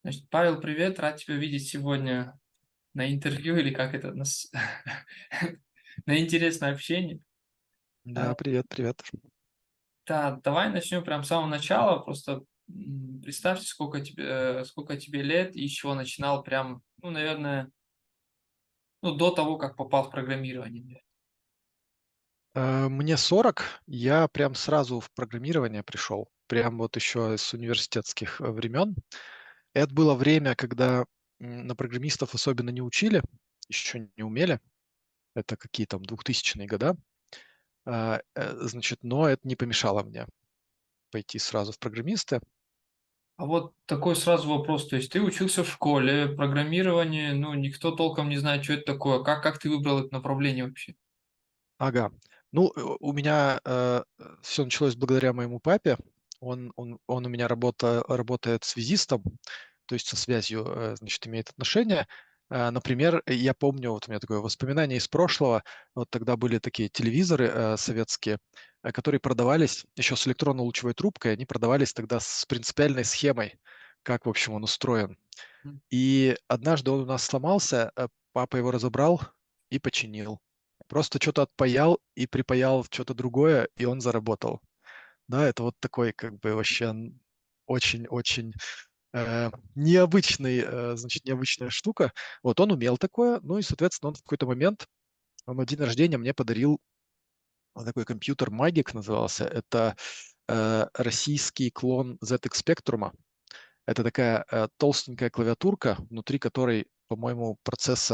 Значит, Павел, привет, рад тебя видеть сегодня на интервью или как это, на интересное общение. Да, А, привет, привет. Да, давай начнем прям с самого начала, просто представьте, сколько тебе лет и с чего начинал прям, ну, наверное, ну, до того, как попал в программирование. Наверно. Мне 40, я прям сразу в программирование пришел, прям вот еще с университетских времен. Это было время, когда на программистов особенно не учили, еще не умели. Это какие там 2000-е года. Значит, но это не помешало мне пойти сразу в программисты. А вот такой сразу вопрос, то есть ты учился в школе, программирование, ну, никто толком не знает, что это такое, как ты выбрал это направление вообще? Ага. Ну, у меня все началось благодаря моему папе. Он у меня работает связистом, то есть со связью, значит, имеет отношения. Например, я помню, вот у меня такое воспоминание из прошлого. Вот тогда были такие телевизоры советские, которые продавались еще с электронно-лучевой трубкой. Они продавались тогда с принципиальной схемой, как, в общем, он устроен. И однажды он у нас сломался, папа его разобрал и починил. Просто что-то отпаял и припаял что-то другое, и он заработал. Да, это вот такой как бы вообще очень-очень необычный, значит, необычная штука. Вот он умел такое, ну и, соответственно, он в какой-то момент, он на день рождения мне подарил такой компьютер Magic назывался. Это российский клон ZX Spectrum. Это такая толстенькая клавиатурка, внутри которой, по-моему, процессор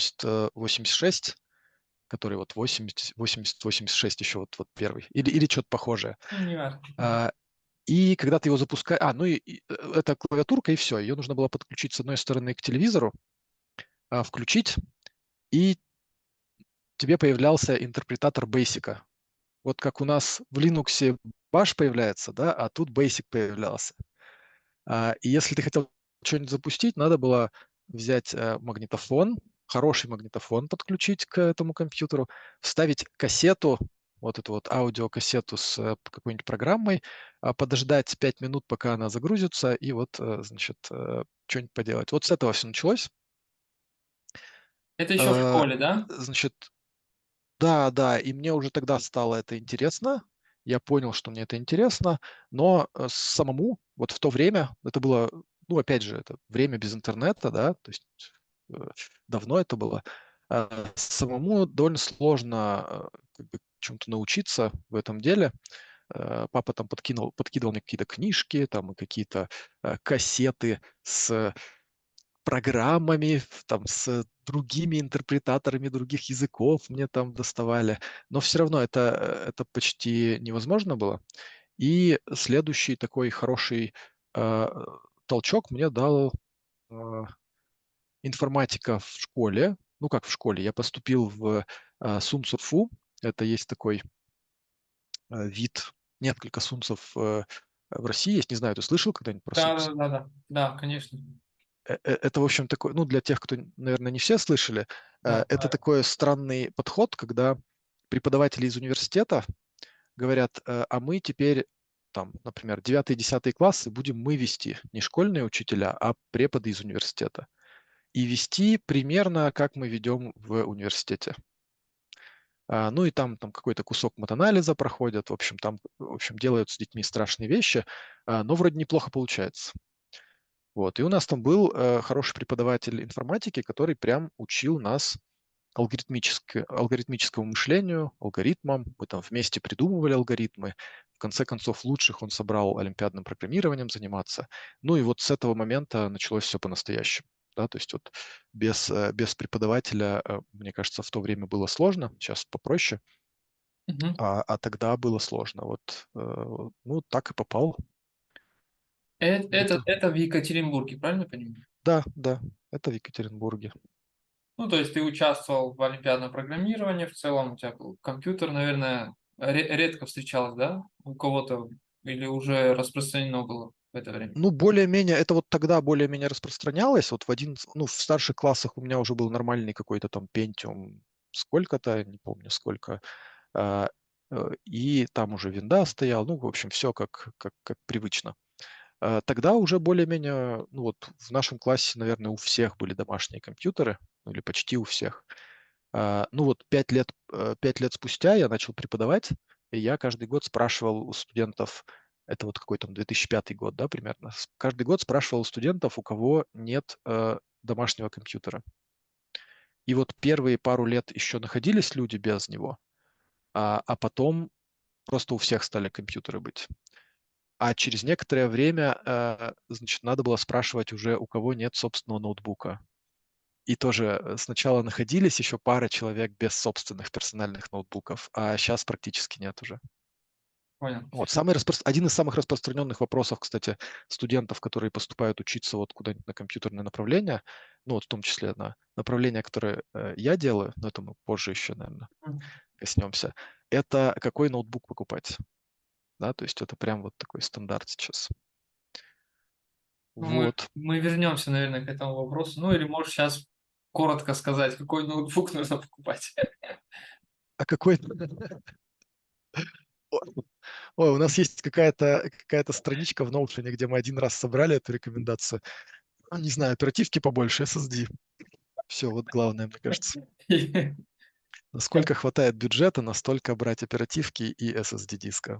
8086, который вот 8086 еще вот первый, или что-то похожее. Ну, не важно. А, И когда ты его запускаешь... ну это клавиатурка, и все. Ее нужно было подключить с одной стороны к телевизору, включить, и тебе появлялся интерпретатор Basic. Вот как у нас в Linux Bash появляется, да, а тут Basic появлялся. И если ты хотел что-нибудь запустить, надо было взять магнитофон, хороший магнитофон подключить к этому компьютеру, вставить кассету, вот эту вот аудиокассету с какой-нибудь программой, подождать 5 минут, пока она загрузится, и вот, значит, что-нибудь поделать. Вот с этого все началось. Это еще в Э, школе, да? Значит, да, да, и мне уже тогда стало это интересно. Я понял, что мне это интересно, но самому вот в то время, это было, ну, опять же, это время без интернета, да, то есть э, давно это было, самому довольно сложно как бы чему-то научиться в этом деле. Папа там подкидывал мне какие-то книжки, там и какие-то кассеты с программами, там, с другими интерпретаторами других языков мне там доставали. Но все равно это почти невозможно было. И следующий такой хороший э, толчок мне дал э, информатика в школе. Ну, как в школе, я поступил в СумСурФу. Это есть такой вид, несколько СумСов в России есть. Не знаю, ты слышал когда-нибудь про Да, СумС? да, да, да, да, конечно. Это, в общем, такой, ну, для тех, кто, наверное, не все слышали, Да, это да. такой странный подход, когда преподаватели из университета говорят, а мы теперь, там, например, 9-10 классы будем мы вести, не школьные учителя, а преподы из университета. И вести примерно, как мы ведем в университете. Ну и там какой-то кусок матанализа проходят, в общем, там, в общем, делают с детьми страшные вещи, но вроде неплохо получается. Вот. И у нас там был хороший преподаватель информатики, который прям учил нас алгоритмическому мышлению, алгоритмам. Мы там вместе придумывали алгоритмы. В конце концов, лучших он собрал олимпиадным программированием заниматься. Ну и вот с этого момента началось все по-настоящему. Да, то есть вот без преподавателя, мне кажется, в то время было сложно, сейчас попроще, Мгм. а тогда было сложно. Вот, ну, так и попал. Это Это, это в Екатеринбурге, правильно понимаю? да, да, это в Екатеринбурге. Ну, то есть ты участвовал в олимпиадном программировании, в целом у тебя был компьютер, наверное, редко встречалось, да, у кого-то или уже распространено было в это время? Ну, более-менее, это вот тогда более-менее распространялось. Вот ну, в старших классах у меня уже был нормальный какой-то там Pentium сколько-то, не помню сколько. И там уже винда стоял. Ну, в общем, все как привычно. Тогда уже более-менее, ну вот в нашем классе, наверное, у всех были домашние компьютеры, ну или почти у всех. Ну вот 5 лет спустя я начал преподавать, и я каждый год спрашивал у студентов, это вот какой там 2005 год, да, примерно, каждый год спрашивал у студентов, у кого нет домашнего компьютера. И вот первые пару лет еще находились люди без него, а потом просто у всех стали компьютеры быть. А через некоторое время, значит, надо было спрашивать уже, у кого нет собственного ноутбука. И тоже сначала находились еще пара человек без собственных персональных ноутбуков, а сейчас практически нет уже. Понял. Вот, один из самых распространенных вопросов, кстати, студентов, которые поступают учиться вот куда-нибудь на компьютерное направление, ну вот в том числе на направление, которое я делаю, но это мы позже еще, наверное, Мгм. коснемся, это какой ноутбук покупать. Да, то есть это прям вот такой стандарт сейчас. Ну, мы Вот. мы вернемся, наверное, к этому вопросу. Ну, или можешь сейчас коротко сказать, какой ноутбук нужно покупать. А какой... Ой, у нас есть какая-то страничка в Notion, где мы один раз собрали эту рекомендацию. Ну, не знаю, оперативки побольше, SSD. Все, вот главное, мне кажется. Насколько хватает бюджета, настолько брать оперативки и SSD-диска.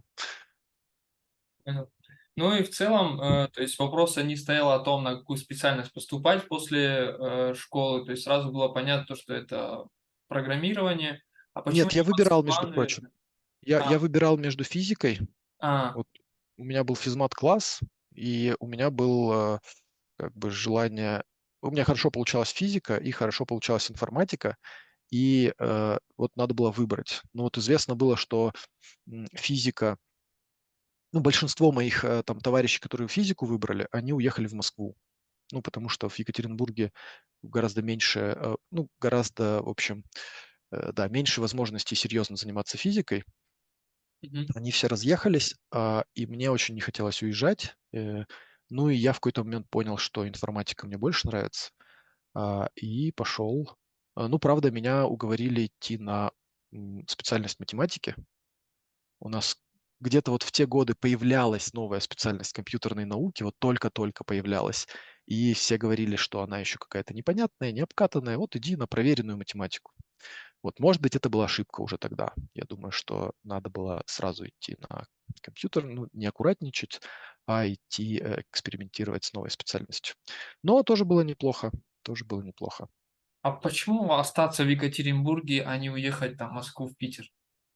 Понял. Ну и в целом, то есть вопроса не стояло о том, на какую специальность поступать после, школы. То есть сразу было понятно то, что это программирование. А почему Нет, я не выбирал, между Москва, прочим. наверное? Я А, выбирал между физикой. а, Вот у меня был физмат-класс, и у меня было как бы желание... У меня хорошо получалась физика и хорошо получалась информатика, и вот надо было выбрать. Ну вот известно было, что физика, ну большинство моих там товарищей, которые физику выбрали, они уехали в Москву. Ну потому что в Екатеринбурге гораздо меньше, ну гораздо, в общем, да, меньше возможностей серьезно заниматься физикой. мгм. Они все разъехались, и мне очень не хотелось уезжать. Ну и я в какой-то момент понял, что информатика мне больше нравится, и пошел. Ну, правда, меня уговорили идти на специальность математики. У нас где-то вот в те годы появлялась новая специальность компьютерной науки, вот только-только появлялась. И все говорили, что она еще какая-то непонятная, необкатанная. Вот иди на проверенную математику. Вот, может быть, это была ошибка уже тогда. Я думаю, что надо было сразу идти на компьютер, ну, не аккуратничать, а идти экспериментировать с новой специальностью. Но тоже было неплохо, тоже было неплохо. А почему остаться в Екатеринбурге, а не уехать там в Москву, в Питер?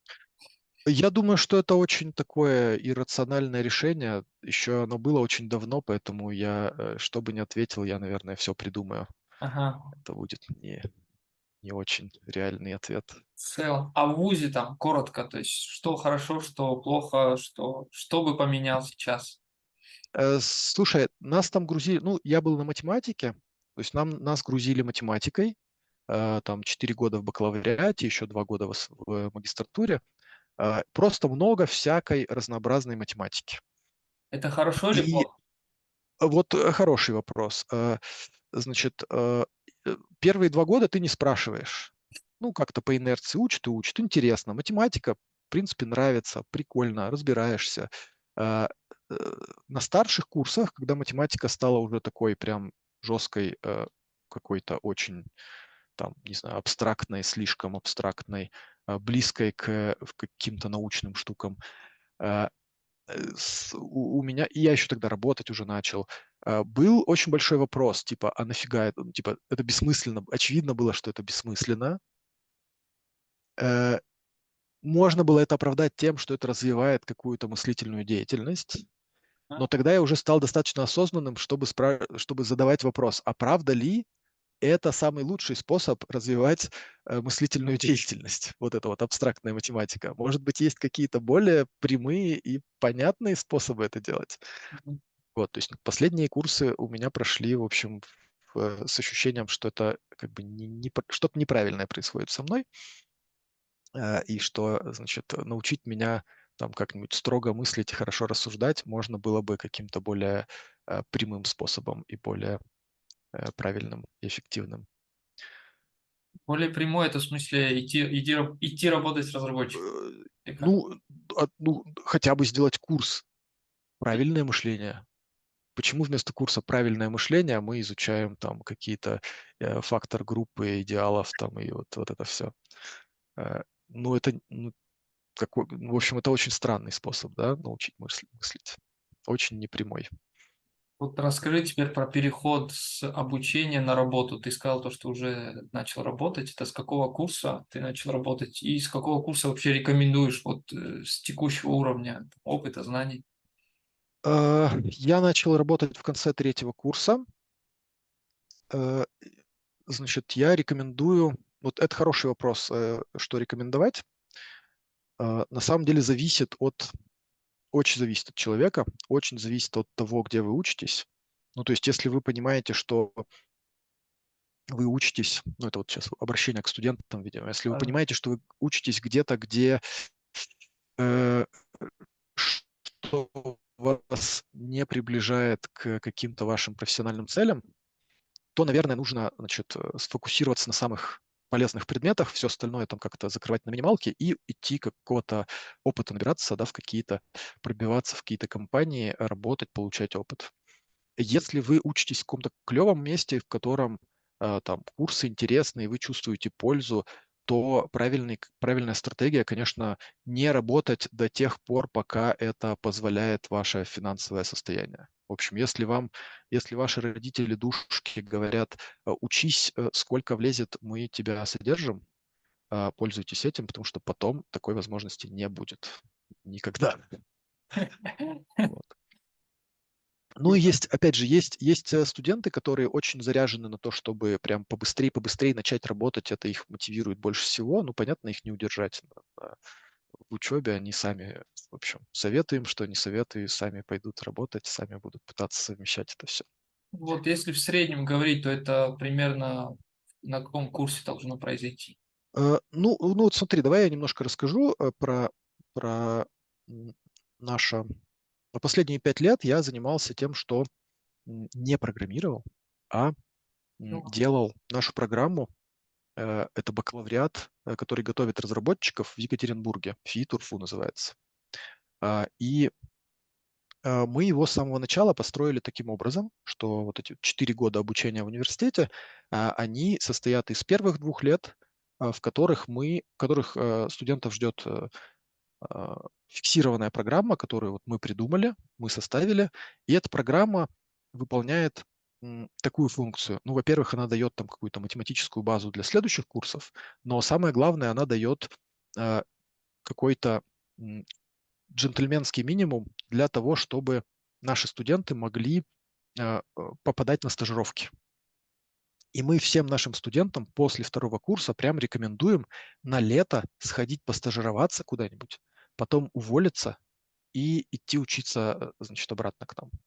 Я думаю, что это очень такое иррациональное решение. Еще оно было очень давно, поэтому что бы ни ответил, я, наверное, все придумаю. Ага. Это будет не очень реальный ответ. В целом. А в ВУЗе там коротко, то есть что хорошо, что плохо, что бы поменял сейчас? Слушай, нас там грузили, ну, я был на математике, то есть нас грузили математикой, там 4 года в бакалавриате, еще 2 года в магистратуре. Просто много всякой разнообразной математики. Это хорошо или И плохо? вот хороший вопрос. Значит, первые 2 года ты не спрашиваешь. Ну, как-то по инерции учат и учат. Интересно. Математика, в принципе, нравится, прикольно, разбираешься. А, э, На старших курсах, когда математика стала уже такой прям жесткой, какой-то очень, там, не знаю, абстрактной, слишком абстрактной, близкой к каким-то научным штукам, а, у меня, и я еще тогда работать уже начал, был очень большой вопрос, типа, а нафига это, ну, типа, это бессмысленно, очевидно было, что это бессмысленно. Э, Можно было это оправдать тем, что это развивает какую-то мыслительную деятельность, А? но тогда я уже стал достаточно осознанным, чтобы задавать вопрос, а правда ли это самый лучший способ развивать мыслительную деятельность, вот эта вот абстрактная математика. Может быть, есть какие-то более прямые и понятные способы это делать. Мгм. Вот, то есть последние курсы у меня прошли, в общем, с ощущением, что это как бы что-то неправильное происходит со мной, и что, значит, научить меня там как-нибудь строго мыслить и хорошо рассуждать можно было бы каким-то более прямым способом и более правильным и эффективным. Более прямой — это в смысле идти работать с разработчиком Э, или как? Ну, ну, хотя бы сделать курс «Правильное мышление». почему вместо курса "Правильное мышление" мы изучаем там какие-то, фактор группы, идеалов там и вот это все. Ну, это, ну, в общем, это очень странный способ, да, научить мыслить. Очень непрямой. Вот расскажи теперь про переход с обучения на работу. Ты сказал то, что уже начал работать. Это с какого курса ты начал работать? И с какого курса вообще рекомендуешь вот с текущего уровня опыта, знаний? Я начал работать в конце третьего курса. Э, Значит, я рекомендую вот это хороший вопрос, что рекомендовать. На самом деле очень зависит от человека, очень зависит от того, где вы учитесь. Ну, то есть, если вы понимаете, что вы учитесь, ну, это вот сейчас обращение к студентам, видимо, если вы А, понимаете, что вы учитесь где-то, где э, что вас не приближает к каким-то вашим профессиональным целям, то, наверное, нужно, значит, сфокусироваться на самых полезных предметах, все остальное там как-то закрывать на минималке и идти какого-то опыта набираться, да, пробиваться в какие-то компании, работать, получать опыт. Если вы учитесь в каком-то клевом месте, в котором там курсы интересные, вы чувствуете пользу, то правильная стратегия, конечно, не работать до тех пор, пока это позволяет ваше финансовое состояние. В общем, если ваши родители душки говорят, учись, сколько влезет, мы тебя содержим, пользуйтесь этим, потому что потом такой возможности не будет никогда. Вот. Ну и есть, опять же, есть студенты, которые очень заряжены на то, чтобы прям побыстрее начать работать. Это их мотивирует больше всего. Ну, понятно, их не удержать в учебе. Они сами, в общем, советуем, что не советую, сами пойдут работать, сами будут пытаться совмещать это все. Вот если в среднем говорить, то это примерно на каком курсе должно произойти? Ну вот смотри, давай я немножко расскажу про м, наше... Последние 5 лет я занимался тем, что не программировал, а Ну, делал нашу программу. Это бакалавриат, который готовит разработчиков в Екатеринбурге. ФИИ-ТУРФУ называется. И мы его с самого начала построили таким образом, что вот эти 4 года обучения в университете, они состоят из первых 2 лет, в которых студентов ждет фиксированная программа, которую вот мы придумали, мы составили, и эта программа выполняет такую функцию. Ну, во-первых, она дает там какую-то математическую базу для следующих курсов, но самое главное, она дает э, какой-то м, джентльменский минимум для того, чтобы наши студенты могли попадать на стажировки. И мы всем нашим студентам после второго курса прям рекомендуем на лето сходить постажироваться куда-нибудь, потом уволиться и идти учиться, значит, обратно к нам.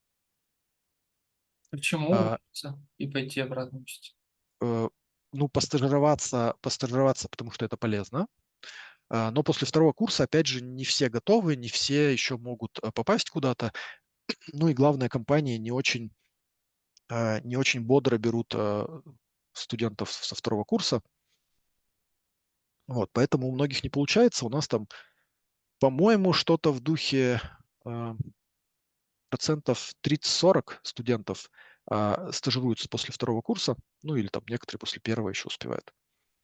почему А, уволиться и пойти обратно учиться? э, ну, постажироваться, потому что это полезно. Но после второго курса, опять же, не все готовы, не все еще могут попасть куда-то. Ну и главное, компании не очень бодро берут студентов со второго курса. Вот, поэтому у многих не получается. У нас там, по-моему, что-то в духе а, процентов 30-40 студентов стажируются после второго курса, ну или там некоторые после первого еще успевают.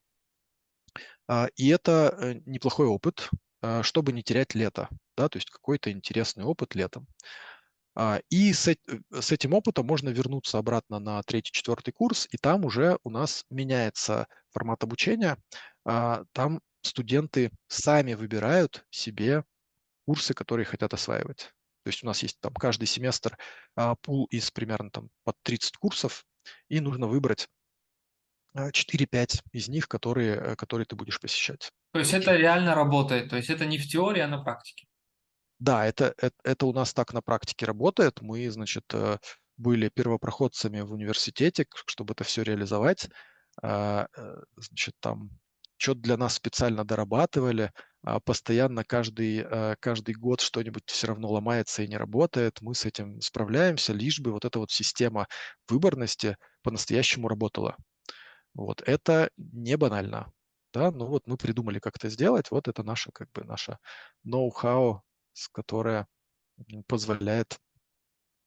И это неплохой опыт, чтобы не терять лето, да, то есть какой-то интересный опыт летом. И с этим опытом можно вернуться обратно на третий, четвертый курс, и там уже у нас меняется формат обучения. Там студенты сами выбирают себе курсы, которые хотят осваивать. То есть у нас есть там каждый семестр пул из примерно там под 30 курсов, и нужно выбрать 4-5 из них, которые ты будешь посещать. То есть это реально работает, то есть это не в теории, а на практике. Да, это у нас так на практике работает. Мы, значит, были первопроходцами в университете, чтобы это все реализовать. Значит, там что-то для нас специально дорабатывали. Постоянно каждый год что-нибудь все равно ломается и не работает. Мы с этим справляемся, лишь бы вот эта вот система выборности по-настоящему работала. Вот это не банально, да, но вот мы придумали, как это сделать. Вот это наша, как бы, наша ноу-хау, которая позволяет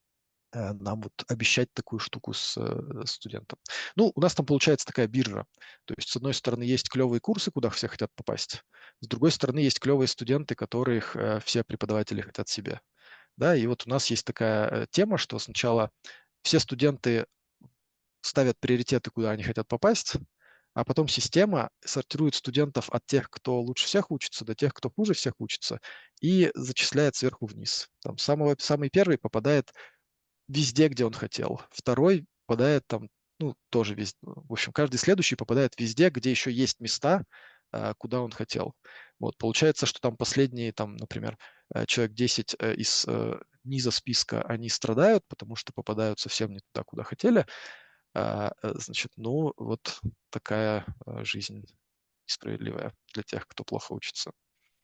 нам вот обещать такую штуку с студентом. Ну, у нас там получается такая биржа. То есть, с одной стороны, есть клевые курсы, куда все хотят попасть. С другой стороны, есть клевые студенты, которых все преподаватели хотят себе. Да, и вот у нас есть такая тема, что сначала все студенты ставят приоритеты, куда они хотят попасть, а потом система сортирует студентов от тех, кто лучше всех учится, до тех, кто хуже всех учится, и зачисляет сверху вниз. Там самый первый попадает везде, где он хотел. Второй попадает там, ну, тоже везде. В общем, каждый следующий попадает везде, где еще есть места, куда он хотел. Вот, получается, что там последние, там, например, человек 10 из низа списка, они страдают, потому что попадают совсем не туда, куда хотели. Значит, ну, вот такая жизнь несправедливая для тех, кто плохо учится.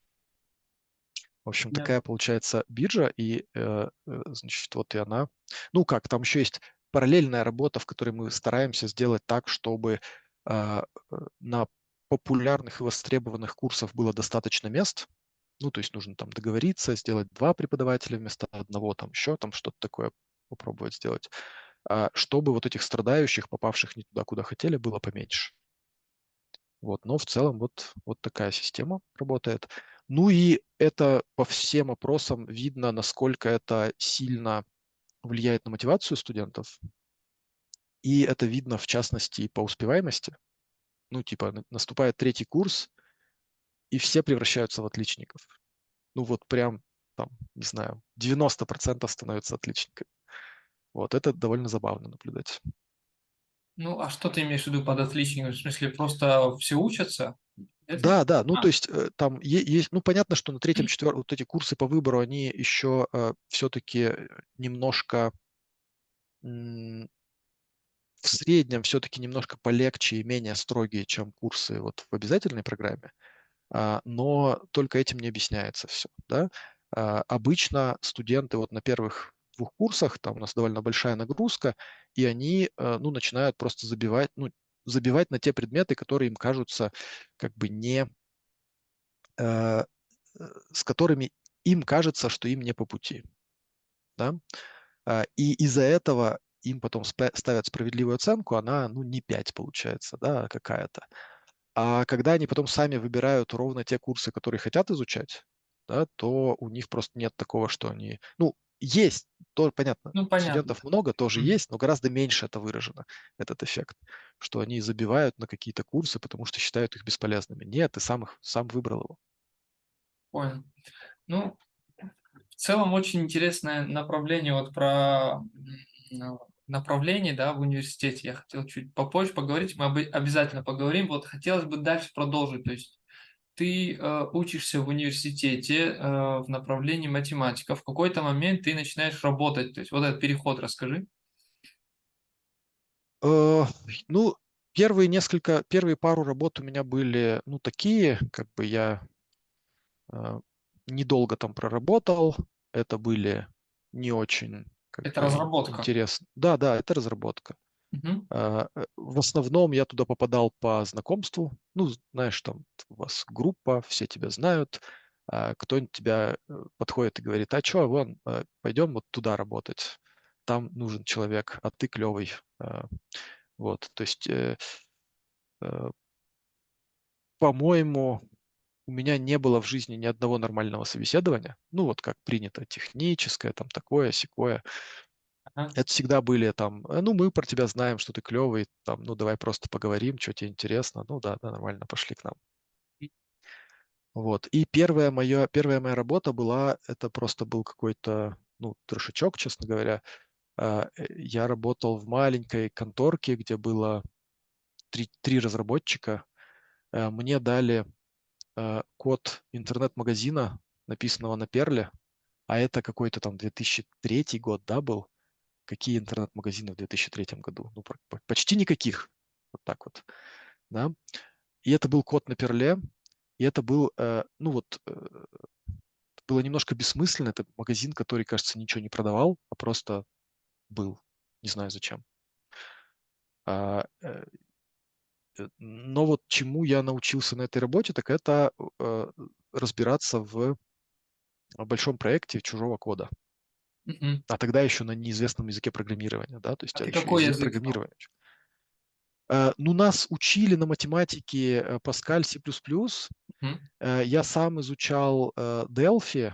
В общем, такая получается биржа, и, значит, вот и она. Ну как, там еще есть параллельная работа, в которой мы стараемся сделать так, чтобы на популярных и востребованных курсах было достаточно мест. Ну, то есть нужно там договориться, сделать 2 преподавателя вместо одного, там еще там что-то такое попробовать сделать, чтобы вот этих страдающих, попавших не туда, куда хотели, было поменьше. Вот, но в целом вот такая система работает. Ну и это по всем опросам видно, насколько это сильно влияет на мотивацию студентов. И это видно, в частности, по успеваемости. Ну, типа, наступает третий курс, и все превращаются в отличников. Ну, вот прям, там, не знаю, 90% становятся отличниками. Вот это довольно забавно наблюдать. Ну, а что ты имеешь в виду под отличником? В смысле, просто все учатся? Это? Да, да, ну А, то есть там есть, ну понятно, что на третьем, четвертом, вот эти курсы по выбору, они еще все-таки немножко в среднем все-таки немножко полегче и менее строгие, чем курсы вот в обязательной программе, но только этим не объясняется все, да. Обычно студенты вот на первых 2 курсах, там у нас довольно большая нагрузка, и они, ну, начинают просто забивать, ну, забивать на те предметы, которые им кажутся как бы не, э, с которыми им кажется, что им не по пути, да. И из-за этого им потом ставят справедливую оценку, она, ну, не 5 получается, да, а какая-то. А когда они потом сами выбирают ровно те курсы, которые хотят изучать, да, то у них просто нет такого, что они... Ну, есть, то понятно, ну, понятно. студентов много, тоже Мгм. есть, но гораздо меньше это выражено, этот эффект, что они забивают на какие-то курсы, потому что считают их бесполезными. Нет, ты сам выбрал его. Понял. Ну, в целом очень интересное направление вот про направление, да, в университете. Я хотел чуть попозже поговорить, мы обязательно поговорим. Вот хотелось бы дальше продолжить. То есть ты учишься в университете в направлении математика. В какой-то момент ты начинаешь работать. То есть вот этот переход расскажи. Э, Ну, первые пару работ у меня были, ну, такие, как бы я Э, недолго там проработал. Это были не очень как Это бы разработка. интересно. Да, да, это разработка. Мгм. В основном я туда попадал по знакомству. Ну, знаешь, там у вас группа, все тебя знают. Кто-нибудь тебя подходит и говорит, а что, вон, пойдем вот туда работать. Там нужен человек, а ты клевый. Вот, то есть, э, по-моему, у меня не было в жизни ни одного нормального собеседования. Ну, вот как принято, техническое, там такое, сякое. Ага. Это всегда были там, ну, мы про тебя знаем, что ты клевый, там, ну, давай просто поговорим, что тебе интересно. Ну, да, да, нормально, пошли к нам. Вот. И первая моя работа была, это просто был какой-то, ну, трешачок, честно говоря. Я работал в маленькой конторке, где было три разработчика. Мне дали код интернет-магазина, написанного на Перле, а это какой-то там 2003 год, да, был? Какие интернет-магазины в 2003 году? Ну, почти никаких. Вот так вот, да. И это был код на Перле, и это был, ну вот, было немножко бессмысленно. Это магазин, который, кажется, ничего не продавал, а просто был. Не знаю зачем. А, э, но вот чему я научился на этой работе, так это разбираться в большом проекте чужого кода. Мгм. а тогда еще на неизвестном языке программирования, да, то А есть ты еще какой язык язык знал? программирования. Ну, нас учили на математике Pascal, C++. Мгм. Я сам изучал Delphi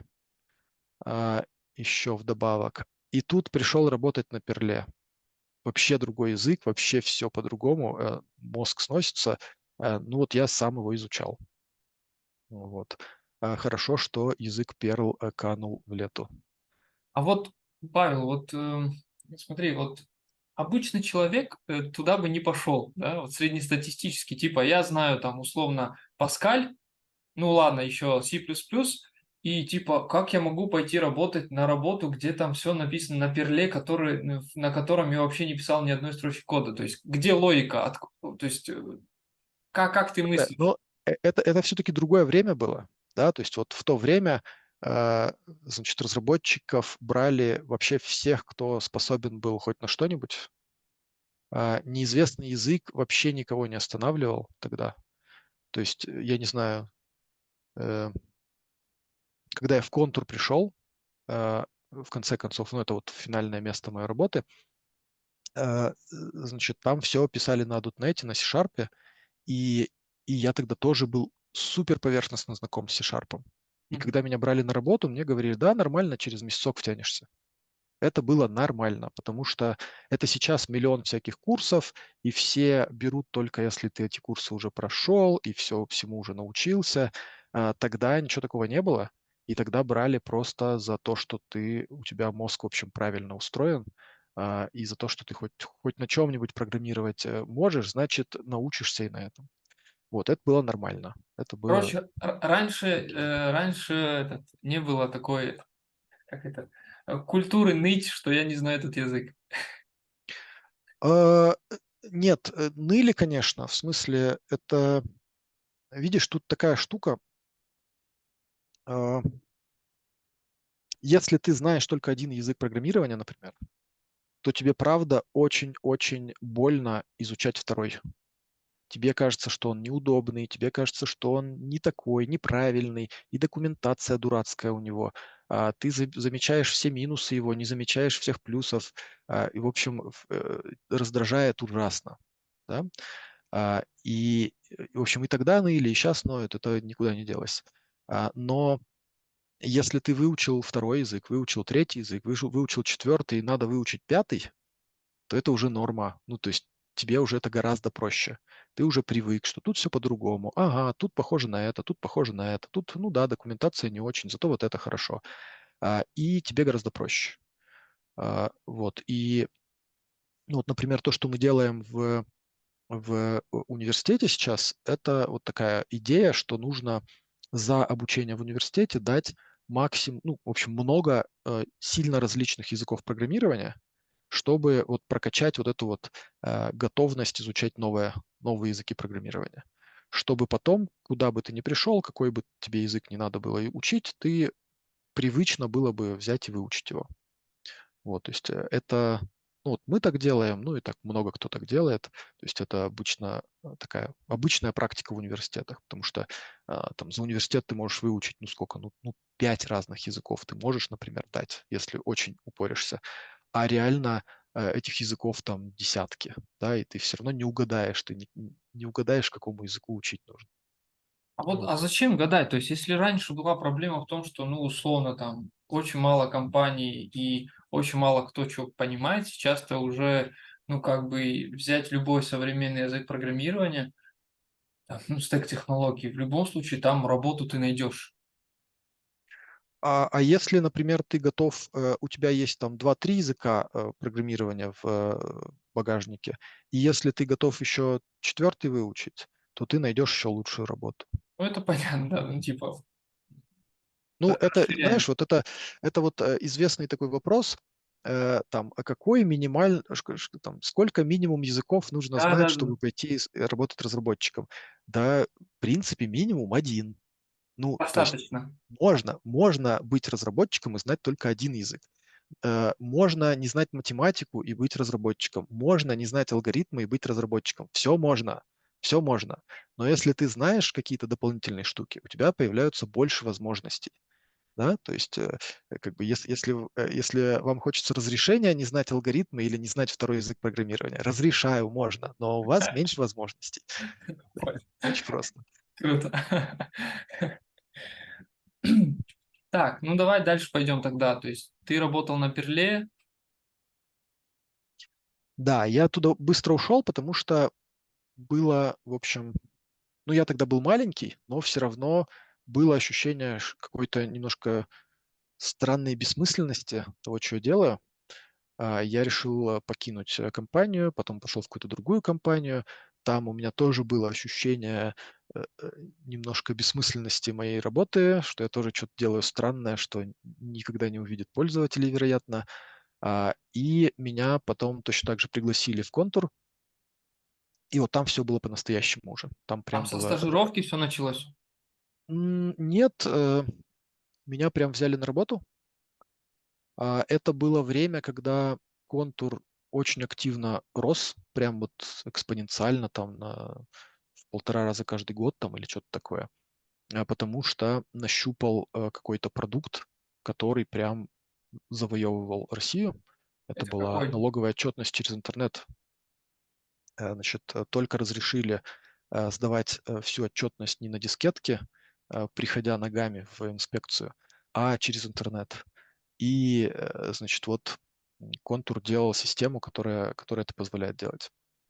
еще вдобавок. И тут пришел работать на Перле. Вообще другой язык, вообще все по-другому. Мозг сносится. Ну вот я сам его изучал. Вот. Хорошо, что язык Perl канул в лету. А вот, Павел, вот смотри, вот обычный человек туда бы не пошел, да, вот среднестатистический, типа я знаю там условно Паскаль, ну ладно, еще C++, и типа как я могу пойти работать на работу, где там все написано на перле, который, на котором я вообще не писал ни одной строчки кода, то есть где логика, то есть как ты мыслишь? Но это все-таки другое время было, да, то есть вот в то время, значит, разработчиков брали вообще всех, кто способен был хоть на что-нибудь. Неизвестный язык вообще никого не останавливал тогда. То есть, я не знаю, э, когда я в контур пришел, в конце концов, ну, это вот финальное место моей работы, значит, там все писали на .NET, на C-Sharp, и, и я тогда тоже был супер поверхностно знаком с C-Sharp. И Мгм. когда меня брали на работу, мне говорили, да, нормально, через месяцок втянешься. Это было нормально, потому что это сейчас миллион всяких курсов, и все берут только если ты эти курсы уже прошел и всему уже научился. Тогда ничего такого не было, и тогда брали просто за то, что у тебя мозг, в общем, правильно устроен, и за то, что ты хоть на чем-нибудь программировать можешь, значит, научишься и на этом. Вот, это было нормально. Это было... Короче, раньше не было такой, как это, культуры ныть, что я не знаю этот язык. Э, Нет, ныли, конечно, в смысле, это... Видишь, тут такая штука. А, Если ты знаешь только один язык программирования, например, то тебе, правда, очень-очень больно изучать второй. Тебе кажется, что он неудобный, тебе кажется, что он не такой, неправильный, и документация дурацкая у него. Ты замечаешь все минусы его, не замечаешь всех плюсов, и, в общем, раздражает ужасно. Да? В общем, и тогда ныли, и сейчас ноют, это никуда не делось. Но если ты выучил второй язык, выучил третий язык, выучил четвертый, и надо выучить пятый, то это уже норма. Ну, то есть тебе уже это гораздо проще. Ты уже привык, что тут все по-другому. Ага, тут похоже на это, тут похоже на это. Тут, ну да, документация не очень, зато вот это хорошо. И тебе гораздо проще. Вот. И, ну, вот, например, то, что мы делаем в университете сейчас, это вот такая идея, что нужно за обучение в университете дать максимум, ну, в общем, много сильно различных языков программирования, чтобы вот прокачать вот эту вот готовность изучать новые языки программирования. Чтобы потом, куда бы ты ни пришел, какой бы тебе язык не надо было и учить, ты привычно было бы взять и выучить его. Вот, то есть это, ну, вот мы так делаем, ну и так много кто так делает. То есть это обычно такая обычная практика в университетах, потому что там за университет ты можешь выучить, ну сколько, ну 5 разных языков ты можешь, например, дать, если очень упоришься. А реально этих языков там десятки, да, и ты все равно не угадаешь, ты не угадаешь, какому языку учить нужно. А вот, Вот. а зачем гадать? То есть, если раньше была проблема в том, что, ну, условно, там, очень мало компаний и очень мало кто что понимает, сейчас-то уже, ну, как бы взять любой современный язык программирования, там, ну, стек технологий, в любом случае там работу ты найдешь. А если, например, ты готов, у тебя есть там два-три языка программирования в багажнике, и если ты готов еще четвертый выучить, то ты найдешь еще лучшую работу. Ну, это понятно, да, ну, типа, Ну, это, расширяем. знаешь, вот это вот известный такой вопрос, там, а какой там, сколько минимум языков нужно Да, знать, да, да, чтобы пойти работать разработчиком? Да, в принципе, минимум один. Ну, то есть достаточно. можно быть разработчиком и знать только один язык. Можно не знать математику и быть разработчиком. Можно не знать алгоритмы и быть разработчиком. Все можно. Все можно. Но если ты знаешь какие-то дополнительные штуки, у тебя появляются больше возможностей. Да? То есть, как бы если вам хочется разрешения не знать алгоритмы или не знать второй язык программирования, разрешаю, можно, но у вас меньше возможностей. Понял. Очень просто. Круто. Так, ну давай дальше пойдем тогда. То есть ты работал на Перле. Да, я оттуда быстро ушел, потому что было, в общем, ну, я тогда был маленький, но все равно было ощущение какой-то немножко странной бессмысленности того, что я делаю. Я решил покинуть компанию, потом пошел в какую-то другую компанию. Там у меня тоже было ощущение э, э, немножко бессмысленности моей работы, что я тоже что-то делаю странное, что никогда не увидит пользователей, вероятно. И меня потом точно так же пригласили в контур, и вот там все было по-настоящему уже. Там Там прям со было... стажировки все началось. Нет, меня прям взяли на работу. Это было время, когда контур очень активно рос, прям вот экспоненциально, там в 1,5 раза каждый год там или что-то такое, потому что нащупал какой-то продукт, который прям завоевывал Россию. Это Это была какой? налоговая отчетность через интернет. Значит, только разрешили сдавать всю отчетность не на дискетке, приходя ногами в инспекцию, а через интернет. И, значит, вот контур делал систему, которая это позволяет делать.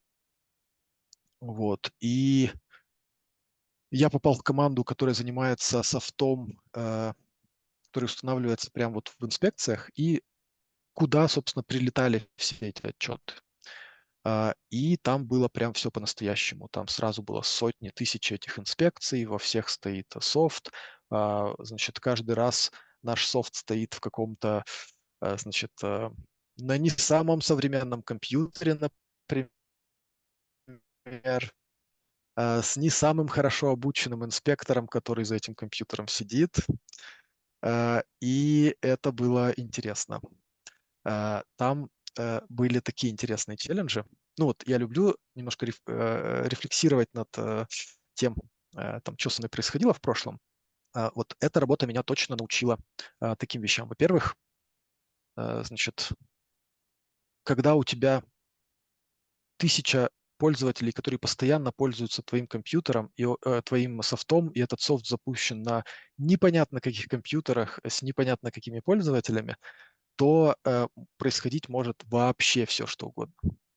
Вот. И я попал в команду, которая занимается софтом, который устанавливается прямо вот в инспекциях, и куда, собственно, прилетали все эти отчеты. И там было прям все по-настоящему. Там сразу было сотни, тысячи этих инспекций, во всех стоит софт. Значит, каждый раз наш софт стоит в каком-то, значит, на не самом современном компьютере, например, с не самым хорошо обученным инспектором, который за этим компьютером сидит. И это было интересно. Там были такие интересные челленджи. Ну вот я люблю немножко рефлексировать над тем, там, что со мной происходило в прошлом. Вот эта работа меня точно научила таким вещам. Во-первых, значит, когда у тебя 1000 пользователей, которые постоянно пользуются твоим компьютером и твоим софтом, и этот софт запущен на непонятно каких компьютерах с непонятно какими пользователями, то происходить может вообще все, что угодно.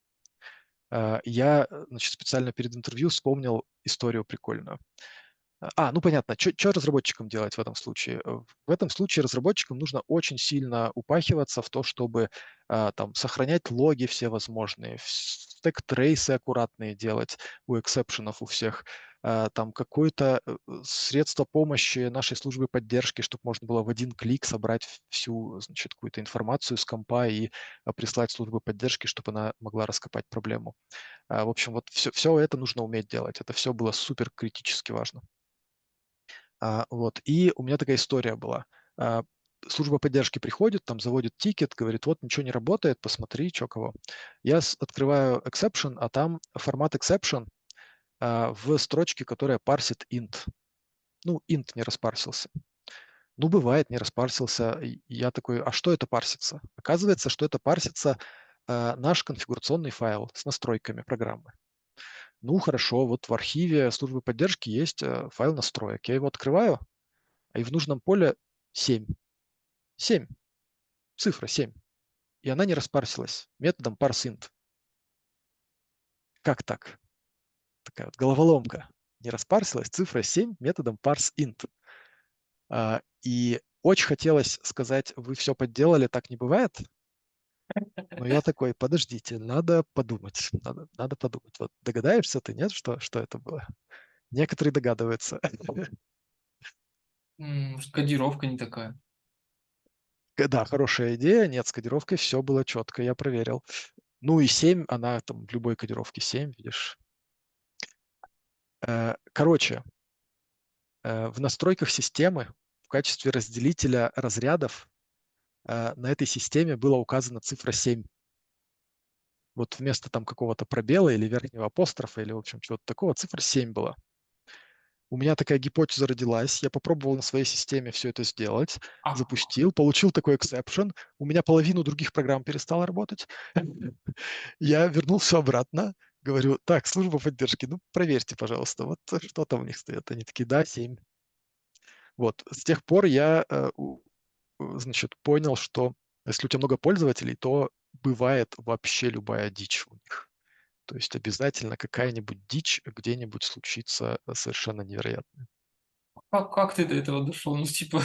Я, значит, специально перед интервью вспомнил историю прикольную. Ну понятно, что разработчикам делать в этом случае? В этом случае разработчикам нужно очень сильно упахиваться в то, чтобы там сохранять логи все возможные, стек-трейсы аккуратные делать у эксепшенов у всех, там какое-то средство помощи нашей службы поддержки, чтобы можно было в один клик собрать всю, значит, какую-то информацию с компа и прислать службе поддержки, чтобы она могла раскопать проблему. В общем, вот все это нужно уметь делать. Это все было супер критически важно. Вот. И у меня такая история была. А, Служба поддержки приходит, там заводит тикет, говорит, вот ничего не работает, посмотри, что кого. Я открываю exception, а там формат exception в строчке, которая парсит int. Ну, int не распарсился. Ну, бывает, не распарсился. И я такой, а что это парсится? Оказывается, что это парсится наш конфигурационный файл с настройками программы. Ну, хорошо, вот в архиве службы поддержки есть файл настроек. Я его открываю, и в нужном поле 7. 7. Цифра 7. И она не распарсилась методом parseInt. Как так? Такая вот головоломка. Не распарсилась цифра 7 методом parseInt. И очень хотелось сказать, вы все подделали, так не бывает. Но я такой, подождите, надо подумать. Надо подумать. Вот догадаешься ты, нет, что это было? Некоторые догадываются. Может, кодировка не такая. Да, хорошая идея. Нет, с кодировкой все было четко, я проверил. Ну и 7, она там в любой кодировке 7, видишь. Короче, в настройках системы в качестве разделителя разрядов на этой системе была указана цифра 7. Вот вместо там какого-то пробела или верхнего апострофа или, в общем, чего-то такого, цифра 7 была. У меня такая гипотеза родилась, я попробовал на своей системе все это сделать, А, запустил, получил такой эксепшн, у меня половину других программ перестала работать. Я вернул все обратно, говорю, так, служба поддержки, ну, проверьте, пожалуйста, вот что там у них стоит. Они такие, да, 7. Вот, с тех пор я, значит, понял, что если у тебя много пользователей, то бывает вообще любая дичь у них. То есть обязательно какая-нибудь дичь где-нибудь случится совершенно невероятная. как ты до этого дошел? Ну, типа,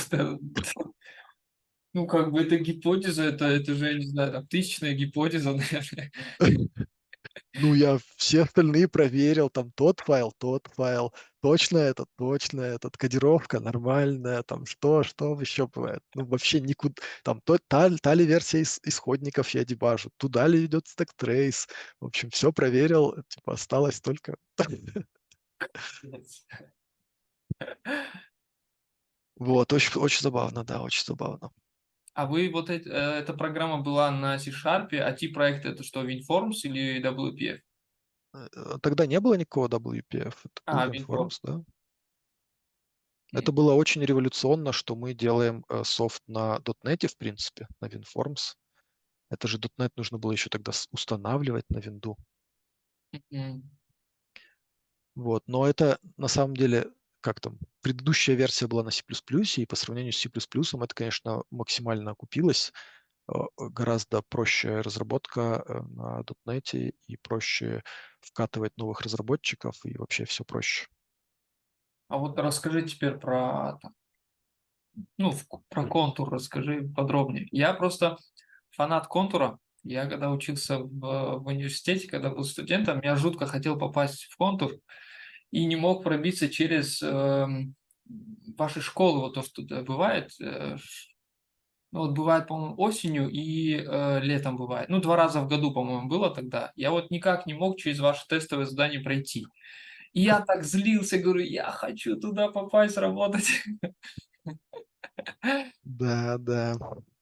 ну, как бы это гипотеза, это же, я не знаю, там, тысячная гипотеза, наверное. Ну, я все остальные проверил, там тот файл, точно этот, кодировка нормальная, там что еще бывает? Ну, вообще никуда, там та ли версия исходников я дебажу, туда ли идет stack trace, в общем, все проверил, типа осталось только... Вот, очень, очень забавно, да, очень забавно. А вы вот эта программа была на C-Sharp, а тип проекта это что, WinForms или WPF? Тогда не было никакого WPF, это был А, WinForms. WinForms, да. Это Окей. было очень революционно, что мы делаем софт на .NET, в принципе, на WinForms. Это же .NET нужно было еще тогда устанавливать на винду. Мгм. Вот. Но это на самом деле, как там, предыдущая версия была на C++, и по сравнению с C++, это, конечно, максимально окупилось. Гораздо проще разработка на .NET и проще вкатывать новых разработчиков, и вообще все проще. А вот расскажи теперь про, ну, про контур расскажи подробнее. Я просто фанат контура. Я когда учился в университете, когда был студентом, я жутко хотел попасть в контур и не мог пробиться через ваши школы. Вот то, что бывает. Ну, вот бывает, по-моему, осенью и летом бывает. Ну, 2 раза в году, по-моему, было тогда. Я вот никак не мог через ваше тестовое задание пройти. И я так злился, говорю, я хочу туда попасть работать. Да, да.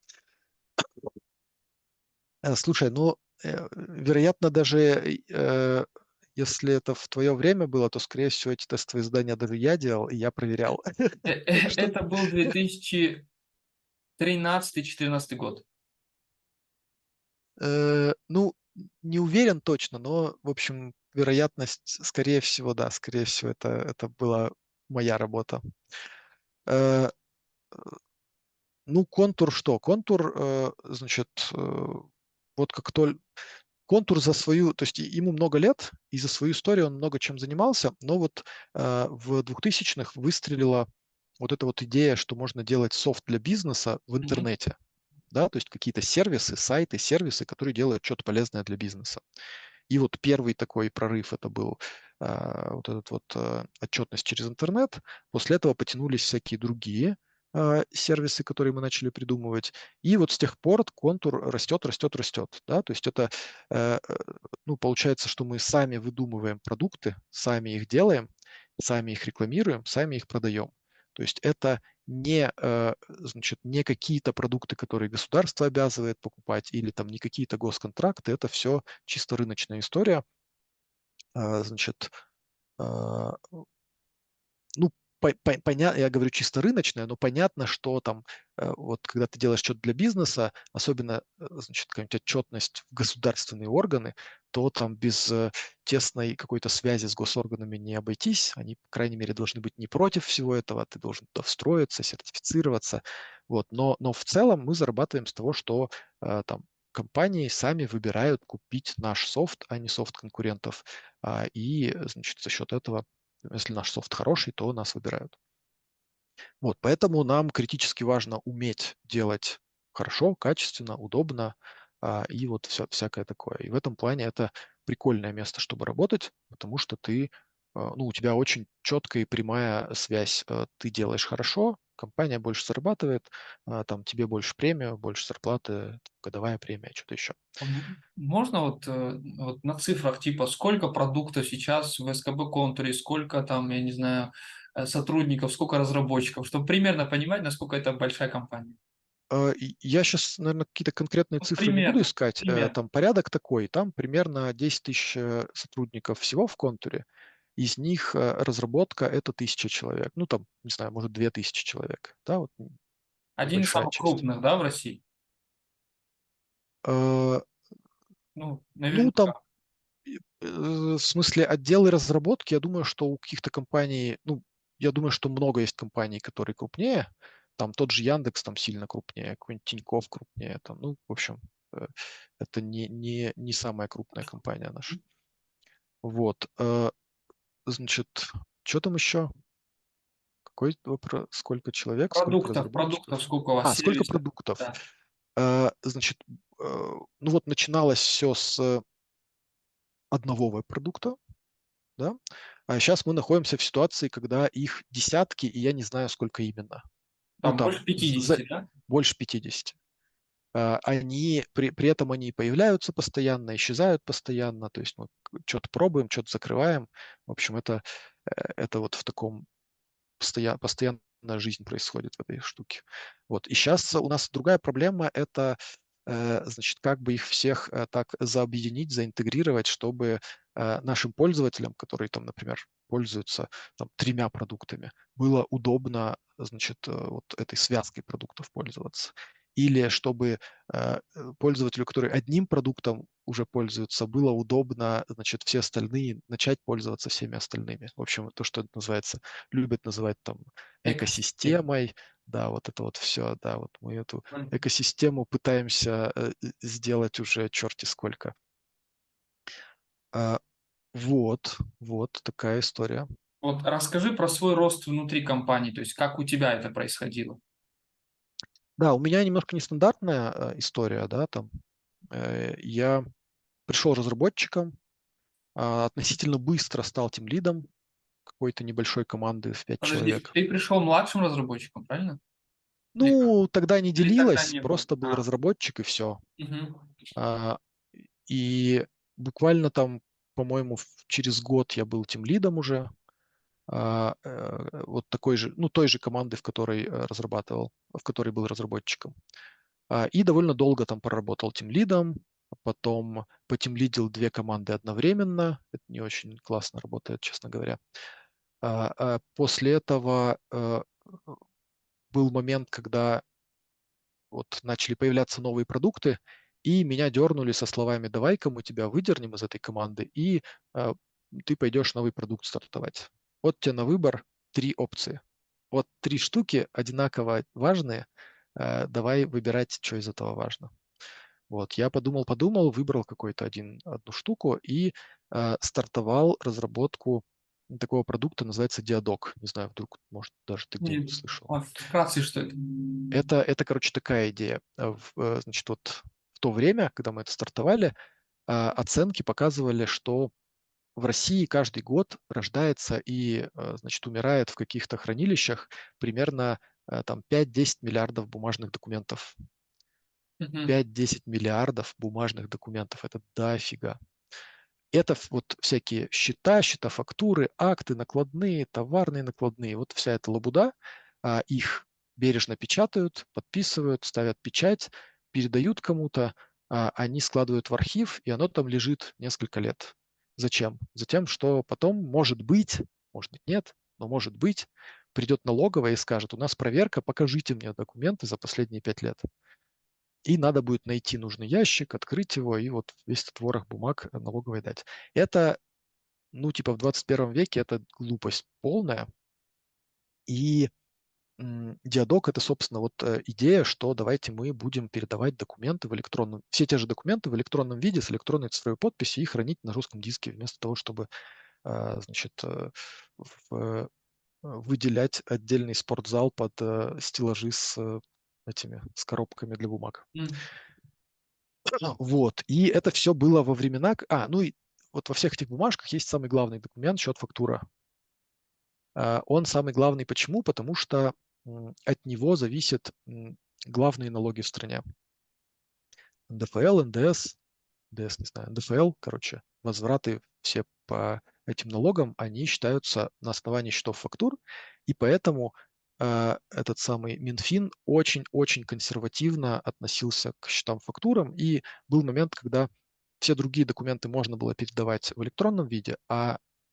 Слушай, ну, вероятно, даже если это в твое время было, то, скорее всего, эти тестовые задания даже я делал, и я проверял. Так что, Это был 2013-2014 год. ну, не уверен точно, но, в общем, вероятность, скорее всего, да, скорее всего, это была моя работа. Э, Ну, контур что? Контур, значит, вот как только контур за свою, то есть ему много лет, и за свою историю он много чем занимался, но вот в 2000-х выстрелила вот эта вот идея, что можно делать софт для бизнеса в Мгм. интернете, да, то есть какие-то сервисы, сайты, сервисы, которые делают что-то полезное для бизнеса. И вот первый такой прорыв это был вот этот вот отчетность через интернет. После этого потянулись всякие другие сервисы, которые мы начали придумывать. И вот с тех пор контур растет, растет, растет. Да? То есть это, ну, получается, что мы сами выдумываем продукты, сами их делаем, сами их рекламируем, сами их продаем. То есть это не, значит, не какие-то продукты, которые государство обязывает покупать, или там не какие-то госконтракты, это все чисто рыночная история. Значит, а, ну, я говорю чисто рыночная, но понятно, что там вот когда ты делаешь что-то для бизнеса, особенно, значит, какая-нибудь отчетность в государственные органы, то там без тесной какой-то связи с госорганами не обойтись. Они, по крайней мере, должны быть не против всего этого, ты должен туда встроиться, сертифицироваться. Вот. Но в целом мы зарабатываем с того, что там компании сами выбирают купить наш софт, а не софт конкурентов. И, значит, за счет этого если наш софт хороший, то нас выбирают. Вот, поэтому нам критически важно уметь делать хорошо, качественно, удобно и вот всякое такое. И в этом плане это прикольное место, чтобы работать, потому что ты, ну, у тебя очень четкая и прямая связь. Ты делаешь хорошо, компания больше зарабатывает, там тебе больше премия, больше зарплаты, годовая премия, что-то еще. Можно вот, вот на цифрах, типа, сколько продуктов сейчас в СКБ Контуре, сколько там, я не знаю, сотрудников, сколько разработчиков, чтобы примерно понимать, насколько это большая компания. Я сейчас, наверное, какие-то конкретные Вот цифры не буду примерно, искать. примерно. Там порядок такой. Там примерно 10 тысяч сотрудников всего в контуре. из них разработка — это 1000 человек. Ну, там, не знаю, может, 2000 человек. Да, вот Один из небольшая самых часть. крупных, да, в России? Э, Ну, Ну, там, наверняка. в смысле, отделы разработки, я думаю, что у каких-то компаний, ну, я думаю, что много есть компаний, которые крупнее. Там тот же Яндекс там сильно крупнее, какой-нибудь Тинькофф крупнее. Там, ну, в общем, э, это не самая крупная компания наша. Вот. Значит, что там еще? Какой вопрос? Сколько человек, сколько Продуктов разработчиков? сколько у вас, Сколько сервисов? продуктов? Да. Значит, ну вот начиналось все с одного веб-продукта, да, а сейчас мы находимся в ситуации, когда их десятки, и я не знаю, сколько именно. Ну, Там там больше 50, да? больше 50. При этом они появляются постоянно, исчезают постоянно, то есть мы что-то пробуем, что-то закрываем. В общем, это вот в таком постоянная жизнь происходит в этой штуке. Вот. И сейчас у нас другая проблема — это, значит, как бы их всех так заобъединить, заинтегрировать, чтобы нашим пользователям, которые там, например, пользуются там 3 продуктами, было удобно, значит, вот этой связкой продуктов пользоваться. Или чтобы пользователю, который одним продуктом уже пользуется, было удобно, значит, все остальные начать пользоваться всеми остальными. В общем, то, что это называется, любят называть там Экосистема. экосистемой. Да, вот это вот все, да, вот мы эту Мгм. экосистему пытаемся сделать уже черти сколько. А, вот такая история. Вот расскажи про свой рост внутри компании, то есть как у тебя это происходило. Да, у меня немножко нестандартная история, да, там. Я пришел разработчиком, относительно быстро стал тимлидом какой-то небольшой команды в 5 Подожди, человек. ты пришел младшим разработчиком, правильно? Или как? Ну, тогда не Или тогда делилось, не было? просто был разработчик и все. Мгм. И буквально там, по-моему, через год я был тимлидом уже, вот такой же, ну, той же команды, в которой разрабатывал, в которой был разработчиком. И довольно долго там проработал тимлидом, а потом потимлидил 2 команды одновременно. Это не очень классно работает, честно говоря. После этого был момент, когда вот начали появляться новые продукты, и меня дернули со словами: давай-ка мы тебя выдернем из этой команды, и э, ты пойдешь новый продукт стартовать. Вот тебе на выбор 3 опции. Вот 3 штуки одинаково важные. Давай выбирать, что из этого важно. Вот, я подумал, выбрал одну штуку и стартовал разработку такого продукта, называется Диадок. Не знаю, вдруг, может, даже ты где-нибудь Не, слышал. вот вкратце, что это? Короче, такая идея. Значит, вот в то время, когда мы это стартовали, оценки показывали, что в России каждый год рождается и, значит, умирает в каких-то хранилищах примерно там 5-10 миллиардов бумажных документов. Мгм. 5-10 миллиардов бумажных документов. Это дофига. Это вот всякие счета, фактуры, акты, накладные, товарные накладные. Вот вся эта лабуда. Их бережно печатают, подписывают, ставят печать, передают кому-то, они складывают в архив, и оно там лежит несколько лет. Зачем? Затем, что потом, может быть нет, но может быть, придет налоговая и скажет: у нас проверка, покажите мне документы за последние 5 лет. И надо будет найти нужный ящик, открыть его и вот весь этот ворох бумаг налоговой дать. Это, ну, типа в 21 веке это глупость полная. И Диадок — это, собственно, вот идея, что давайте мы будем передавать документы в электронном, все те же документы в электронном виде с электронной цифровой подписью и хранить на жестком диске, вместо того, чтобы, значит, выделять отдельный спортзал под стеллажи с коробками для бумаг. М. Вот. И это все было во времена... ну и вот во всех этих бумажках есть самый главный документ — счет-фактура. Он самый главный почему? Потому что от него зависят главные налоги в стране. НДФЛ, НДС, НДС, не знаю, НДФЛ, короче, возвраты все по этим налогам, они считаются на основании счетов фактур, и поэтому этот самый Минфин очень-очень консервативно относился к счетам фактурам, и был момент, когда все другие документы можно было передавать в электронном виде, а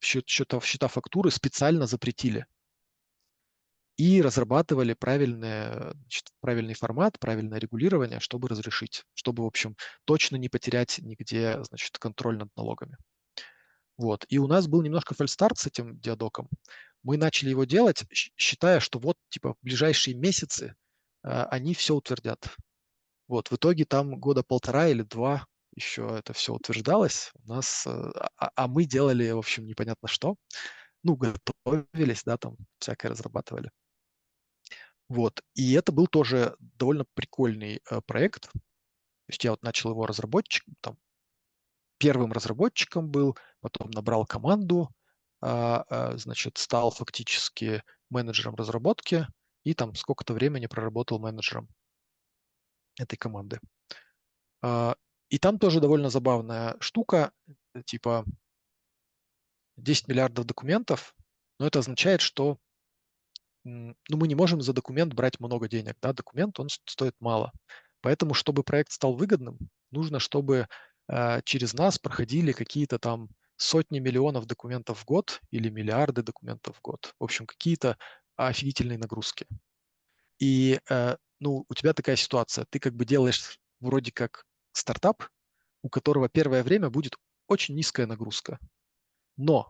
счета фактуры специально запретили и разрабатывали правильный формат, правильное регулирование, чтобы разрешить, чтобы, в общем, точно не потерять нигде, значит, контроль над налогами. Вот. И у нас был немножко фальстарт с этим диадоком. Мы начали его делать, считая, что вот, типа, в ближайшие месяцы они все утвердят. Вот. В итоге там года полтора или два еще это все утверждалось. У нас, а мы делали, в общем, непонятно что. Ну, готовились, да, там всякое разрабатывали. Вот. И это был тоже довольно прикольный проект. То есть я вот начал его там, первым разработчиком был, потом набрал команду, значит, стал фактически менеджером разработки и там сколько-то времени проработал менеджером этой команды. А, И там тоже довольно забавная штука, типа 10 миллиардов документов, но это означает, что ну, мы не можем за документ брать много денег, да, документ, он стоит мало. Поэтому, чтобы проект стал выгодным, нужно, чтобы через нас проходили какие-то там сотни миллионов документов в год или миллиарды документов в год. В общем, какие-то офигительные нагрузки. И, ну, у тебя такая ситуация, ты как бы делаешь вроде как стартап, у которого первое время будет очень низкая нагрузка. Но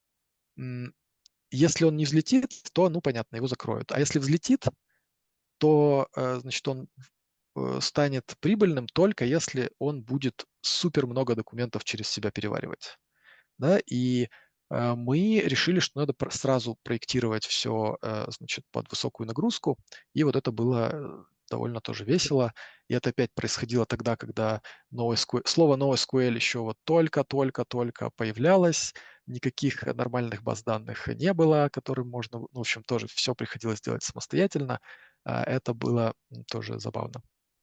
если он не взлетит, то, ну, понятно, его закроют. А если взлетит, то, значит, он станет прибыльным только если он будет супер много документов через себя переваривать. Да? И мы решили, что надо сразу проектировать все, значит, под высокую нагрузку. И вот это было довольно тоже весело. И это опять происходило тогда, когда слово NoSQL еще вот только-только-только появлялось, никаких нормальных баз данных не было, которым можно, ну, в общем, тоже все приходилось делать самостоятельно. Это было тоже забавно.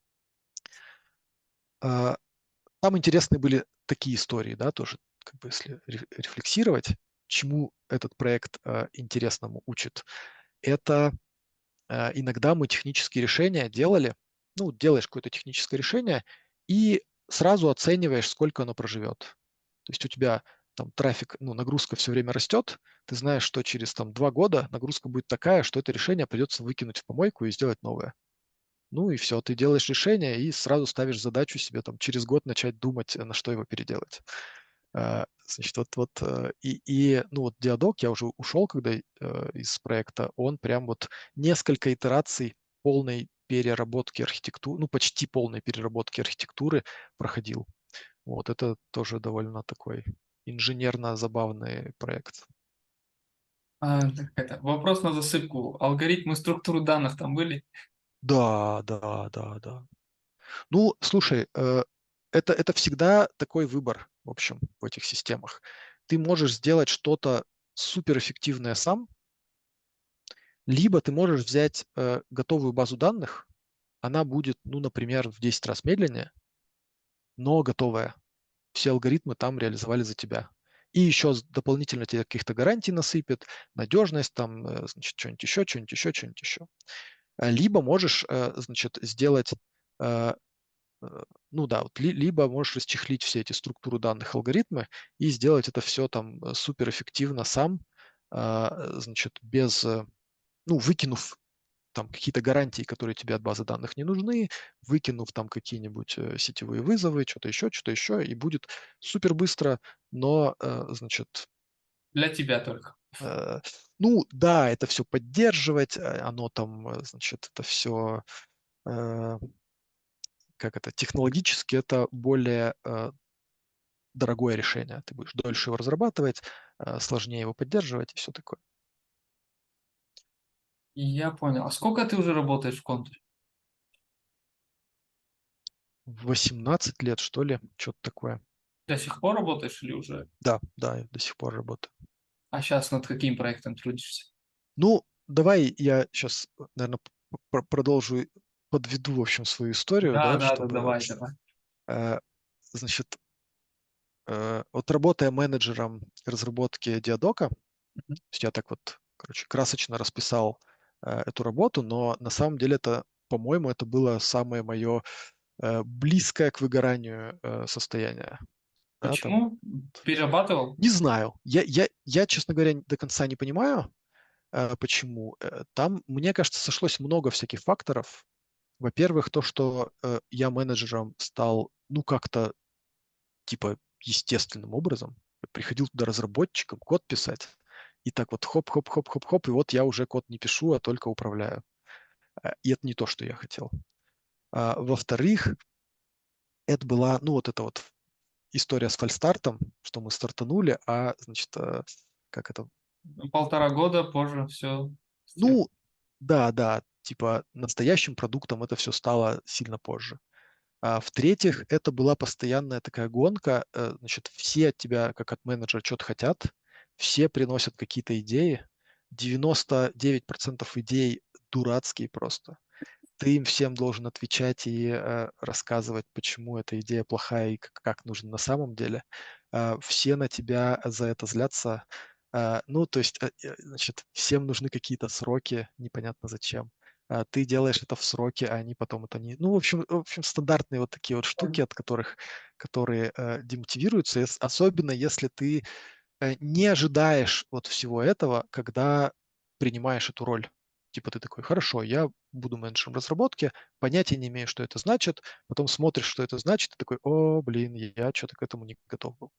А, Там интересные были такие истории, да, тоже, как бы если рефлексировать, чему этот проект интересному учит. Это иногда мы технические решения делали, ну, делаешь какое-то техническое решение и сразу оцениваешь, сколько оно проживет. То есть у тебя там трафик, ну, нагрузка все время растет, ты знаешь, что через там 2 года нагрузка будет такая, что это решение придется выкинуть в помойку и сделать новое. Ну и все, ты делаешь решение и сразу ставишь задачу себе там через год начать думать, на что его переделать. Значит, ну вот Диадок, я уже ушел, когда из проекта, он прям вот несколько итераций полной переработки архитектуры, ну почти полной переработки архитектуры проходил. Вот это тоже довольно такой инженерно-забавный проект. Так это, вопрос на засыпку. Алгоритмы структуры данных там были? Да, да, да, да. Ну, слушай, это всегда такой выбор, в общем, в этих системах. Ты можешь сделать что-то суперэффективное сам, либо ты можешь взять готовую базу данных, она будет, ну, например, в 10 раз медленнее, но готовая. Все алгоритмы там реализовали за тебя. И еще дополнительно тебе каких-то гарантий насыпет, надежность, там, значит, что-нибудь еще, что-нибудь еще, что-нибудь еще. Либо можешь, значит, сделать ну да, вот либо можешь расчехлить все эти структуры данных, алгоритмы и сделать это все там супер эффективно сам, значит, ну, выкинув там какие-то гарантии, которые тебе от базы данных не нужны, выкинув там какие-нибудь сетевые вызовы, что-то еще, и будет супер быстро, но, значит, Для тебя только. э, ну да, это все поддерживать, оно там, значит, это все как это, технологически это более дорогое решение. Ты будешь дольше его разрабатывать, сложнее его поддерживать и все такое. Я понял. А сколько ты уже работаешь в контуре? 18 лет, что ли, что-то такое. До сих пор работаешь или уже? Да, да, я до сих пор работаю. А сейчас над каким проектом трудишься? Ну, давай я сейчас, наверное, продолжу, подведу, в общем, свою историю, Да, да, да, да, чтобы, давай, давай. э, значит, вот работая менеджером разработки Диадока, то Мгм. есть я так вот, короче, красочно расписал эту работу, но на самом деле это, по-моему, это было самое мое близкое к выгоранию состояние. да, там. Почему? Перерабатывал? Не знаю. Я, честно говоря, до конца не понимаю, почему. Там, мне кажется, сошлось много всяких факторов. Во-первых, то, что я менеджером стал, ну, как-то, типа, естественным образом. Приходил туда разработчиком код писать, и так вот хоп-хоп-хоп-хоп-хоп, и вот я уже код не пишу, а только управляю. И это не то, что я хотел. Во-вторых, это была, ну, вот эта вот история с фальстартом, что мы стартанули, значит, как это. 1,5 года позже все. Ну, да, да, типа настоящим продуктом это все стало сильно позже. В-третьих, это была постоянная такая гонка. Значит, все от тебя, как от менеджера, что-то хотят, все приносят какие-то идеи. 99% идей дурацкие просто. Ты им всем должен отвечать и рассказывать, почему эта идея плохая и как нужно на самом деле. Все на тебя за это злятся. Ну, то есть, значит, всем нужны какие-то сроки, непонятно зачем. Ты делаешь это в сроки, а они потом это не... Ну, в общем, стандартные вот такие вот штуки, которые демотивируются, особенно если ты не ожидаешь вот всего этого, когда принимаешь эту роль. Типа ты такой, хорошо, я буду менеджером разработки, понятия не имею, что это значит, потом смотришь, что это значит, и такой, о, блин, я что-то к этому не готов был.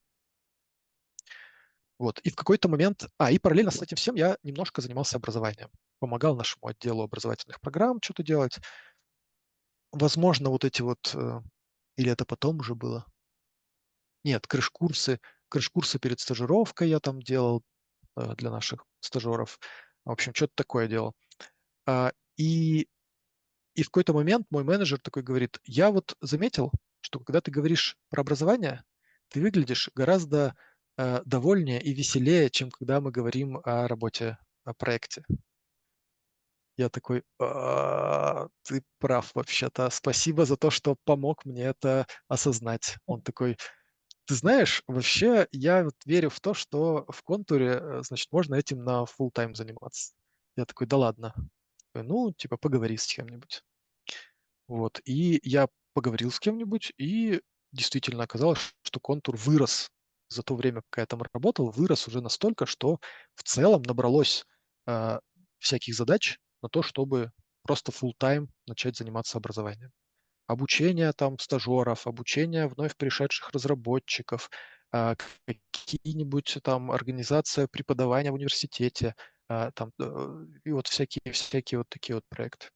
Вот, и в какой-то момент, и параллельно с этим всем я немножко занимался образованием, помогал нашему отделу образовательных программ что-то делать. Возможно, вот эти вот, или это потом уже было? Нет, крыш-курсы перед стажировкой я там делал, для наших стажеров. В общем, что-то такое делал. А, И, и в какой-то момент мой менеджер такой говорит, я вот заметил, что когда ты говоришь про образование, ты выглядишь гораздо довольнее и веселее, чем когда мы говорим о работе, о проекте. Я такой, ты прав вообще-то. Спасибо за то, что помог мне это осознать. Он такой, ты знаешь, вообще я вот верю в то, что в контуре, значит, можно этим на full time заниматься. Я такой, да ладно. Такой, ну, типа, поговори с кем-нибудь. Вот. И я поговорил с кем-нибудь, и действительно оказалось, что контур вырос за то время, пока я там работал, вырос уже настолько, что в целом набралось э, всяких задач на то, чтобы просто full time начать заниматься образованием. Обучение там стажеров, обучение вновь пришедших разработчиков, какие-нибудь там организация преподавания в университете, там, и вот всякие вот такие вот проекты.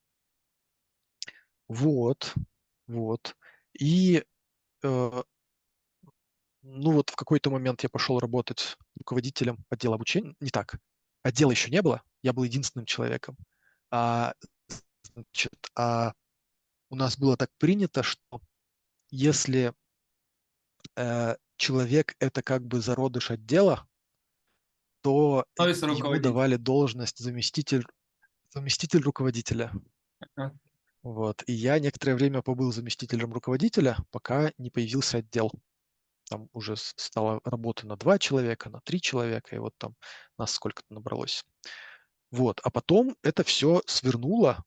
Вот, вот. И, ну вот в какой-то момент я пошел работать руководителем отдела обучения. Не так, отдела еще не было, я был единственным человеком. А, значит, у нас было так принято, что если человек это как бы зародыш отдела, то Становится ему руководитель. давали должность заместитель руководителя. Ага. Вот. И я некоторое время побыл заместителем руководителя, пока не появился отдел. Там уже стало работы на 2 человека, на 3 человека, и вот там нас сколько-то набралось. Вот. А потом это все свернуло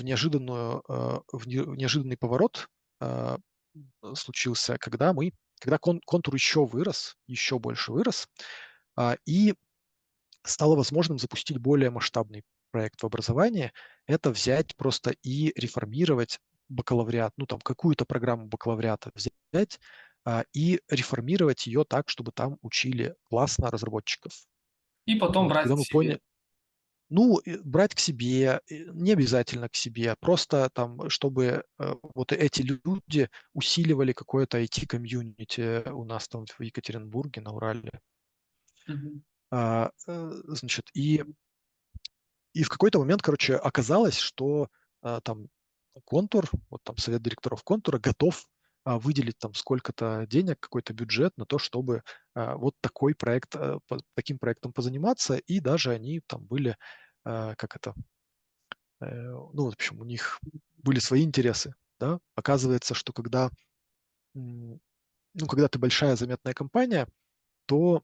в неожиданный поворот э, случился, когда контур еще вырос, еще больше вырос, и стало возможным запустить более масштабный проект в образовании. Это взять просто и реформировать бакалавриат, ну там какую-то программу бакалавриата взять и реформировать ее так, чтобы там учили классно разработчиков. И потом Вот, брать когда к мы себе. поняли, ну, брать к себе, не обязательно к себе, просто там, чтобы вот эти люди усиливали какое-то IT-комьюнити у нас там в Екатеринбурге, на Урале. Мгм. Значит, и в какой-то момент, короче, оказалось, что там контур, вот там совет директоров контура готов выделить там сколько-то денег, какой-то бюджет на то, чтобы вот такой проект, таким проектом позаниматься, и даже они там были, как это, ну, в общем, у них были свои интересы, да. Оказывается, что ну, когда ты большая заметная компания, то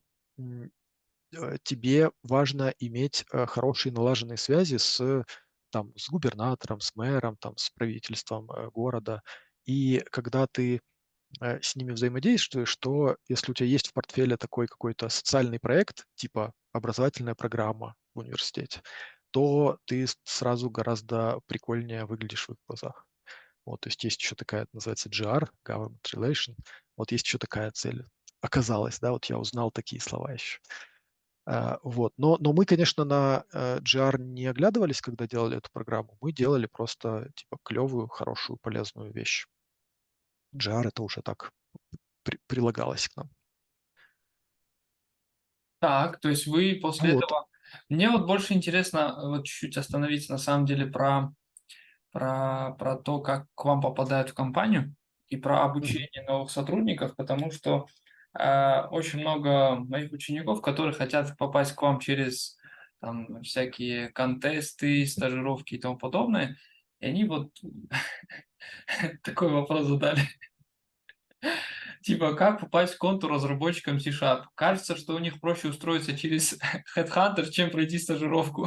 тебе важно иметь хорошие налаженные связи с губернатором, с мэром, там, с правительством города. И когда ты с ними взаимодействуешь, то если у тебя есть в портфеле такой какой-то социальный проект, типа образовательная программа в университете, то ты сразу гораздо прикольнее выглядишь в их глазах. Вот, то есть еще такая, называется GR, Government Relation. Вот есть еще такая цель. Оказалось, да, вот я узнал такие слова еще. Вот. Но мы, конечно, на GR не оглядывались, когда делали эту программу. Мы делали просто типа клевую, хорошую, полезную вещь. GR это уже так прилагалось к нам. Так, то есть вы после Вот. этого... Мне вот больше интересно вот чуть-чуть остановиться на самом деле про то, как к вам попадают в компанию и про Мгм. обучение новых сотрудников, потому что очень много моих учеников, которые хотят попасть к вам через там, всякие контесты, стажировки и тому подобное, и они вот такой вопрос задали. Типа, как попасть в контур разработчиком C-Sharp? Кажется, что у них проще устроиться через Headhunter, чем пройти стажировку.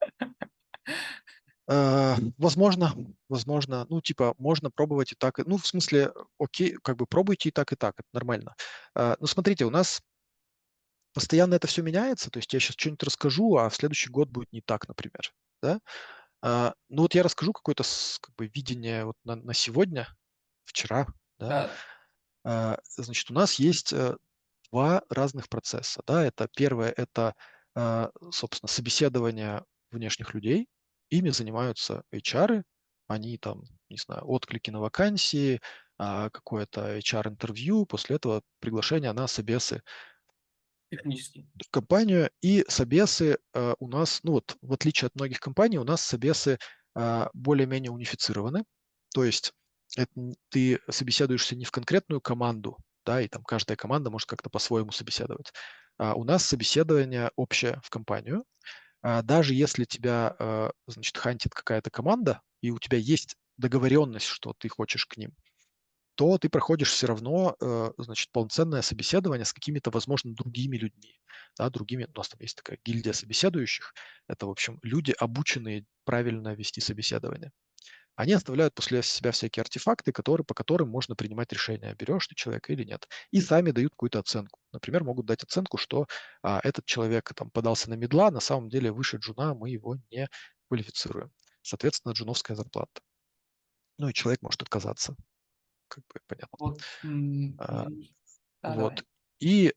Возможно, ну, типа, можно пробовать и так, ну, в смысле, окей, как бы пробуйте и так, это нормально. Ну, смотрите, у нас постоянно это все меняется, то есть я сейчас что-нибудь расскажу, а в следующий год будет не так, например, да? Ну, вот я расскажу какое-то как бы видение вот на сегодня, вчера, да. Да, Значит, у нас есть два разных процесса, да. Это первое, это, собственно, собеседование внешних людей. Ими занимаются HR. Они там, не знаю, отклики на вакансии, какое-то HR-интервью, после этого приглашение на собесы технически. в компанию. И собесы у нас, ну вот, в отличие от многих компаний, у нас собесы более-менее унифицированы. То есть ты собеседуешься не в конкретную команду, да, и там каждая команда может как-то по-своему собеседовать. У нас собеседование общее в компанию. Даже если тебя, значит, хантит какая-то команда, и у тебя есть договоренность, что ты хочешь к ним, то ты проходишь все равно, значит, полноценное собеседование с какими-то, возможно, другими людьми, да, другими. У нас там есть такая гильдия собеседующих. Это, в общем, люди, обученные правильно вести собеседование. Они оставляют после себя всякие артефакты, по которым можно принимать решение, берешь ты человека или нет. И сами дают какую-то оценку. Например, могут дать оценку, что этот человек там подался на медла, на самом деле выше джуна, мы его не квалифицируем. Соответственно, джуновская зарплата. Ну и человек может отказаться, как бы понятно. Вот, А, да, Вот. давай. И,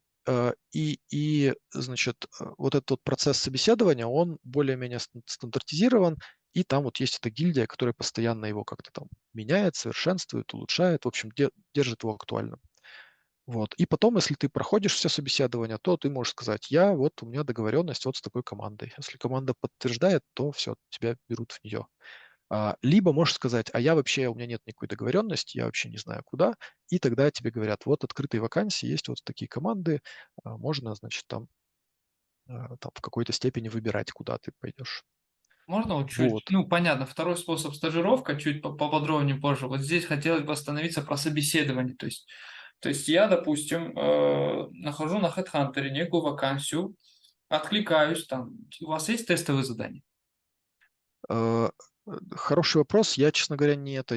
значит, вот этот вот процесс собеседования, он более-менее стандартизирован, и там вот есть эта гильдия, которая постоянно его как-то там меняет, совершенствует, улучшает, в общем, держит его актуальным. Вот. И потом, если ты проходишь все собеседования, то ты можешь сказать, у меня договоренность вот с такой командой. Если команда подтверждает, то все, тебя берут в нее. Либо можешь сказать, у меня нет никакой договоренности, я вообще не знаю куда, и тогда тебе говорят, вот открытые вакансии, есть вот такие команды, можно, значит, там в какой-то степени выбирать, куда ты пойдешь. Можно вот чуть, Вот. ну, понятно, второй способ стажировка, чуть поподробнее позже. Вот здесь хотелось бы остановиться про собеседование. То есть я, допустим, нахожу на HeadHunter некую вакансию, откликаюсь там. У вас есть тестовые задания? Э, Хороший вопрос. Я, честно говоря,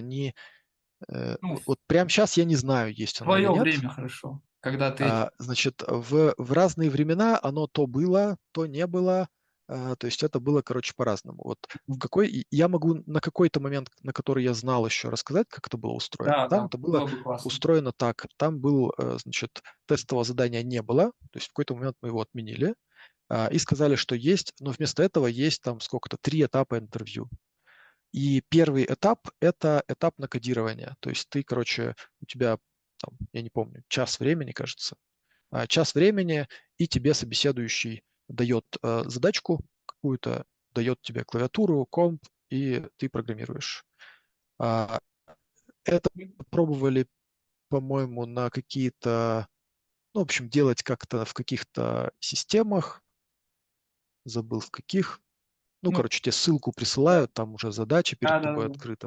Ну, вот прямо сейчас я не знаю, есть в оно или твое нет. время хорошо, когда ты этим... Значит, в разные времена оно то было, то не было. То есть это было, короче, по-разному. Вот я могу на какой-то момент, на который я знал еще рассказать, как это было устроено. Да, Там да, это было было бы классно. устроено так. Там значит, тестового задания не было. То есть в какой-то момент мы его отменили и сказали, что есть, но вместо этого есть там сколько-то 3 этапа интервью. И первый этап – это этап на кодирование. То есть ты, короче, у тебя там, я не помню, час времени, кажется, час времени, и тебе собеседующий дает задачку какую-то, дает тебе клавиатуру, комп, и ты программируешь. А, Это пробовали, по-моему, на какие-то, ну, в общем, делать как-то в каких-то системах, забыл в каких. Ну, Ну, короче, тебе ссылку да, присылают, там уже задача перед да, да, тобой да. открыта,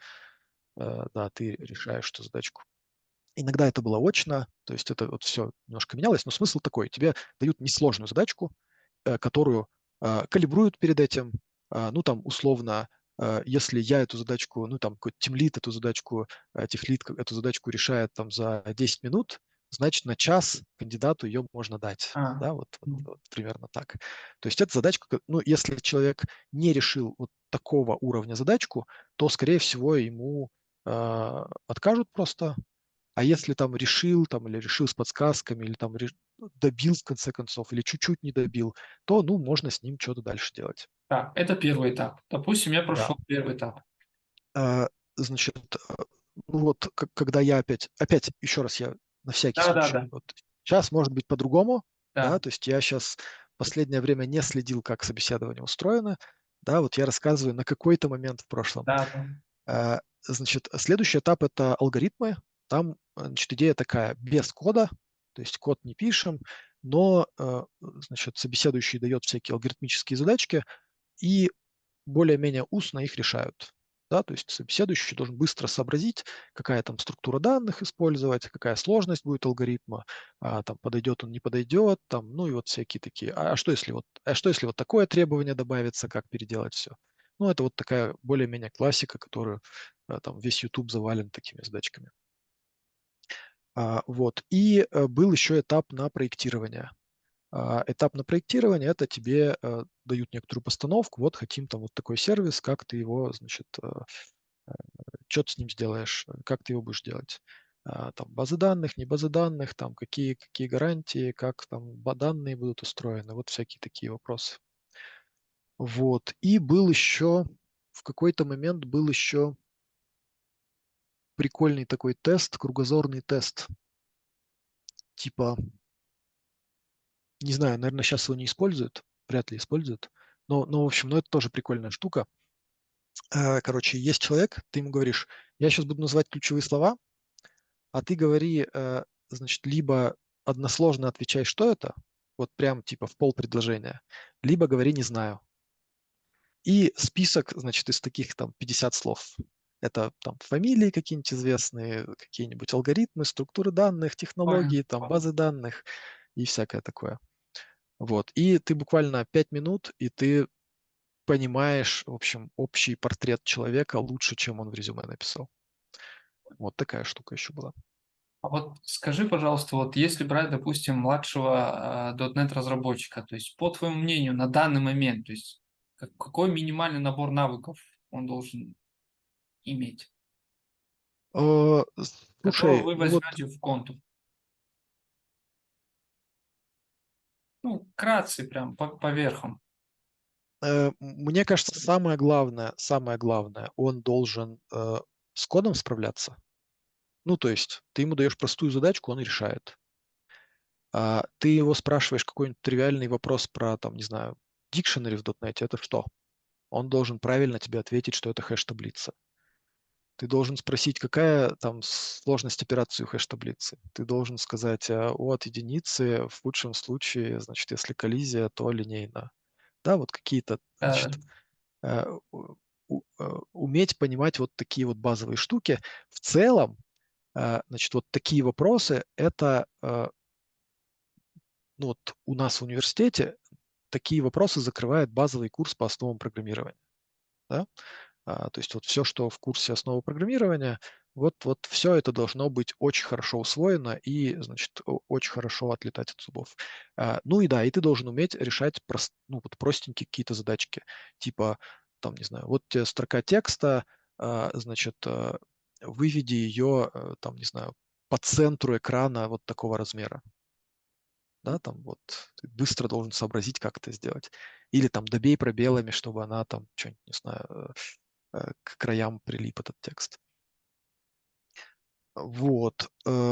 да, ты решаешь эту задачку. Иногда это было очно, то есть это вот все немножко менялось, но смысл такой. Тебе дают несложную задачку, которую калибруют перед этим, ну, там, условно, если я эту задачку, ну, там, какой-то тимлид эту задачку, техлид эту задачку решает там за 10 минут, значит, на час кандидату ее можно дать. А, Да, вот, ну, вот примерно так. То есть это задачка, ну, если человек не решил вот такого уровня задачку, то, скорее всего, ему откажут просто. А если там решил, там, или решил с подсказками, или там добил в конце концов, или чуть-чуть не добил, то, ну, можно с ним что-то дальше делать. так, это первый этап. Допустим, я Да. прошел первый этап. А, значит, ну вот, когда я опять еще раз я на всякий случай, Да-да-да, вот сейчас может быть по-другому, да, да, то есть я сейчас последнее время не следил, как собеседование устроено, да, вот я рассказываю на какой-то момент в прошлом. да-да. Значит, следующий этап – это алгоритмы. Там, значит, идея такая, без кода, то есть код не пишем, но, значит, собеседующий дает всякие алгоритмические задачки, и более-менее устно их решают. Да, то есть собеседующий должен быстро сообразить, какая там структура данных использовать, какая сложность будет алгоритма, там подойдет он, не подойдет, там, ну и вот всякие такие. А что если вот такое требование добавится, как переделать все? Ну, это вот такая более-менее классика, которую там весь YouTube завален такими задачками. Вот. И был еще этап на проектирование. Этап на проектирование – это тебе дают некоторую постановку, вот хотим там вот такой сервис, как ты его, значит, что ты с ним сделаешь, как ты его будешь делать. Там базы данных, не базы данных, там какие гарантии, как там данные будут устроены, вот всякие такие вопросы. Вот. И был еще, в какой-то момент был еще прикольный такой тест, кругозорный тест, типа, не знаю, наверное, сейчас его не используют, вряд ли используют, но в общем, ну, это тоже прикольная штука. Короче, есть человек, ты ему говоришь, я сейчас буду называть ключевые слова, а ты говори, значит, либо односложно отвечай, что это, вот прям типа в пол предложения, либо говори «не знаю». И список, значит, из таких там 50 слов. Это там фамилии какие-нибудь известные, какие-нибудь алгоритмы, структуры данных, Понял, технологии, там понял. базы данных и всякое такое. Вот. И ты буквально 5 минут, и ты понимаешь, в общем, общий портрет человека лучше, чем он в резюме написал. Вот такая штука еще была. А вот скажи, пожалуйста, вот если брать, допустим, младшего .NET разработчика, то есть по твоему мнению на данный момент, то есть какой минимальный набор навыков он должен иметь, Э, которого Слушай, вы ну вот возьмете в контур? Ну, вкратце, прям по верхам. мне кажется, самое главное, он должен с кодом справляться. Ну, то есть ты ему даешь простую задачку, он решает. Ты его спрашиваешь какой-нибудь тривиальный вопрос про, там, не знаю, dictionary в .NET, это что? Он должен правильно тебе ответить, что это хэш-таблица. Ты должен спросить, какая там сложность операции у хэш-таблицы. Ты должен сказать, от единицы в худшем случае, значит, если коллизия, то линейно. Да, вот какие-то, Да. значит, э, уметь понимать вот такие вот базовые штуки. В целом, значит, вот такие вопросы, это, ну вот у нас в университете такие вопросы закрывает базовый курс по основам программирования. Да? То есть вот все, что в курсе основы программирования, вот все это должно быть очень хорошо усвоено и, значит, очень хорошо отлетать от зубов. Ну и да, и ты должен уметь решать ну, вот простенькие какие-то задачки, типа, там, не знаю, вот тебе строка текста, значит, выведи ее, там, не знаю, по центру экрана вот такого размера. Да, там вот ты быстро должен сообразить, как это сделать. Или там добей пробелами, чтобы она там что-нибудь, не знаю, к краям прилип этот текст. Вот.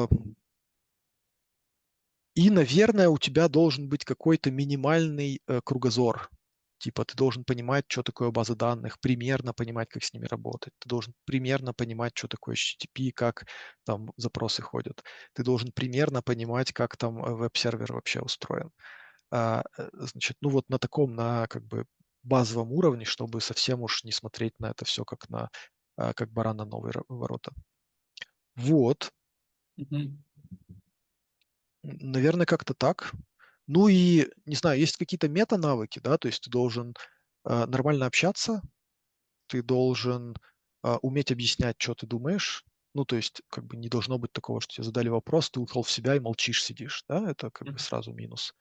И, наверное, у тебя должен быть какой-то минимальный кругозор. Типа ты должен понимать, что такое база данных, примерно понимать, как с ними работать. Ты должен примерно понимать, что такое HTTP, как там запросы ходят. Ты должен примерно понимать, как там веб-сервер вообще устроен. Значит, ну вот на таком, на как бы базовом уровне, чтобы совсем уж не смотреть на это все как на как баран на новые ворота. Вот, Мгм. наверное, как-то так. Ну и, не знаю, есть какие-то мета-навыки, да, то есть ты должен нормально общаться, ты должен уметь объяснять, что ты думаешь. Ну, то есть, как бы не должно быть такого, что тебе задали вопрос, ты ушел в себя и молчишь, сидишь, да, это как бы Мгм. сразу минус.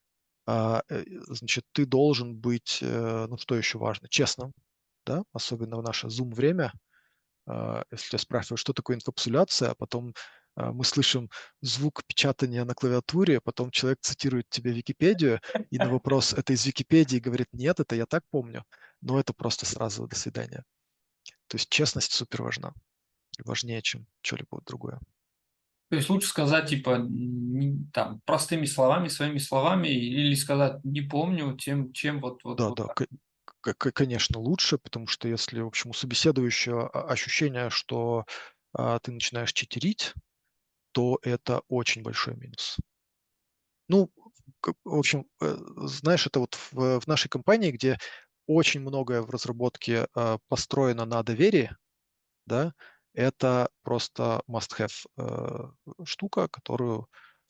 Значит, ты должен быть, ну, что еще важно, честным, да, особенно в наше Zoom-время. Если тебя спрашивают, что такое инкапсуляция, а потом мы слышим звук печатания на клавиатуре, потом человек цитирует тебе Википедию, и на вопрос «это из Википедии?» говорит «нет, это я так помню», но это просто сразу «до свидания». То есть честность супер важна, важнее, чем что-либо другое. То есть лучше сказать, типа, там, простыми словами, своими словами, или сказать «не помню», чем вот Да-да, так. конечно, лучше, потому что если, в общем, у собеседующего ощущение, что ты начинаешь читерить, то это очень большой минус. Ну, в общем, знаешь, это вот в нашей компании, где очень многое в разработке построено на доверии, да, это просто must-have штука, которую,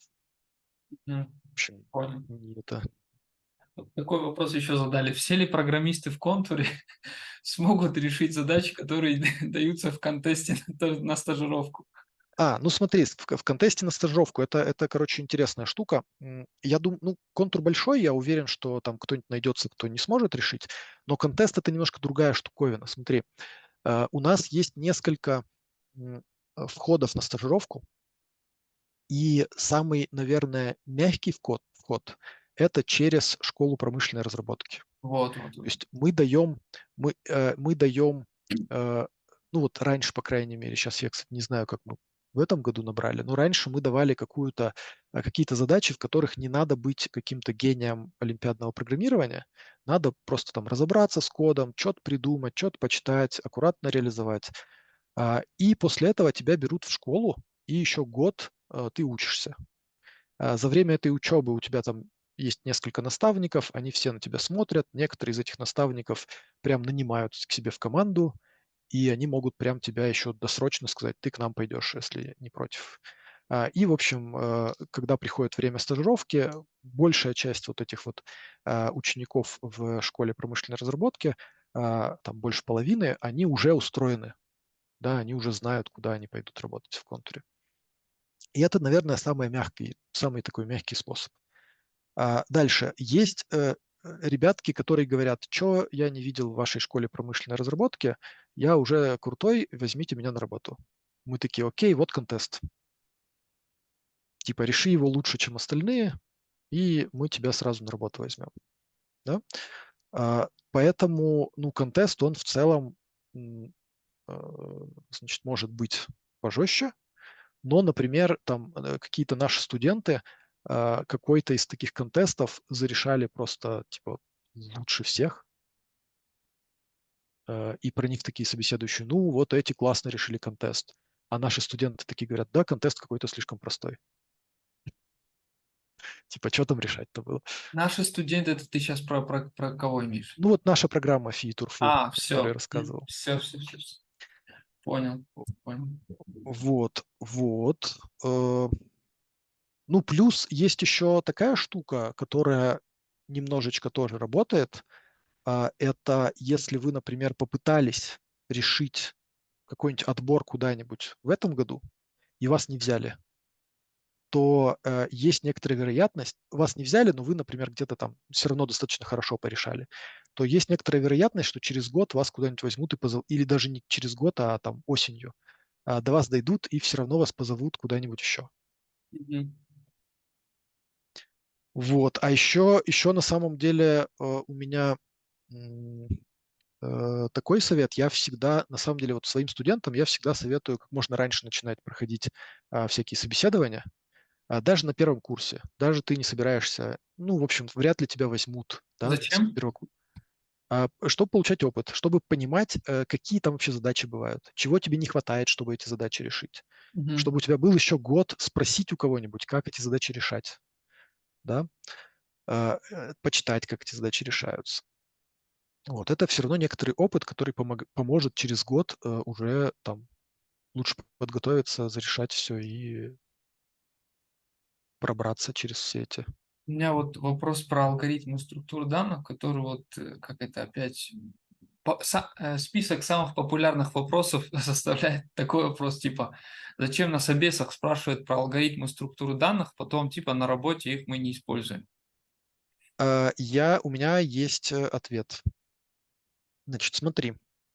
Мгм. в общем, Понял. не это. Вот такой вопрос еще задали. Все ли программисты в контуре смогут решить задачи, которые даются в контесте на стажировку? Ну смотри, в контесте на стажировку это, короче, интересная штука. Я думаю, ну, контур большой, я уверен, что там кто-нибудь найдется, кто не сможет решить, но контест это немножко другая штуковина. Смотри, у нас есть несколько входов на стажировку, и самый, наверное, мягкий вход это через школу промышленной разработки. Вот. То есть мы даем, э, ну вот раньше, по крайней мере, сейчас я, кстати, не знаю, как мы в этом году набрали, но раньше мы давали какие-то задачи, в которых не надо быть каким-то гением олимпиадного программирования, надо просто там разобраться с кодом, что-то придумать, что-то почитать, аккуратно реализовать. И после этого тебя берут в школу, и еще год ты учишься. За время этой учебы у тебя там есть несколько наставников, они все на тебя смотрят. Некоторые из этих наставников прям нанимают к себе в команду, и они могут прям тебя еще досрочно сказать, ты к нам пойдешь, если не против. И, в общем, когда приходит время стажировки, большая часть вот этих вот учеников в школе промышленной разработки, там больше половины, они уже устроены, да, они уже знают, куда они пойдут работать в контуре. И это, наверное, самый такой мягкий способ. Дальше. Есть ребятки, которые говорят, что я не видел в вашей школе промышленной разработки, я уже крутой, возьмите меня на работу. Мы такие, окей, вот контест. Типа, реши его лучше, чем остальные, и мы тебя сразу на работу возьмем. Да? Поэтому, ну, контест, он в целом, значит, может быть пожестче, но, например, там какие-то наши студенты какой-то из таких контестов зарешали просто, типа, лучше всех, и про них такие собеседующие, ну, вот эти классно решили контест. А наши студенты такие говорят, да, контест какой-то слишком простой. Типа, что там решать-то было? Наши студенты, это ты сейчас про кого имеешь? Ну, вот наша программа FI-Турфу, про которую я Все, рассказывал. все. Понял, понял. Вот. Ну, плюс есть еще такая штука, которая немножечко тоже работает. Это если вы, например, попытались решить какой-нибудь отбор куда-нибудь в этом году, и вас не взяли, то есть некоторая вероятность, вас не взяли, но вы, например, где-то там все равно достаточно хорошо порешали, то есть некоторая вероятность, что через год вас куда-нибудь возьмут и позовут, или даже не через год, а там осенью, до вас дойдут и все равно вас позовут куда-нибудь еще. Мгм. Вот. А еще на самом деле у меня такой совет. Я всегда, на самом деле, вот своим студентам я всегда советую как можно раньше начинать проходить всякие собеседования, даже на первом курсе. Даже ты не собираешься, ну, в общем, вряд ли тебя возьмут, да, Зачем? чтобы получать опыт, чтобы понимать, какие там вообще задачи бывают, чего тебе не хватает, чтобы эти задачи решить, Мгм. чтобы у тебя был еще год спросить у кого-нибудь, как эти задачи решать, да, почитать, как эти задачи решаются. Вот это все равно некоторый опыт, который поможет через год уже там лучше подготовиться, зарешать все и пробраться через все эти. У меня вот вопрос про алгоритмы структур данных, который вот, как это опять Список самых популярных вопросов составляет такой вопрос, типа, зачем на собесах спрашивают про алгоритмы структуры данных, потом, типа, на работе их мы не используем. У меня есть ответ. Значит, смотри.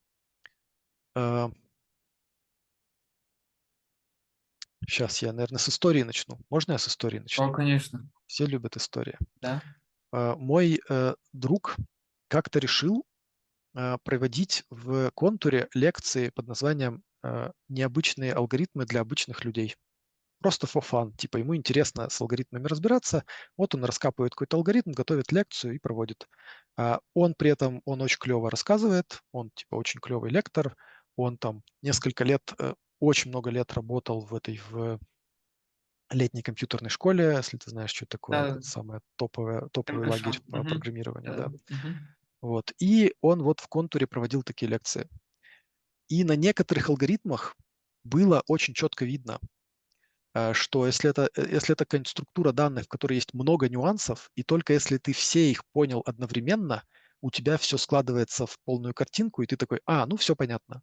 Сейчас я, наверное, с истории начну. Можно я с истории Да, начну? конечно, Все любят истории. да. Мой друг как-то решил проводить в контуре лекции под названием «Необычные алгоритмы для обычных людей». Просто for fun. Типа ему интересно с алгоритмами разбираться. Вот он раскапывает какой-то алгоритм, готовит лекцию и проводит. Он при этом, он очень клево рассказывает, он типа очень клевый лектор, он там несколько лет, очень много лет работал в летней компьютерной школе, если ты знаешь, что это такое, Да, это самый топовый МКШ. лагерь по Мгм. программированию, Да, да. мгм. Вот. И он вот в контуре проводил такие лекции. И на некоторых алгоритмах было очень четко видно, что если это какая-нибудь структура данных, в которой есть много нюансов, и только если ты все их понял одновременно, у тебя все складывается в полную картинку, и ты такой, ну все понятно.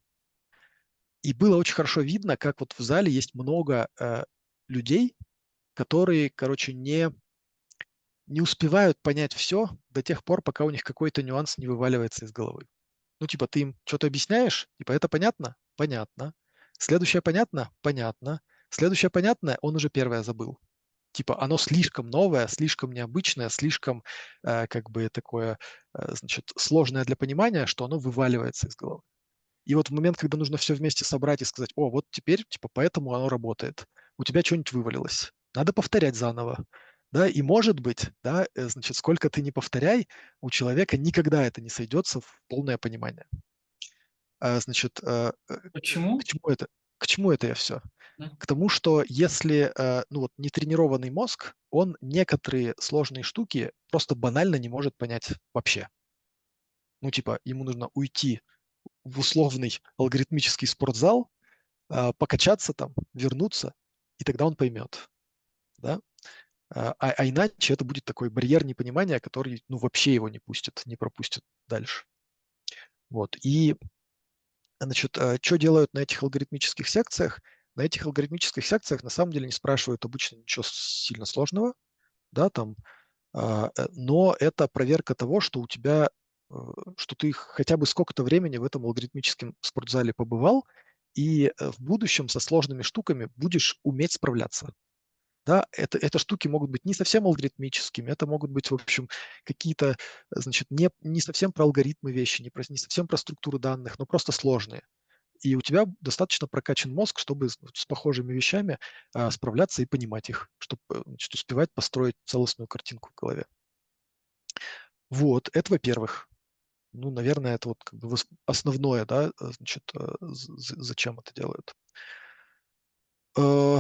И было очень хорошо видно, как вот в зале есть много людей, которые, короче, не успевают понять все до тех пор, пока у них какой-то нюанс не вываливается из головы. Ну, типа, ты им что-то объясняешь, типа, это понятно? Понятно. Следующее понятно? Понятно. Следующее понятно, он уже первое забыл. Типа, оно слишком новое, слишком необычное, слишком, как бы, такое, значит, сложное для понимания, что оно вываливается из головы. И вот в момент, когда нужно все вместе собрать и сказать, вот теперь, типа, поэтому оно работает, у тебя что-нибудь вывалилось. Надо повторять заново. Да, и может быть, да, значит, сколько ты не повторяй, у человека никогда это не сойдется в полное понимание. Значит, к Почему? чему это? К чему это я все? М. К тому, что если, ну вот, нетренированный мозг, он некоторые сложные штуки просто банально не может понять вообще. Ну, типа, ему нужно уйти в условный алгоритмический спортзал, покачаться там, вернуться, и тогда он поймет, да? Иначе это будет такой барьер непонимания, который, ну, вообще его не пустит, не пропустит дальше. Вот. И, значит, что делают на этих алгоритмических секциях? На этих алгоритмических секциях на самом деле не спрашивают обычно ничего сильно сложного, да, там, но это проверка того, что у тебя, что ты хотя бы сколько-то времени в этом алгоритмическом спортзале побывал, и в будущем со сложными штуками будешь уметь справляться. Да, это штуки могут быть не совсем алгоритмическими, это могут быть, в общем, какие-то, значит, не совсем про алгоритмы вещи, не совсем про структуру данных, но просто сложные. И у тебя достаточно прокачан мозг, чтобы с похожими вещами справляться и понимать их, чтобы, значит, успевать построить целостную картинку в голове. Вот, это во-первых. Ну, наверное, это вот как бы основное, да, значит, зачем это делают. Э,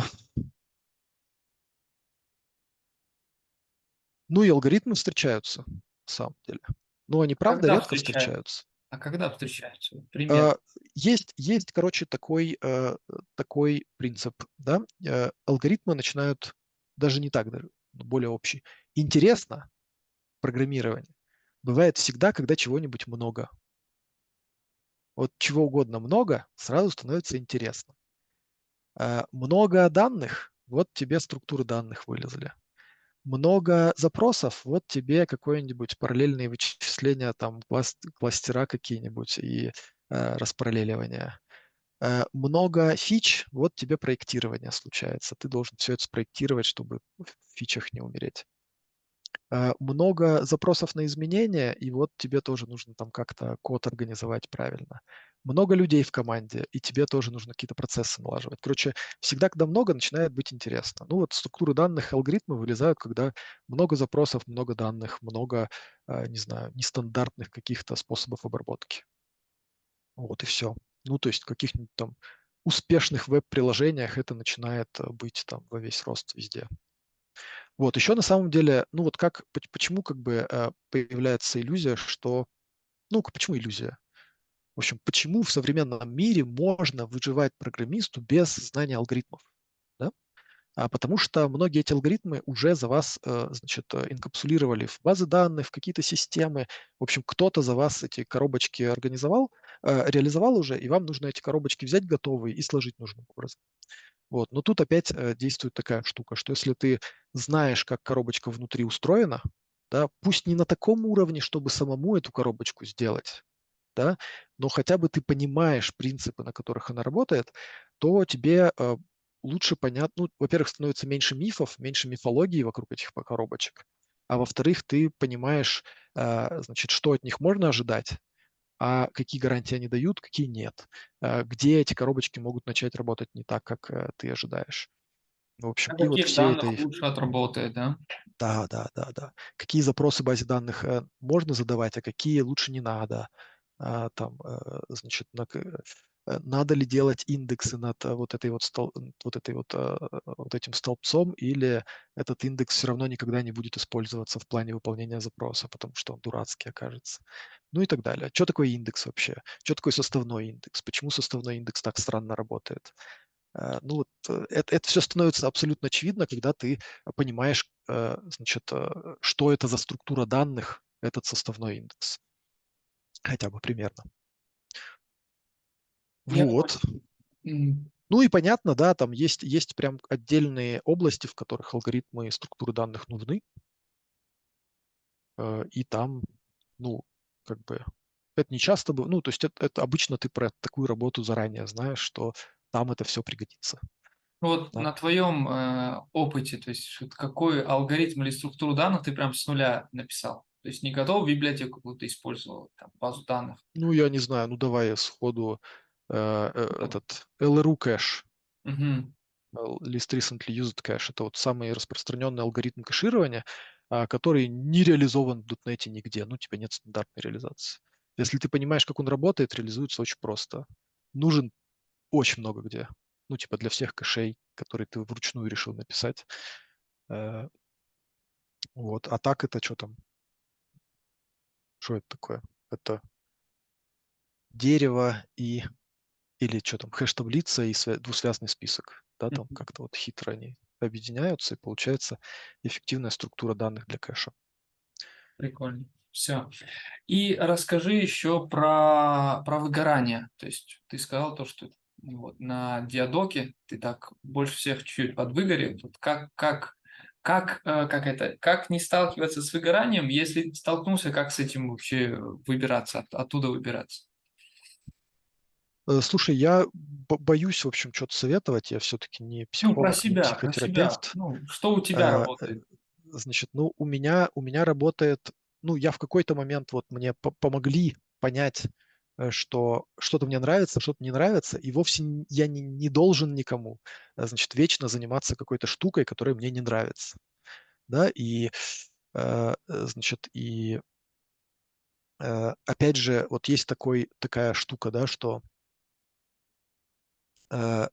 Ну и алгоритмы встречаются, на самом деле. Но они, правда, Когда редко встречают? встречаются. А когда встречаются? Вот пример. Э, есть, короче, такой принцип, да. Алгоритмы начинают даже не так, даже более общий. Интересно программирование бывает всегда, когда чего-нибудь много. Вот чего угодно много, сразу становится интересно. Много данных, вот тебе структуры данных вылезли. Много запросов, вот тебе какое-нибудь параллельные вычисления, там кластера какие-нибудь и распараллеливание. Много фич, вот тебе проектирование случается. Ты должен все это спроектировать, чтобы в фичах не умереть. Много запросов на изменения, и вот тебе тоже нужно там как-то код организовать правильно. Много людей в команде, и тебе тоже нужно какие-то процессы налаживать. Короче, всегда, когда много, начинает быть интересно. Ну вот структуры данных, алгоритмы вылезают, когда много запросов, много данных, много, не знаю, нестандартных каких-то способов обработки. Вот и все. Ну, то есть в каких-нибудь там успешных веб-приложениях это начинает быть там во весь рост везде. Вот, еще на самом деле, ну вот почему как бы появляется иллюзия, что, ну, почему иллюзия? В общем, почему в современном мире можно выживать программисту без знания алгоритмов? Да? Потому что многие эти алгоритмы уже за вас, значит, инкапсулировали в базы данных, в какие-то системы. В общем, кто-то за вас эти коробочки организовал, реализовал уже, и вам нужно эти коробочки взять готовые и сложить нужным образом. Вот. Но тут опять действует такая штука, что если ты знаешь, как коробочка внутри устроена, да, пусть не на таком уровне, чтобы самому эту коробочку сделать, да, но хотя бы ты понимаешь принципы, на которых она работает, то тебе лучше понятно, ну, во-первых, становится меньше мифов, меньше мифологии вокруг этих коробочек, а во-вторых, ты понимаешь, значит, что от них можно ожидать, а какие гарантии они дают, какие нет, где эти коробочки могут начать работать не так, как ты ожидаешь. В общем, На и вот каких все данных это, лучше отработает, да? да, да, да, да. Какие запросы базе данных можно задавать, а какие лучше не надо. Там, значит, надо ли делать индексы над вот этой вот этим столбцом, или этот индекс все равно никогда не будет использоваться в плане выполнения запроса, потому что он дурацкий окажется. Ну и так далее. Что такое индекс вообще? Что такое составной индекс? Почему составной индекс так странно работает? Ну вот это все становится абсолютно очевидно, когда ты понимаешь, значит, что это за структура данных, этот составной индекс, хотя бы примерно. Я Вот. понял. М, Ну и понятно, да, там есть прям отдельные области, в которых алгоритмы и структуры данных нужны, и там, ну, как бы, это не часто, ну, то есть это обычно ты про такую работу заранее знаешь, что там это все пригодится. Вот Да. на твоем опыте, то есть вот какой алгоритм или структуру данных ты прям с нуля написал? То есть не готовую библиотеку какую-то использовал, там, базу данных. Ну, я не знаю, ну давай я сходу Да. этот LRU кэш, Мгм. Least Recently Used Cache, это вот самый распространенный алгоритм кэширования, который не реализован в .NET нигде, ну, типа нет стандартной реализации. Если ты понимаешь, как он работает, реализуется очень просто. Нужен очень много где. Ну, типа для всех кэшей, которые ты вручную решил написать. Э, Вот. А так это что там? Что это такое? Это дерево и или что там, хэш-таблица и двусвязный список. Да, там Мгм. как-то вот хитро они объединяются, и получается эффективная структура данных для кэша. Прикольно. Все. И расскажи еще про выгорание. То есть ты сказал то, что вот на диадоке ты так больше всех чуть подвыгорел. Вот как не сталкиваться с выгоранием, если столкнулся, как с этим вообще выбираться, оттуда выбираться? Слушай, я боюсь, в общем, что-то советовать. Я все-таки не Ну, про психолог, не себя, про себя. психотерапевт. Ну, что у тебя Э, э, работает? Значит, ну, у меня работает, ну, я в какой-то момент вот мне помогли понять, что что-то мне нравится, что-то не нравится, и вовсе я не должен никому, значит, вечно заниматься какой-то штукой, которая мне не нравится. Да, и, значит, и опять же, вот есть такая штука, да, что э,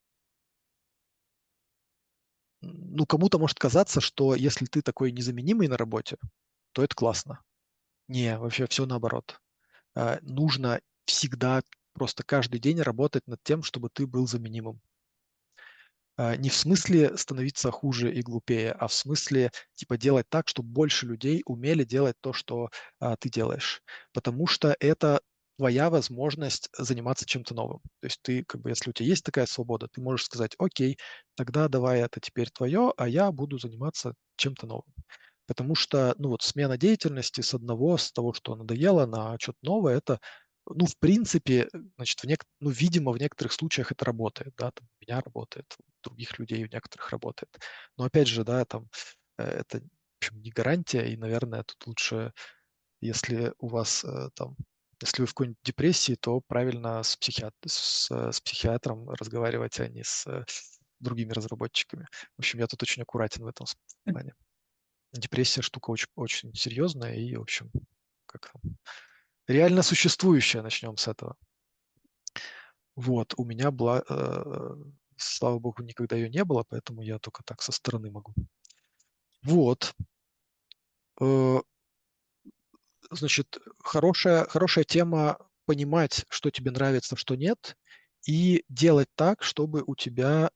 ну, кому-то может казаться, что если ты такой незаменимый на работе, то это классно. Не, вообще все наоборот. Нужно всегда, просто каждый день работать над тем, чтобы ты был заменимым. Не в смысле становиться хуже и глупее, а в смысле типа делать так, чтобы больше людей умели делать то, что ты делаешь. Потому что это твоя возможность заниматься чем-то новым. То есть ты, как бы, если у тебя есть такая свобода, ты можешь сказать, окей, тогда давай это теперь твое, а я буду заниматься чем-то новым. Потому что, ну вот, смена деятельности с того, что надоело, на что-то новое, это, ну, в принципе, значит, ну, видимо, в некоторых случаях это работает, да, там, у меня работает, у других людей в некоторых работает. Но опять же, да, там, это, в общем, не гарантия, и, наверное, тут лучше, если у вас там, если вы в какой-нибудь депрессии, то правильно с психиатром разговаривать, а не с другими разработчиками. В общем, я тут очень аккуратен в этом плане. Депрессия штука очень, очень серьезная и, в общем, как там, реально существующая, начнем с этого. Вот, у меня была, слава богу, никогда ее не было, поэтому я только так со стороны могу. Вот, э, значит, хорошая тема понимать, что тебе нравится, что нет, и делать так, чтобы у тебя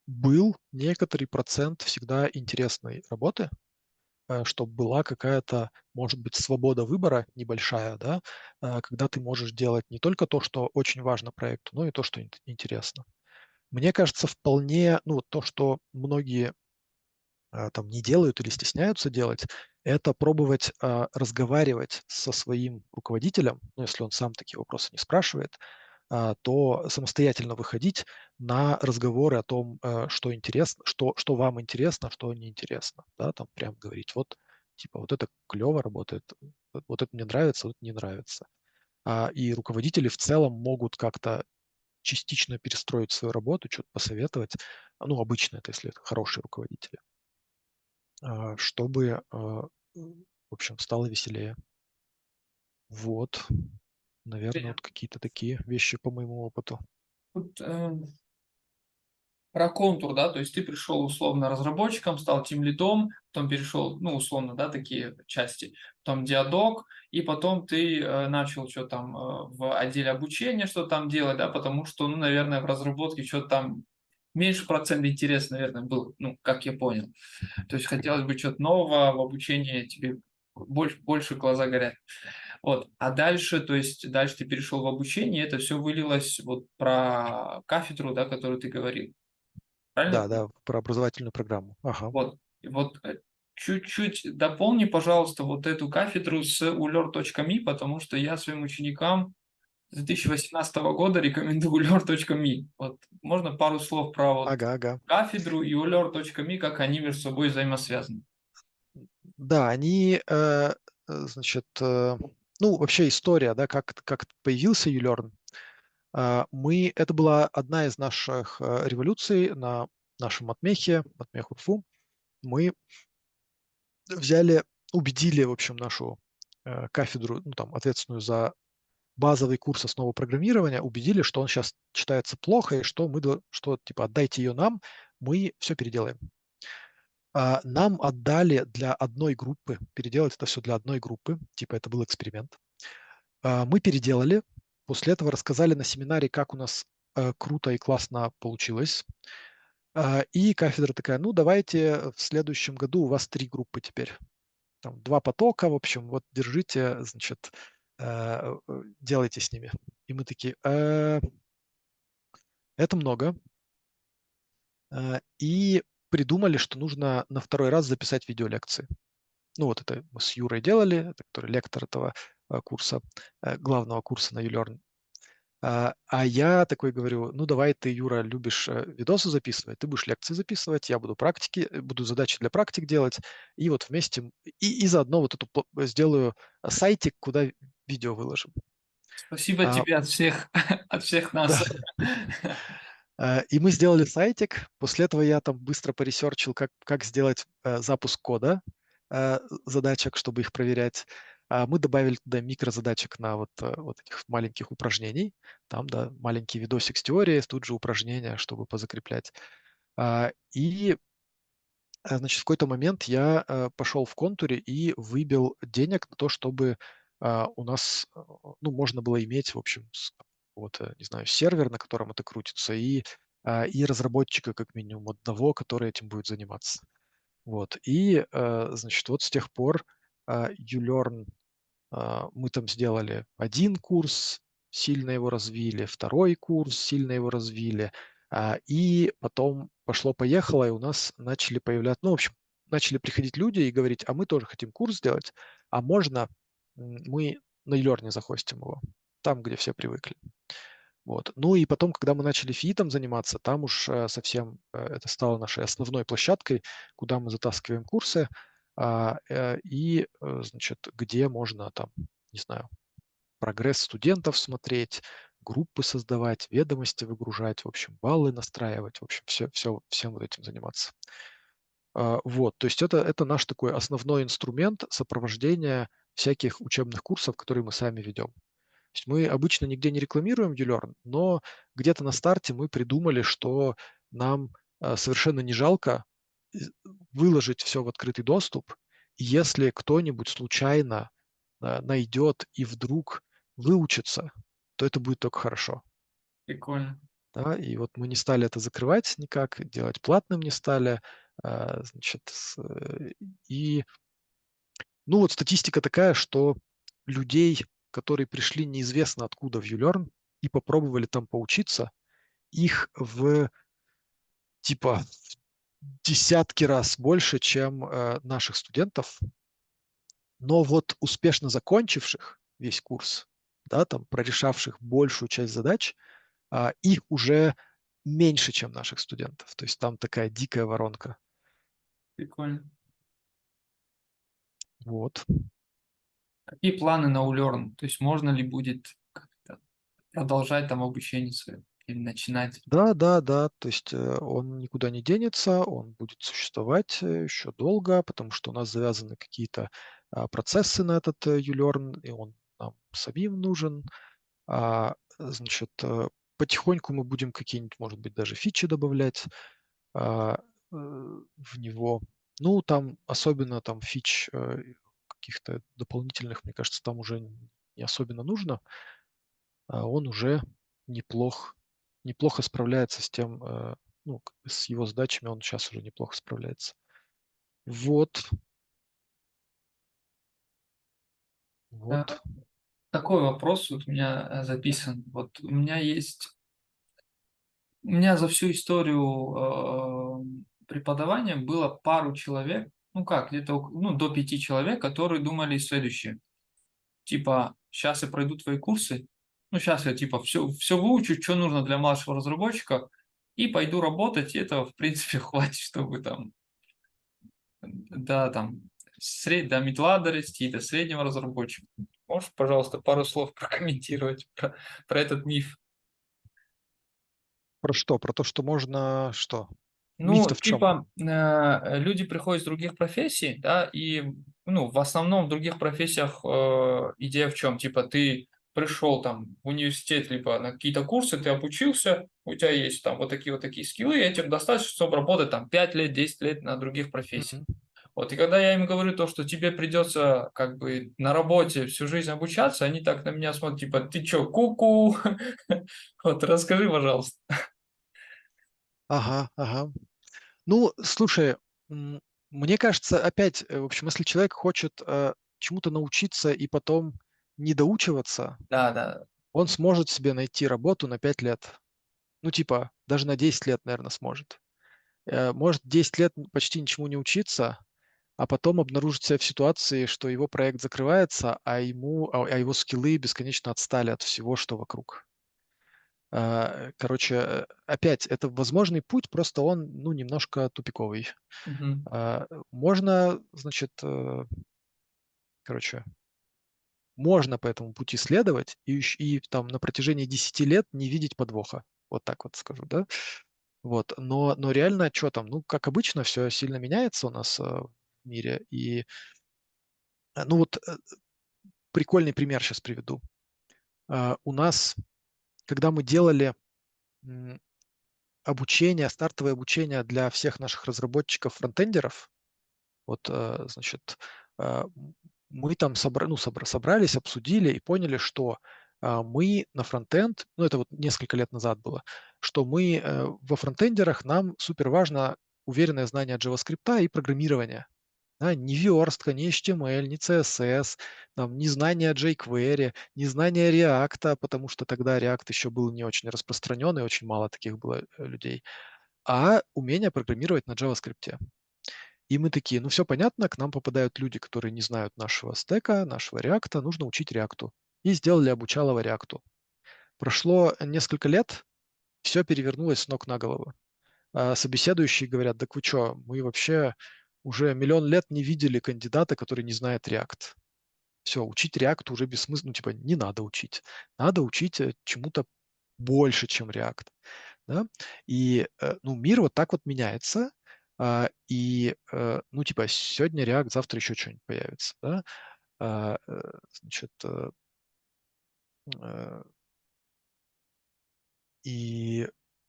был некоторый процент всегда интересной работы, чтобы была какая-то, может быть, свобода выбора небольшая, да, когда ты можешь делать не только то, что очень важно проекту, но и то, что интересно. Мне кажется, вполне, ну, вот то, что многие там не делают или стесняются делать, это пробовать разговаривать со своим руководителем, ну, если он сам такие вопросы не спрашивает, то самостоятельно выходить на разговоры о том, что интересно, что вам интересно, что неинтересно, да, там прям говорить, вот, типа, вот это клево работает, вот это мне нравится, вот это не нравится. И руководители в целом могут как-то частично перестроить свою работу, что-то посоветовать, ну, обычно это, если это хорошие руководители, чтобы, в общем, стало веселее. Вот, наверное, вот какие-то такие вещи по моему опыту. Тут, про контур, да, то есть ты пришел условно разработчиком, стал тимлидом, потом перешел, ну, условно, да, такие части, потом диадок, и потом ты начал что там в отделе обучения что там делать, да, потому что, ну, наверное, в разработке что-то там меньше процент интерес, наверное, был, ну, как я понял. То есть хотелось бы что-то нового, в обучении тебе больше глаза горят. Вот. А дальше, то есть дальше ты перешел в обучение, и это все вылилось вот про кафедру, да, которую ты говорил. Правильно я Да, понял? да, про образовательную программу. Ага. Вот. И вот чуть-чуть дополни, пожалуйста, вот эту кафедру с ulearn.me, потому что я своим ученикам с 2018 года рекомендую ulearn.me. Вот можно пару слов про вот Ага, ага. кафедру и ulearn.me, как они между собой взаимосвязаны? Да, они, значит, ну, вообще история, да, как появился YouLearn. Это была одна из наших революций на нашем матмех УРФУ. Мы взяли, убедили, в общем, нашу кафедру, ну, там, ответственную за базовый курс основы программирования, убедили, что он сейчас читается плохо, и что, типа, отдайте ее нам, мы все переделаем. Нам отдали для одной группы, переделать это все для одной группы, типа это был эксперимент. Мы переделали, после этого рассказали на семинаре, как у нас круто и классно получилось. И кафедра такая, ну давайте в следующем году у вас 3 группы теперь. Там 2 потока, в общем, вот держите, значит, делайте с ними. И мы такие, это много. И придумали, что нужно на второй раз записать видеолекции. Ну, вот это мы с Юрой делали, это который лектор этого курса, главного курса на YouLearn. А я такой говорю, ну, давай ты, Юра, любишь видосы записывать, ты будешь лекции записывать, я буду буду задачи для практик делать, и вот вместе, и заодно вот эту сделаю сайтик, куда видео выложим. Спасибо А, тебе от всех, от всех да. нас. И мы сделали сайтик. После этого я там быстро поресерчил, как сделать запуск кода задачек, чтобы их проверять. Мы добавили туда микрозадачек на вот этих маленьких упражнений. Там, да, маленький видосик с теорией, тут же упражнения, чтобы позакреплять. И, значит, в какой-то момент я пошел в контуре и выбил денег на то, чтобы у нас, ну, можно было иметь, в общем, вот, не знаю, сервер, на котором это крутится, и разработчика как минимум одного, который этим будет заниматься. Вот. И, значит, вот с тех пор YouLearn, мы там сделали один курс, сильно его развили, второй курс, сильно его развили, и потом пошло-поехало, и у нас начали появляться, ну, в общем, начали приходить люди и говорить, а мы тоже хотим курс сделать, а можно мы на YouLearn захостим его, там, где все привыкли. Вот. Ну и потом, когда мы начали фиитом заниматься, там уж совсем это стало нашей основной площадкой, куда мы затаскиваем курсы, значит, где можно там, не знаю, прогресс студентов смотреть, группы создавать, ведомости выгружать, в общем, баллы настраивать, в общем, всем вот этим заниматься. Вот, то есть это наш такой основной инструмент сопровождения всяких учебных курсов, которые мы сами ведем. То есть мы обычно нигде не рекламируем YouLearn, но где-то на старте мы придумали, что нам совершенно не жалко выложить все в открытый доступ. И если кто-нибудь случайно найдет и вдруг выучится, то это будет только хорошо. Прикольно. да, и вот мы не стали это закрывать никак, делать платным не стали, значит, и, ну, вот статистика такая, что людей, которые пришли неизвестно откуда в YouLearn и попробовали там поучиться, их в типа десятки раз больше, чем наших студентов, но вот успешно закончивших весь курс, да, там прорешавших большую часть задач, их уже меньше, чем наших студентов. То есть там такая дикая воронка. Прикольно. Вот. Какие планы на Улерн? То есть можно ли будет как-то продолжать там обучение свое или начинать? Да, да, да. То есть он никуда не денется, он будет существовать еще долго, потому что у нас завязаны какие-то процессы на этот YouLearn, и он нам самим нужен. Значит, потихоньку мы будем какие-нибудь, может быть, даже фичи добавлять а, в него. Ну, там особенно там фич каких-то дополнительных, мне кажется, там уже не особенно нужно. Он уже неплох, неплохо справляется с тем, ну, как бы с его задачами он сейчас уже неплохо справляется. Вот, Э, вот. Такой вопрос вот у меня записан. Вот у меня за всю историю преподавания было пару человек, ну как, где-то ну, до 5 человек, которые думали следующее. Типа, сейчас я пройду твои курсы, ну сейчас я типа все выучу, что нужно для младшего разработчика, и пойду работать, и этого в принципе хватит, чтобы там, да, там, до медла дорасти, до среднего разработчика. Можешь, пожалуйста, пару слов прокомментировать про этот миф? Про что? Про то, что можно что? Ну, Миф-то в чем? типа, люди приходят с других профессий, да, и, ну, в основном в других профессиях идея в чем? Типа, ты пришел там в университет, либо на какие-то курсы, ты обучился, у тебя есть там вот такие скиллы, и этим достаточно, чтобы работать там 5 лет, 10 лет на других профессиях. Мгм. Вот, и когда я им говорю то, что тебе придется как бы на работе всю жизнь обучаться, они так на меня смотрят, типа, ты чё, ку-ку? Вот, расскажи, пожалуйста. Ага, ага. Ну, слушай, мне кажется, опять, в общем, если человек хочет чему-то научиться и потом не доучиваться, Да, да. он сможет себе найти работу на 5 лет. Ну, типа, даже на 10 лет, наверное, сможет. Может 10 лет почти ничему не учиться, а потом обнаружить себя в ситуации, что его проект закрывается, а его скиллы бесконечно отстали от всего, что вокруг. Короче, опять, это возможный путь, просто он, ну, немножко тупиковый. Мгм. Можно, значит, короче, можно по этому пути следовать и там на протяжении 10 лет не видеть подвоха. Вот так вот скажу, да? Вот, но реально, что там, ну, как обычно, все сильно меняется у нас в мире. И, ну, вот прикольный пример сейчас приведу. У нас, когда мы делали м, обучение, стартовое обучение для всех наших разработчиков-фронтендеров, вот, значит, мы там собрались, обсудили и поняли, что мы на фронтенд, ну это вот несколько лет назад было, что мы во фронтендерах нам супер важно уверенное знание JavaScript и программирования. Да, ни верстка, ни HTML, ни CSS, там, ни знание jQuery, ни знание React, потому что тогда React еще был не очень распространен, и очень мало таких было людей, а умение программировать на JavaScript. И мы такие, ну все понятно, к нам попадают люди, которые не знают нашего стека, нашего реакта, нужно учить реакту. И сделали обучалово реакту. Прошло несколько лет, все перевернулось с ног на голову. Собеседующие говорят, так вы что, мы вообще уже миллион лет не видели кандидата, который не знает React. Все, учить React уже бессмысленно, ну типа не надо учить. Надо учить чему-то больше, чем React. Да? И ну, мир вот так вот меняется, ну, типа, сегодня React, завтра еще что-нибудь появится, да, значит, э, и,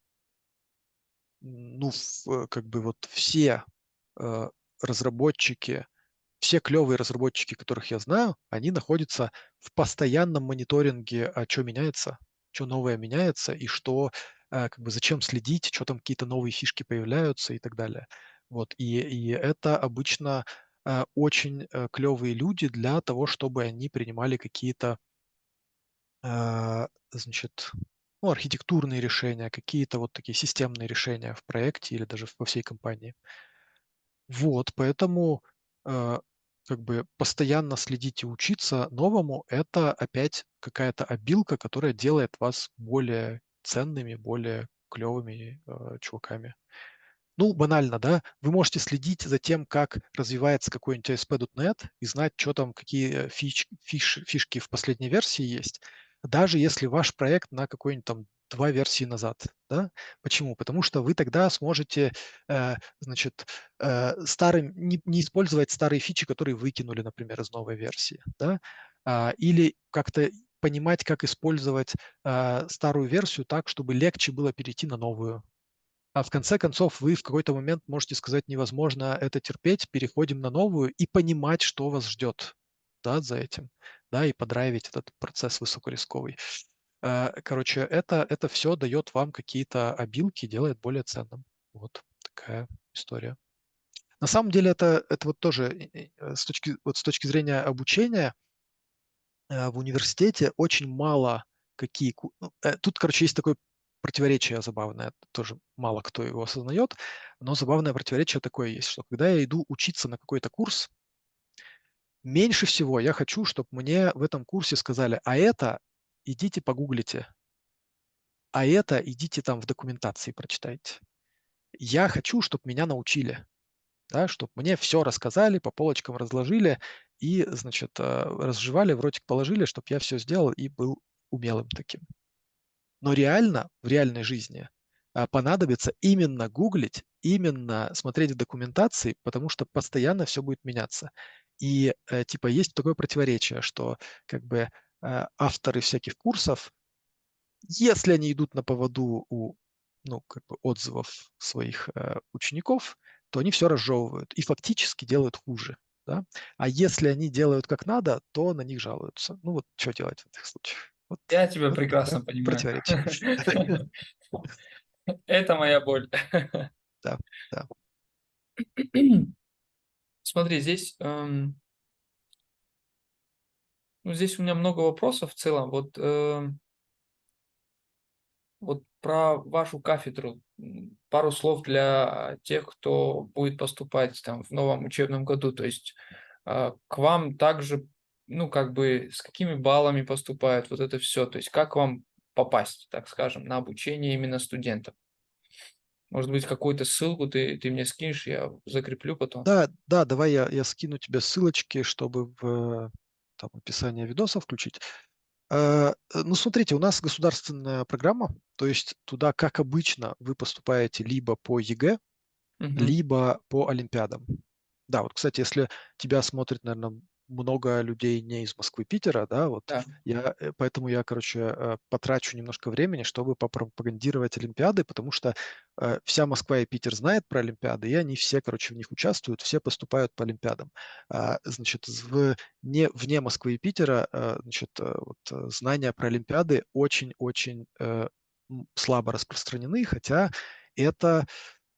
ну, как бы вот э, разработчики, все клевые разработчики, которых я знаю, они находятся в постоянном мониторинге, а что меняется, что новое меняется, и что как бы зачем следить, что там какие-то новые фишки появляются и так далее. Вот, и это обычно очень клевые люди для того, чтобы они принимали какие-то, значит, ну, архитектурные решения, какие-то вот такие системные решения в проекте или даже во всей компании. Вот, поэтому как бы постоянно следить и учиться новому — это опять какая-то обилка, которая делает вас более ценными, более клевыми чуваками. Ну, банально, да, вы можете следить за тем, как развивается какой-нибудь ASP.NET и знать, что там, какие фишки в последней версии есть, даже если ваш проект на какой-нибудь там 2 версии назад, да. Почему? Потому что вы тогда сможете, значит, не использовать старые фичи, которые выкинули, например, из новой версии, да, или как-то понимать, как использовать старую версию так, чтобы легче было перейти на новую. А в конце концов, вы в какой-то момент можете сказать: невозможно это терпеть, переходим на новую, и понимать, что вас ждет, да, за этим, да, и подрайвить этот процесс высокорисковый. Короче, это все дает вам какие-то обилки, делает более ценным. Вот такая история. На самом деле это вот тоже с точки зрения обучения в университете очень мало тут, короче, есть такое противоречие забавное, тоже мало кто его осознает, но забавное противоречие такое есть, что когда я иду учиться на какой-то курс, меньше всего я хочу, чтобы мне в этом курсе сказали: а это идите погуглите, а это идите там в документации прочитайте. Я хочу, чтобы меня научили, да, чтобы мне все рассказали, по полочкам разложили и, значит, разжевали, в ротик положили, чтобы я все сделал и был умелым таким. Но реально, в реальной жизни понадобится именно гуглить, именно смотреть в документации, потому что постоянно все будет меняться. И типа есть такое противоречие, что как бы авторы всяких курсов, если они идут на поводу у, ну, как бы отзывов своих учеников, то они все разжевывают и фактически делают хуже. Да? А если они делают как надо, то на них жалуются. Ну вот что делать в этих случаях? Вот, Я тебя вот такое прекрасно понимаю. противоречие. Это моя боль. Да, да. Смотри, здесь, ну, здесь у меня много вопросов в целом. Вот про вашу кафедру. Пару слов для тех, кто будет поступать там в новом учебном году. То есть к вам также, ну, как бы, с какими баллами поступают, вот это все. То есть как вам попасть, так скажем, на обучение именно студентов? Может быть, какую-то ссылку ты мне скинешь, я закреплю потом. Да, да, давай я скину тебе ссылочки, чтобы в там, описание видоса включить. Ну, смотрите, у нас государственная программа, то есть туда, как обычно, вы поступаете либо по ЕГЭ, Мгм. либо по олимпиадам. Да, вот, кстати, если тебя смотрит, наверное, много людей не из Москвы, Питера, да, вот Да. поэтому я, короче, потрачу немножко времени, чтобы попропагандировать олимпиады, потому что вся Москва и Питер знают про олимпиады, и они все, короче, в них участвуют, все поступают по олимпиадам. Значит, вне Москвы и Питера, значит, вот, знания про олимпиады очень-очень слабо распространены, хотя это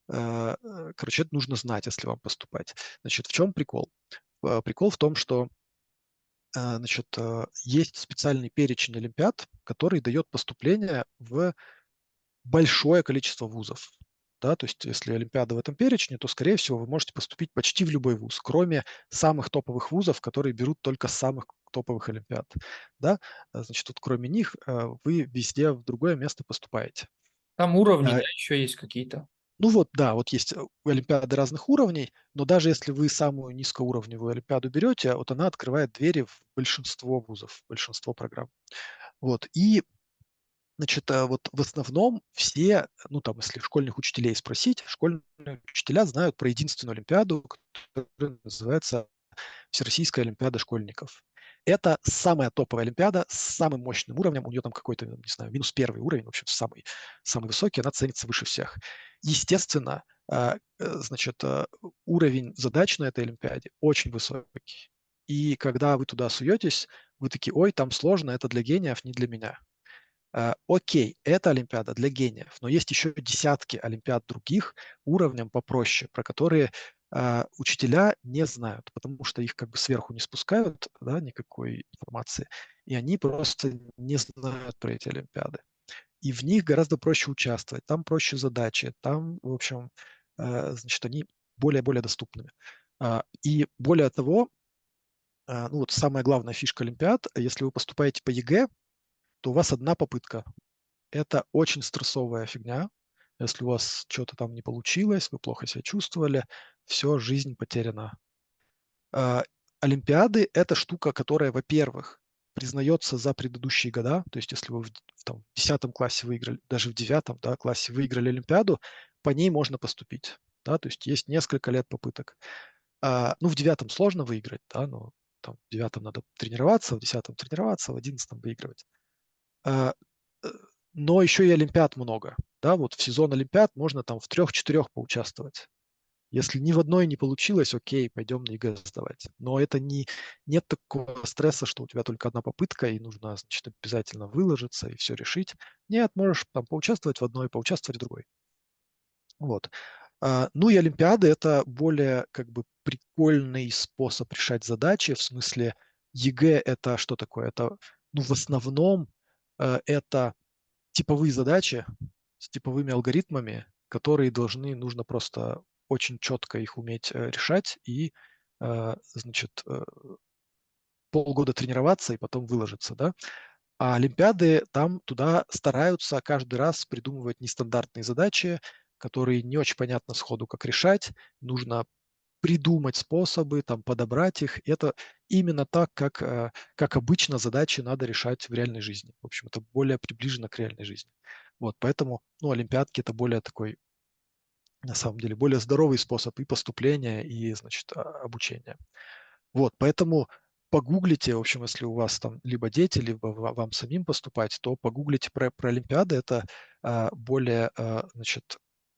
короче, это нужно знать, если вам поступать. Значит, в чем прикол? Прикол в том, что значит, есть специальный перечень олимпиад, который дает поступление в большое количество вузов. Да, то есть, если олимпиада в этом перечне, то, скорее всего, вы можете поступить почти в любой вуз, кроме самых топовых вузов, которые берут только с самых топовых олимпиад. Да? Значит, вот кроме них вы везде в другое место поступаете. Там уровни, Э, да, еще есть какие-то. Ну вот, да, вот есть олимпиады разных уровней, но даже если вы самую низкоуровневую олимпиаду берете, вот она открывает двери в большинство вузов, в большинство программ. Вот, и, значит, вот в основном все, ну там, если школьных учителей спросить, школьные учителя знают про единственную олимпиаду, которая называется Всероссийская олимпиада школьников. Это самая топовая олимпиада с самым мощным уровнем. У нее там какой-то, не знаю, минус первый уровень, в общем, самый высокий, она ценится выше всех. Естественно, значит, уровень задач на этой олимпиаде очень высокий. И когда вы туда суетесь, вы такие: ой, там сложно, это для гениев, не для меня. Окей, это Олимпиада для гениев, но есть еще десятки Олимпиад других уровнем попроще, про которые учителя не знают, потому что их как бы сверху не спускают, да, никакой информации, и они просто не знают про эти Олимпиады. И в них гораздо проще участвовать, там проще задачи, там, в общем, значит, они более-более доступными. И более того, ну вот самая главная фишка Олимпиад, если вы поступаете по ЕГЭ, то у вас одна попытка. Это очень стрессовая фигня. Если у вас что-то там не получилось, вы плохо себя чувствовали, все, жизнь потеряна. А, Олимпиады– это штука, которая, во-первых, признается за предыдущие года. То есть если вы там, в 10 классе выиграли, даже в 9 да, классе выиграли Олимпиаду, по ней можно поступить. Да, то есть есть несколько лет попыток. Ну, в 9 сложно выиграть, да, но там, в 9 надо тренироваться, в 10 тренироваться, в 11 выигрывать. А, э, но еще и Олимпиад много. Да, вот в сезон Олимпиад можно там в 3-4 поучаствовать. Если ни в одной не получилось, окей, пойдем на ЕГЭ сдавать. Но это нет такого стресса, что у тебя только одна попытка, и нужно, значит, обязательно выложиться и все решить. Нет, можешь там поучаствовать в одной, поучаствовать в другой. Вот. Ну и Олимпиады– это более как бы прикольный способ решать задачи. В смысле, ЕГЭ– это что такое? Это, ну, в основном это типовые задачи с типовыми алгоритмами, которые нужно просто очень четко их уметь решать и, значит, полгода тренироваться и потом выложиться, да. А Олимпиады там туда стараются каждый раз придумывать нестандартные задачи, которые не очень понятно сходу, как решать. Нужно придумать способы, там, подобрать их. Это именно так, как обычно задачи надо решать в реальной жизни. В общем, это более приближено к реальной жизни. Вот, поэтому, ну, олимпиадки– это более такой, на самом деле, более здоровый способ и поступления, и, значит, обучения. Вот, поэтому погуглите, в общем, если у вас там либо дети, либо вам самим поступать, то погуглите про Олимпиады. Это более, значит,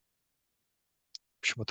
в общем,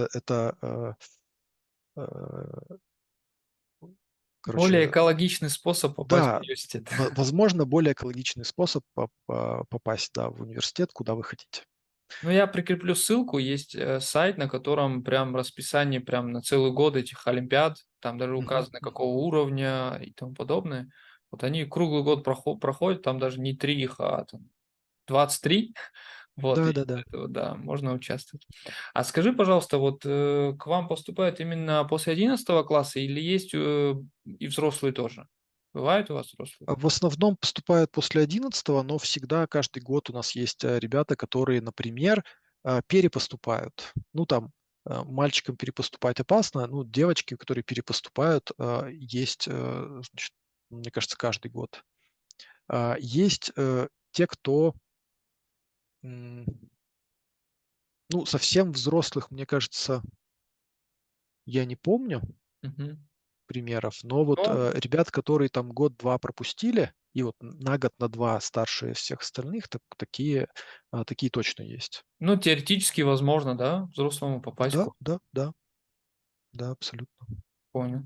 э, Более короче, экологичный способ попасть в да, университет. возможно, более экологичный способ попасть, да, в университет, куда вы хотите. Ну, я прикреплю ссылку. Есть сайт, на котором прям расписание прям на целый год этих олимпиад. Там даже Мгм, указано, мгм. какого уровня и тому подобное. Вот они круглый год проходят, там даже не 3 их, а там 23. Вот, и Да, да, из да. этого, да, можно участвовать. А скажи, пожалуйста, вот к вам поступают именно после 11 класса или есть и взрослые тоже? Бывают у вас взрослые? В основном поступают после 11, но всегда, каждый год у нас есть ребята, которые, например, перепоступают. Ну, там, мальчикам перепоступать опасно, ну, девочки, которые перепоступают, есть, значит, мне кажется, каждый год. Есть те, кто, м, ну, совсем взрослых, мне кажется, я не помню Мгм. примеров, но вот Ну, ребят, которые там год-два пропустили, и вот на год, на два старше всех остальных, такие точно есть. ну, теоретически возможно, да, взрослому попасть в Да, курс. да, да, да, абсолютно. Понял.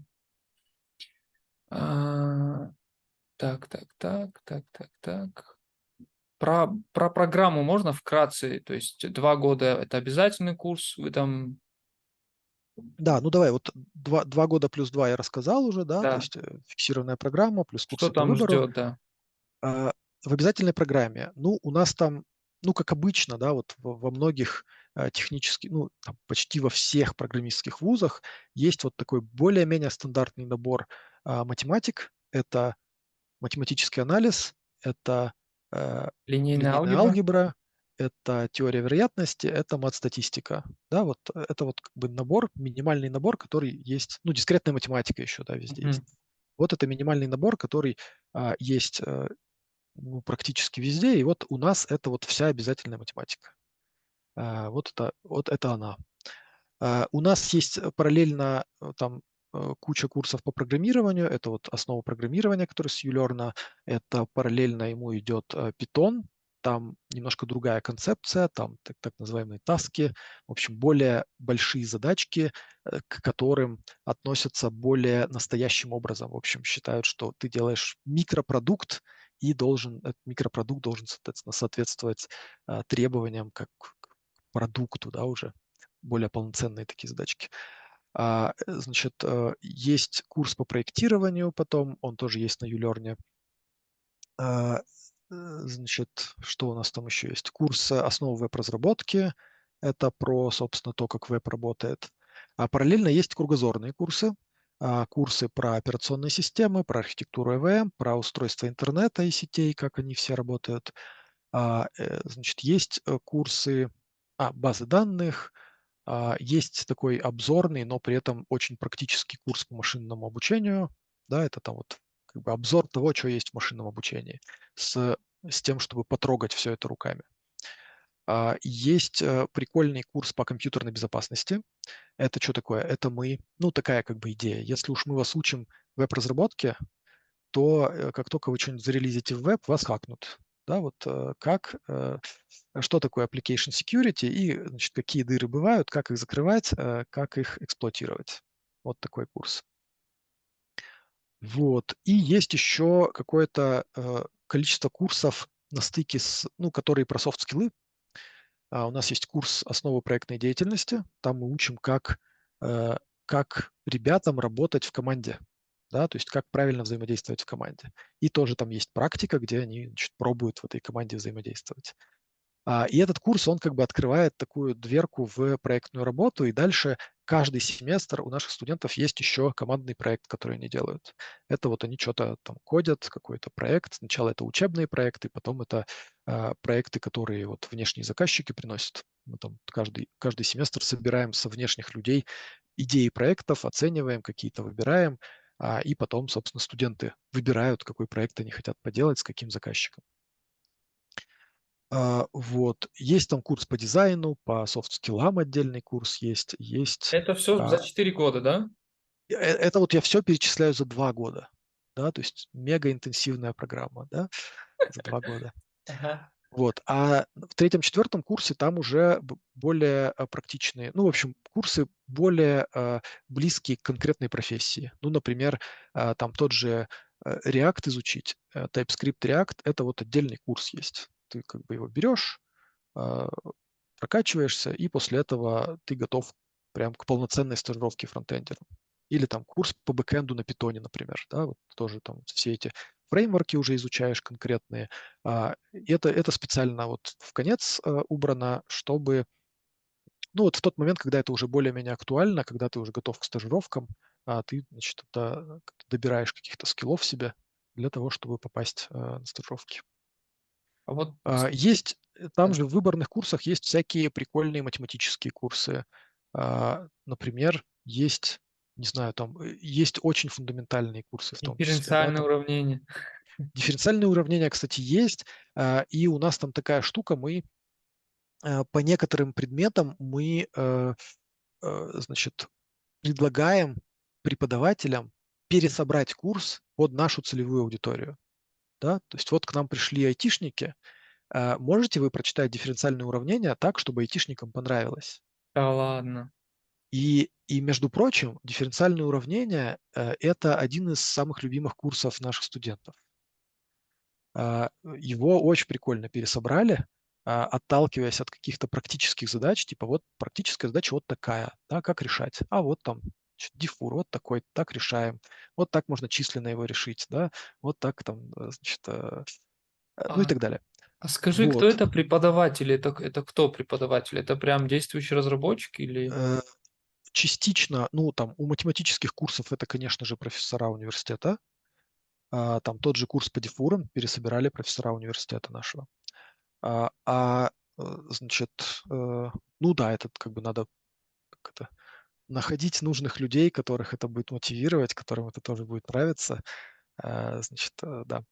А, так. Про программу можно вкратце? То есть 2 года- это обязательный курс, вы там Да, ну давай, вот 2 года плюс 2 я рассказал уже, да, то да, есть фиксированная программа плюс что курсы по там выбору. ждет, да? В обязательной программе, ну, у нас там, ну, как обычно, да, вот во многих технических, ну, там, почти во всех программистских вузах есть вот такой более-менее стандартный набор математик. Это математический анализ, это Линейная линейная алгебра? алгебра, это теория вероятности, это мат-статистика. Да, вот это вот как бы набор, минимальный набор, который есть, ну, дискретная математика еще, да, везде есть. Мгм. Вот это минимальный набор, который есть ну, практически везде, и вот у нас это вот вся обязательная математика. Вот это она. У нас есть параллельно там куча курсов по программированию. Это вот основа программирования, который с Юлерна. Это параллельно ему идет Python. там немножко другая концепция, там так называемые таски, в общем, более большие задачки, к которым относятся более настоящим образом. В общем, считают, что ты делаешь микропродукт, и этот микропродукт должен, соответственно, соответствовать требованиям как к продукту, да, уже более полноценные такие задачки. Значит, есть курс по проектированию потом, он тоже есть на YouLearn. А, Значит, что у нас там еще есть? Курс основы веб-разработки. Это про, собственно, то, как веб работает. А параллельно есть кругозорные курсы. Курсы про операционные системы, про архитектуру ЭВМ, про устройство интернета и сетей, как они все работают. Значит, есть курсы базы данных, есть такой обзорный, но при этом очень практический курс по машинному обучению. Да, это там вот как бы обзор того, что есть в машинном обучении, с, с тем, чтобы потрогать все это руками. Есть прикольный курс по компьютерной безопасности. Это что такое? Это такая как бы идея. Если уж мы вас учим веб-разработке, то как только вы что-нибудь зарелизите в веб, вас хакнут. Да, вот что такое application security и, значит, какие дыры бывают, как их закрывать, как их эксплуатировать. Вот такой курс. Вот. И есть еще какое-то количество курсов на стыке которые про софт-скиллы. У нас есть курс «Основы проектной деятельности». Там мы учим, как ребятам работать в команде, да, то есть как правильно взаимодействовать в команде. И тоже там есть практика, где они, значит, пробуют в этой команде взаимодействовать. И этот курс, он как бы открывает такую дверку в проектную работу, и дальше каждый семестр у наших студентов есть еще командный проект, который они делают. Это вот они что-то там кодят, какой-то проект. Сначала это учебные проекты, потом это проекты, которые вот внешние заказчики приносят. Мы там каждый семестр собираем со внешних людей идеи проектов, оцениваем, какие-то выбираем, и потом, собственно, студенты выбирают, какой проект они хотят поделать, с каким заказчиком. Вот. Есть там курс по дизайну, по софт-скиллам отдельный курс есть. Это все за 4 года, да? Это вот я все перечисляю за 2 года. Да, то есть мега интенсивная программа, да, за 2 года. Ага. Вот. А в третьем-четвертом курсе там уже более практичные, в общем, курсы более близкие к конкретной профессии. Ну, например, там тот же React изучить, TypeScript React, это вот отдельный курс есть. Ты как бы его берешь, а, прокачиваешься, и после этого ты готов прям к полноценной стажировке фронтендера. Или там курс по бэкэнду на питоне, например, да, вот тоже там все эти фреймворки уже изучаешь конкретные. Это специально вот в конец убрано, чтобы, вот в тот момент, когда это уже более-менее актуально, когда ты уже готов к стажировкам, ты, значит, добираешь каких-то скиллов себе для того, чтобы попасть на стажировки. А вот Есть там да, же в выборных курсах есть всякие прикольные математические курсы. Например, есть, не знаю, там есть очень фундаментальные курсы в том числе, да, дифференциальное там уравнение. дифференциальные уравнения, кстати, есть, и у нас там такая штука, мы по некоторым предметам значит, предлагаем преподавателям пересобрать курс под нашу целевую аудиторию, да, то есть вот к нам пришли айтишники. Можете вы прочитать дифференциальные уравнения так, чтобы айтишникам понравилось? Да ладно. И между прочим, дифференциальные уравнения это один из самых любимых курсов наших студентов. Его очень прикольно пересобрали, отталкиваясь от каких-то практических задач, типа вот практическая задача вот такая, да, как решать? Вот там диффур, вот такой, так решаем. Вот так можно численно его решить, да, вот так там, значит, ну и А, так далее. а скажи, кто Вот. это преподаватели? Это кто преподаватель? Это прям действующий разработчик или... Э, Частично, там у математических курсов это, конечно же, профессора университета. Там тот же курс по дифурам пересобирали профессора университета нашего. А, а, значит, да, это как бы надо как это, находить нужных людей, которых это будет мотивировать, которым это тоже будет нравиться. Значит, да.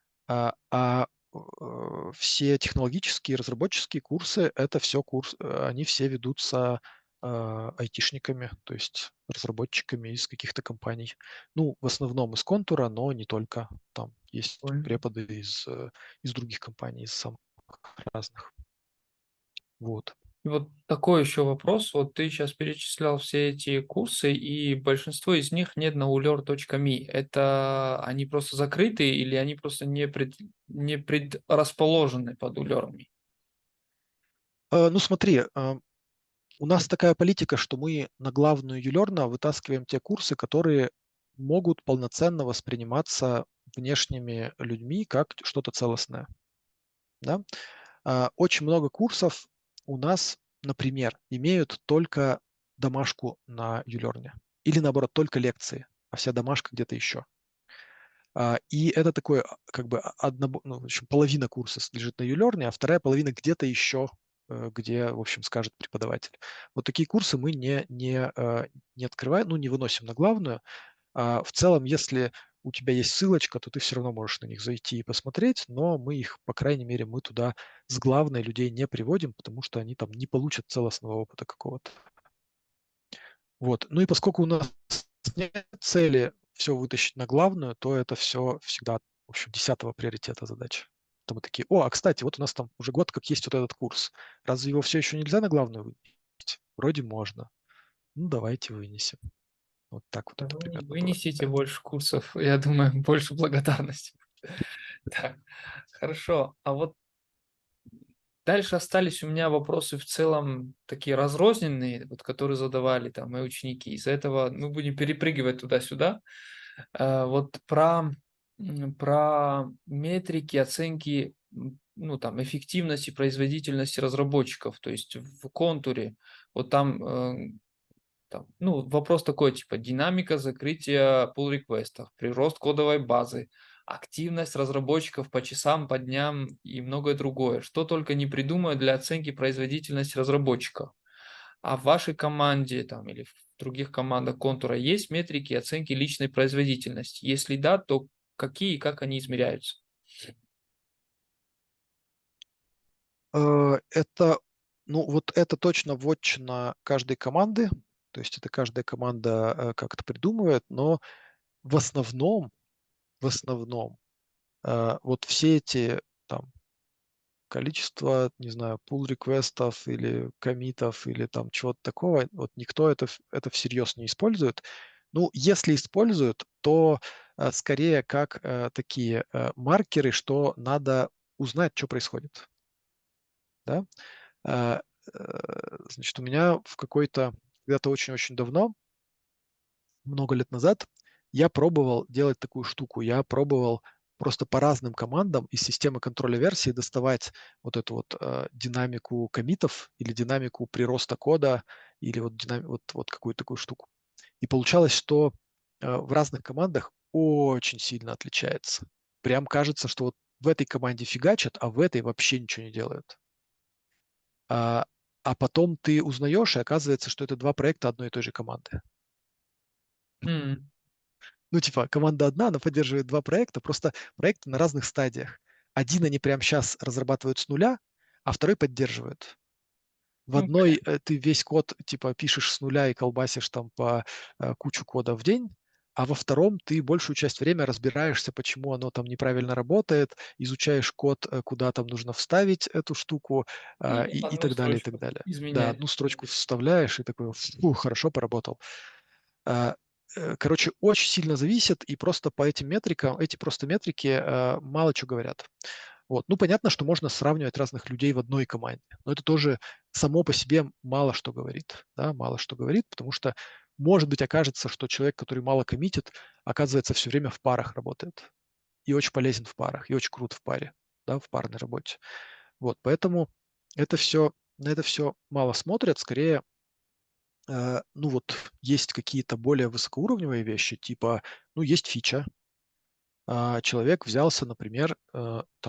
Все технологические, разработческие курсы, это все они все ведутся айтишниками, то есть разработчиками из каких-то компаний. Ну, в основном из Контура, но не только. Там есть Ой. преподы из других компаний, из самых. разных. Вот. И вот такой еще вопрос. Вот ты сейчас перечислял все эти курсы, и большинство из них нет на ulearn.me. Это они просто закрыты или они просто не предрасположены под ulearn.me? Ну смотри, у нас такая политика, что мы на главную юлерна вытаскиваем те курсы, которые могут полноценно восприниматься внешними людьми как что-то целостное. Да? Очень много курсов у нас, например, имеют только домашку на юлерне. Или наоборот, только лекции, а вся домашка где-то еще. И это такое, как бы, ну, в общем, половина курса лежит на юлерне, а вторая половина где-то еще, где, в общем, скажет преподаватель. Вот такие курсы мы не открываем, ну, не выносим на главную. В целом, если у тебя есть ссылочка, то ты все равно можешь на них зайти и посмотреть, но мы их, по крайней мере, мы туда с главной людей не приводим, потому что они там не получат целостного опыта какого-то. Вот. Ну и поскольку у нас нет цели все вытащить на главную, то это все всегда, в общем, 10-го приоритета задача. То мы такие, кстати, вот у нас там уже год как есть вот этот курс. Разве его все еще нельзя на главную вынести? Вроде можно. Ну, давайте вынесем. Вот так вот это примерно Вынесите бывает. больше курсов, я думаю, больше благодарности. Так, хорошо. А вот дальше остались у меня вопросы в целом такие разрозненные, вот которые задавали там мои ученики. Из-за этого мы будем перепрыгивать туда-сюда. Вот про метрики оценки, ну, там, эффективности, производительности разработчиков, то есть в контуре. Вот там, ну, вопрос такой, типа, динамика закрытия pull реквестов, прирост кодовой базы, активность разработчиков по часам, по дням и многое другое. Что только не придумают для оценки производительности разработчиков. А в вашей команде там, или в других командах контура есть метрики оценки личной производительности? Если да, то какие и как они измеряются? Это, ну, вот это точно вотчина каждой команды, то есть это каждая команда как-то придумывает, но в основном, вот все эти там количество, не знаю, pull реквестов или комитов или там чего-то такого, вот никто это всерьез не использует. Ну, если используют, то скорее как такие маркеры, что надо узнать, что происходит. Да? А, Значит, у меня когда-то очень-очень давно, много лет назад, я пробовал делать такую штуку. Я пробовал просто по разным командам из системы контроля версии доставать вот эту вот динамику комитов или динамику прироста кода или вот какую-то такую штуку. И получалось, что в разных командах очень сильно отличается. Прям кажется, что вот в этой команде фигачат, а в этой вообще ничего не делают. А, а потом ты узнаешь, и оказывается, что это два проекта одной и той же команды. М, Ну, типа, команда одна, она поддерживает два проекта, просто проекты на разных стадиях. Один они прямо сейчас разрабатывают с нуля, а второй поддерживают. В одной окей. ты весь код типа пишешь с нуля и колбасишь там по кучу кода в день, а во втором ты большую часть времени разбираешься, почему оно там неправильно работает, изучаешь код, куда там нужно вставить эту штуку И и одну так далее, и так строчку далее. Да, изменяй. одну строчку вставляешь и такой, фу, хорошо поработал. А, Короче, очень сильно зависит, и просто по этим метрикам, эти просто метрики мало чего говорят. Вот. Ну, понятно, что можно сравнивать разных людей в одной команде, но это тоже само по себе мало что говорит, да, мало что говорит, потому что, может быть, окажется, что человек, который мало коммитит, оказывается, все время в парах работает и очень полезен в парах, и очень крут в паре, да, в парной работе. Вот, поэтому на это все мало смотрят, скорее ну вот есть какие-то более высокоуровневые вещи, типа, ну, есть фича. Человек взялся, например, там,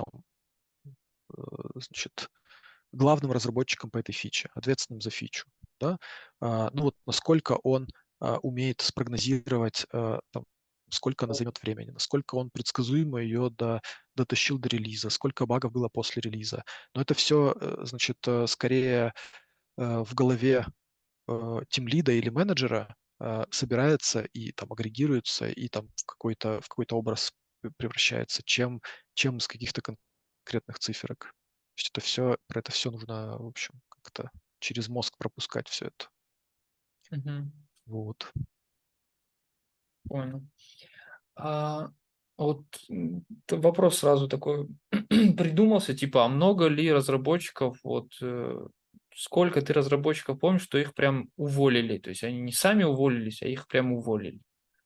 значит, главным разработчиком по этой фиче, ответственным за фичу. Да? Ну вот насколько он умеет спрогнозировать, там, сколько она займет времени, насколько он предсказуемо ее дотащил до релиза, сколько багов было после релиза. Но это все, значит, скорее в голове тимлида или менеджера собирается и там агрегируется и там в какой-то образ превращается, чем из каких-то конкретных циферок. есть про это все нужно, в общем, как-то через мозг пропускать все это. Мгм. Вот. Понял. А вот вопрос сразу такой придумался, типа, а много ли разработчиков, вот сколько ты разработчиков помнишь, что их прям уволили? То есть они не сами уволились, а их прям уволили.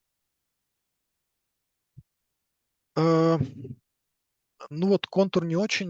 Э, ну вот "Контур"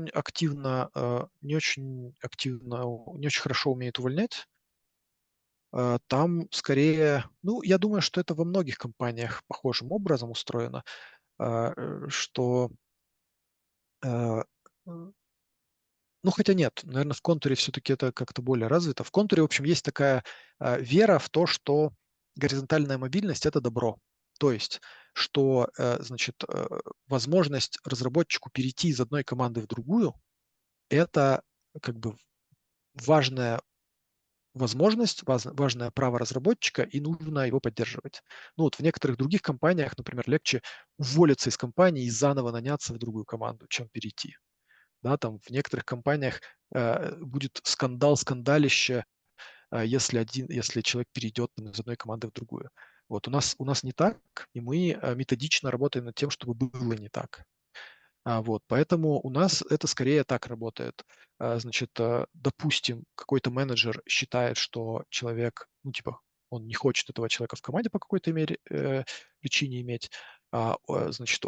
не очень хорошо умеет увольнять. Там скорее, ну, я думаю, что это во многих компаниях похожим образом устроено, что, э, ну, хотя нет, наверное, в "Контуре" все-таки это как-то более развито. В "Контуре", в общем, есть такая, вера в то, что горизонтальная мобильность — это добро. То есть, что, значит, возможность разработчику перейти из одной команды в другую — это как бы важная возможность, важное право разработчика, и нужно его поддерживать. Ну вот в некоторых других компаниях, например, легче уволиться из компании и заново наняться в другую команду, чем перейти. Да, там в некоторых компаниях будет скандалище, если человек перейдет там, из одной команды в другую. Вот у нас не так, и мы методично работаем над тем, чтобы было не так. Вот, поэтому у нас это скорее так работает. Значит, допустим, какой-то менеджер считает, что человек, ну, типа, он не хочет этого человека в команде по какой-то причине иметь. Значит,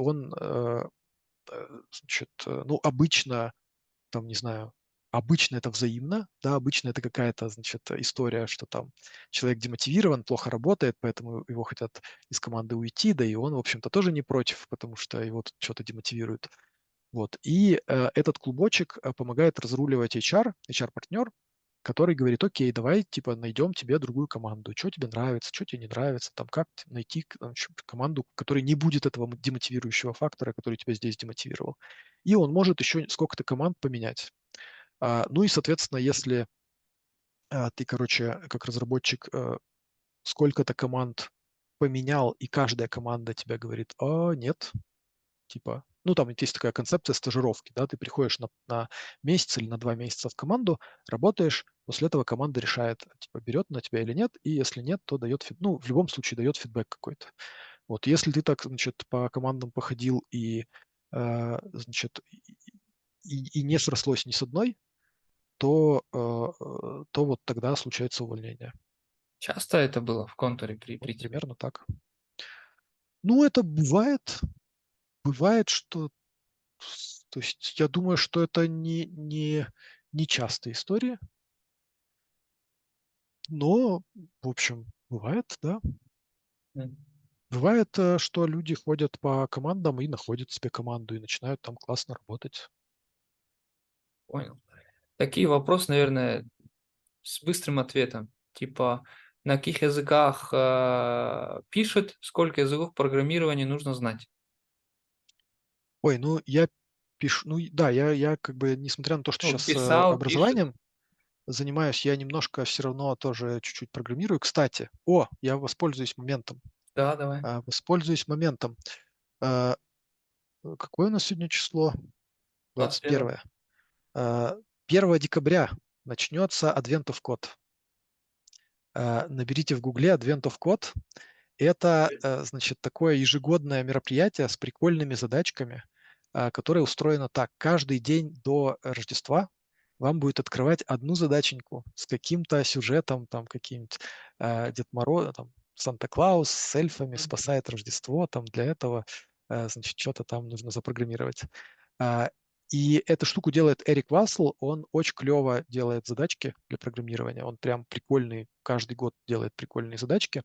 ну, обычно, там, не знаю, обычно это взаимно, да, обычно это какая-то, значит, история, что там человек демотивирован, плохо работает, поэтому его хотят из команды уйти, да и он, в общем-то, тоже не против, потому что его тут что-то демотивирует. Вот. И этот клубочек помогает разруливать HR-партнер, который говорит: окей, давай типа найдем тебе другую команду, что тебе нравится, что тебе не нравится, там как найти команду, которая не будет этого демотивирующего фактора, который тебя здесь демотивировал. И он может еще сколько-то команд поменять. Ну и, соответственно, если ты, короче, как разработчик сколько-то команд поменял, и каждая команда тебе говорит: нет, типа, ну, там есть такая концепция стажировки, да, ты приходишь на месяц или на 2 месяца в команду, работаешь, после этого команда решает, типа, берет на тебя или нет, и если нет, то дает, ну, в любом случае дает фидбэк какой-то. Вот, если ты так, значит, по командам походил значит, и не срослось ни с одной, то вот тогда случается увольнение. Часто это было в контуре при Вот тебе? примерно так. Ну, это бывает, что то есть я думаю, что это не частая история, но, в общем, бывает, да. М, Бывает, что люди ходят по командам и находят себе команду и начинают там классно работать. Понял. Такие вопросы, наверное, с быстрым ответом. Типа, на каких языках пишет, сколько языков программирования нужно знать. Ой, ну я пишу, ну да, я как бы, несмотря на то, что Ну, сейчас писал, пишет. образованием занимаюсь, я немножко все равно тоже чуть-чуть программирую. Кстати, я воспользуюсь моментом. Да, давай. Воспользуюсь моментом. А, Какое у нас сегодня число? 21. 21. А, 1 декабря начнется Advent of Code. Наберите в гугле Advent of Code. Это, значит, такое ежегодное мероприятие с прикольными задачками, которое устроено так. Каждый день до Рождества вам будет открывать одну задаченьку с каким-то сюжетом, там каким-нибудь Дед Мороз, там Санта-Клаус с эльфами спасает Рождество, там для этого, значит, что-то там нужно запрограммировать. А, И эту штуку делает Эрик Вассел. Он очень клево делает задачки для программирования. Он прям прикольный, каждый год делает прикольные задачки.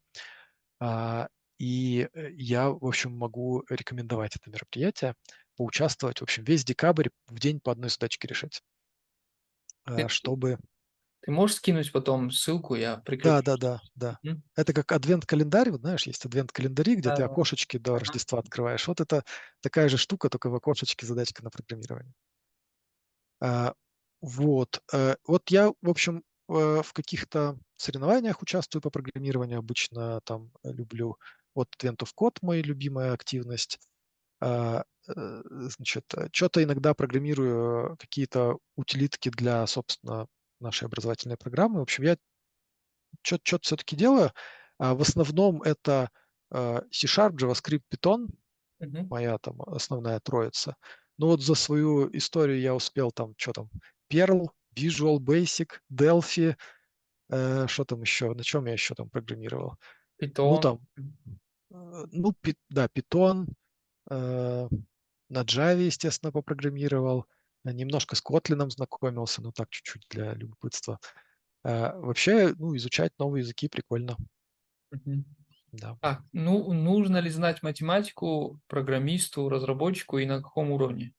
Я, в общем, могу рекомендовать это мероприятие, поучаствовать. В общем, весь декабрь в день по одной задачке решать, Ты, чтобы... ты можешь скинуть потом ссылку, я Да, прикреплю. да, да, да. Мгм. Это как адвент-календарь, вот знаешь, есть адвент-календари, где Да, ты да. окошечки до Ага. Рождества открываешь. Вот это такая же штука, только в окошечке задачка на программирование. А, Вот я, в общем, в каких-то соревнованиях участвую по программированию, обычно там люблю. Вот Advent of Code — моя любимая активность. значит, что-то иногда программирую, какие-то утилитки для, собственно, нашей образовательной программы. В общем, я что-то все-таки делаю. В основном это C-Sharp, JavaScript, Python, Мгм. моя там основная троица. Но вот за свою историю я успел там, что там, Perl, Visual Basic, Delphi, что там еще, на чем я еще там программировал? Ну, Питон. там, ну, да, Python, э, на Java, естественно, попрограммировал, немножко с Kotlin знакомился, но так чуть-чуть для любопытства. Вообще, ну, изучать новые языки прикольно, Мгм. да. Так, ну, нужно ли знать математику программисту, разработчику и на каком уровне?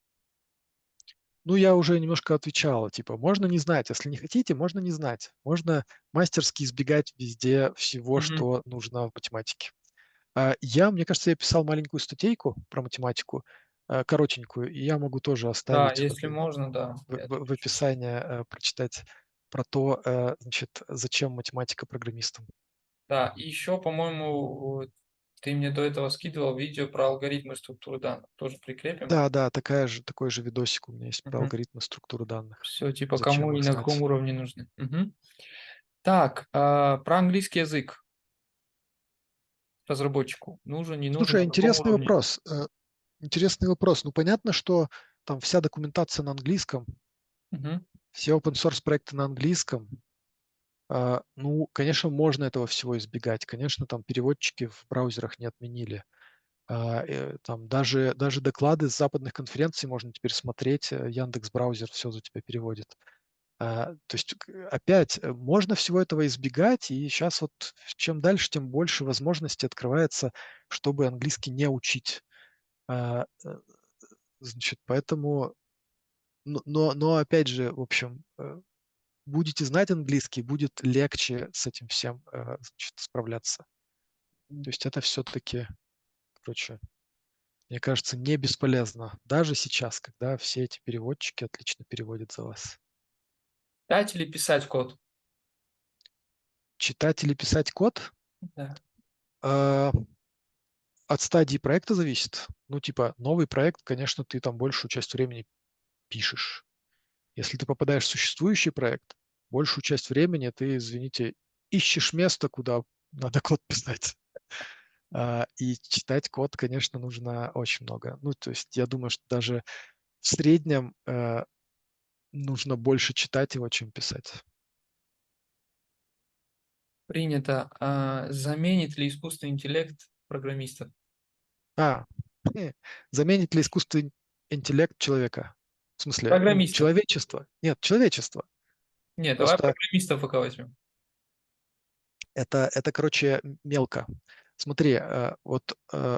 Ну, я уже немножко отвечал, типа, можно не знать, если не хотите, можно не знать. Можно мастерски избегать везде всего, Мгм. что нужно в математике. Мне кажется, я писал маленькую статейку про математику, коротенькую, и я могу тоже Да, оставить если можно, да. Я в тоже чувствую. описании прочитать про то, значит, зачем математика программистам. Да, и еще, по-моему, ты мне до этого скидывал видео про алгоритмы структуры данных. Тоже прикрепим. Да, да, такой же видосик у меня есть про алгоритмы структуры данных. Все, типа, кому Зачем и их на каком знать? уровне нужны. Мгм. Так, про английский язык разработчику. Нужен, не нужен, Слушай, на каком интересный уровне? вопрос. Интересный вопрос. Ну, понятно, что там вся документация на английском, Мгм. все open source проекты на английском. Ну, конечно, можно этого всего избегать. Конечно, там переводчики в браузерах не отменили. Там даже доклады с западных конференций можно теперь смотреть. Яндекс браузер все за тебя переводит. То есть опять можно всего этого избегать, и сейчас вот чем дальше, тем больше возможностей открывается, чтобы английский не учить. А, э, Значит, поэтому, но опять же, в общем, будете знать английский, будет легче с этим всем, значит, справляться. То есть это все-таки, короче, мне кажется, не бесполезно. Даже сейчас, когда все эти переводчики отлично переводят за вас. Читать или писать код? Читать или писать код Да. э, от стадии проекта зависит. Ну, типа, новый проект, конечно, ты там большую часть времени пишешь. Если ты попадаешь в существующий проект, большую часть времени ты, извините, ищешь место, куда надо код писать. И читать код, конечно, нужно очень много. Ну, то есть я думаю, что даже в среднем нужно больше читать его, чем писать. Принято. Заменит ли искусственный интеллект программистов? А, заменит ли искусственный интеллект человека? В смысле, ну, Программистов. человечество? Нет, человечество. Нет, давай Просто программистов пока возьмем. это, короче, мелко. Смотри, вот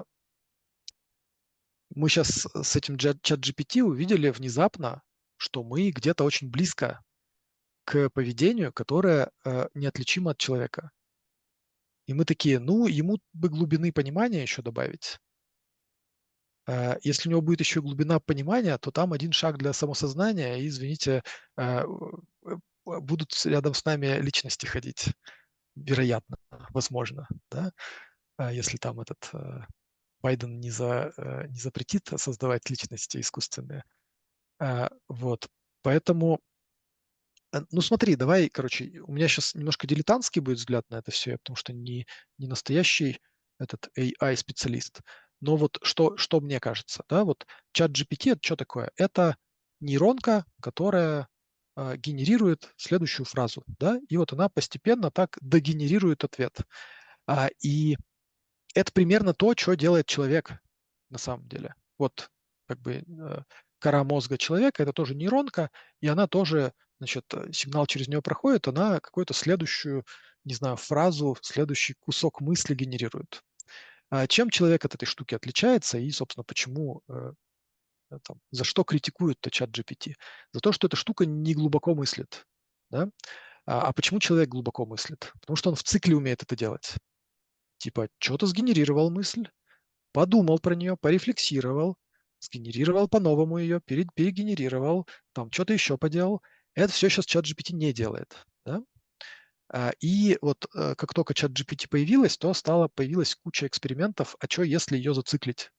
мы сейчас с этим чат GPT увидели внезапно, что мы где-то очень близко к поведению, которое неотличимо от человека. И мы такие, ну, ему бы глубины понимания еще добавить. Если у него будет еще глубина понимания, то там один шаг для самосознания, и, извините, будут рядом с нами личности ходить, вероятно, возможно, да, если там этот Байден не запретит создавать личности искусственные. Вот. Поэтому, ну смотри, давай, короче, у меня сейчас немножко дилетантский будет взгляд на это все, потому что не настоящий этот AI-специалист. Но вот что мне кажется, да, вот чат GPT это что такое? Это нейронка, которая генерирует следующую фразу, да, и вот она постепенно так догенерирует ответ. И это примерно то, что делает человек на самом деле. Вот как бы кора мозга человека– это тоже нейронка, и она тоже, значит, сигнал через нее проходит, она какую-то следующую, не знаю, фразу, следующий кусок мысли генерирует. Чем человек от этой штуки отличается и, собственно, почему, за что критикуют-то чат GPT? За то, что эта штука не глубоко мыслит. Да? Почему человек глубоко мыслит? Потому что он в цикле умеет это делать. Типа, что-то сгенерировал мысль, подумал про нее, порефлексировал, сгенерировал по-новому ее, перегенерировал, там что-то еще поделал. Это все сейчас чат GPT не делает. Да? И вот как только чат GPT появилась, то появилась куча экспериментов, а что если ее зациклить?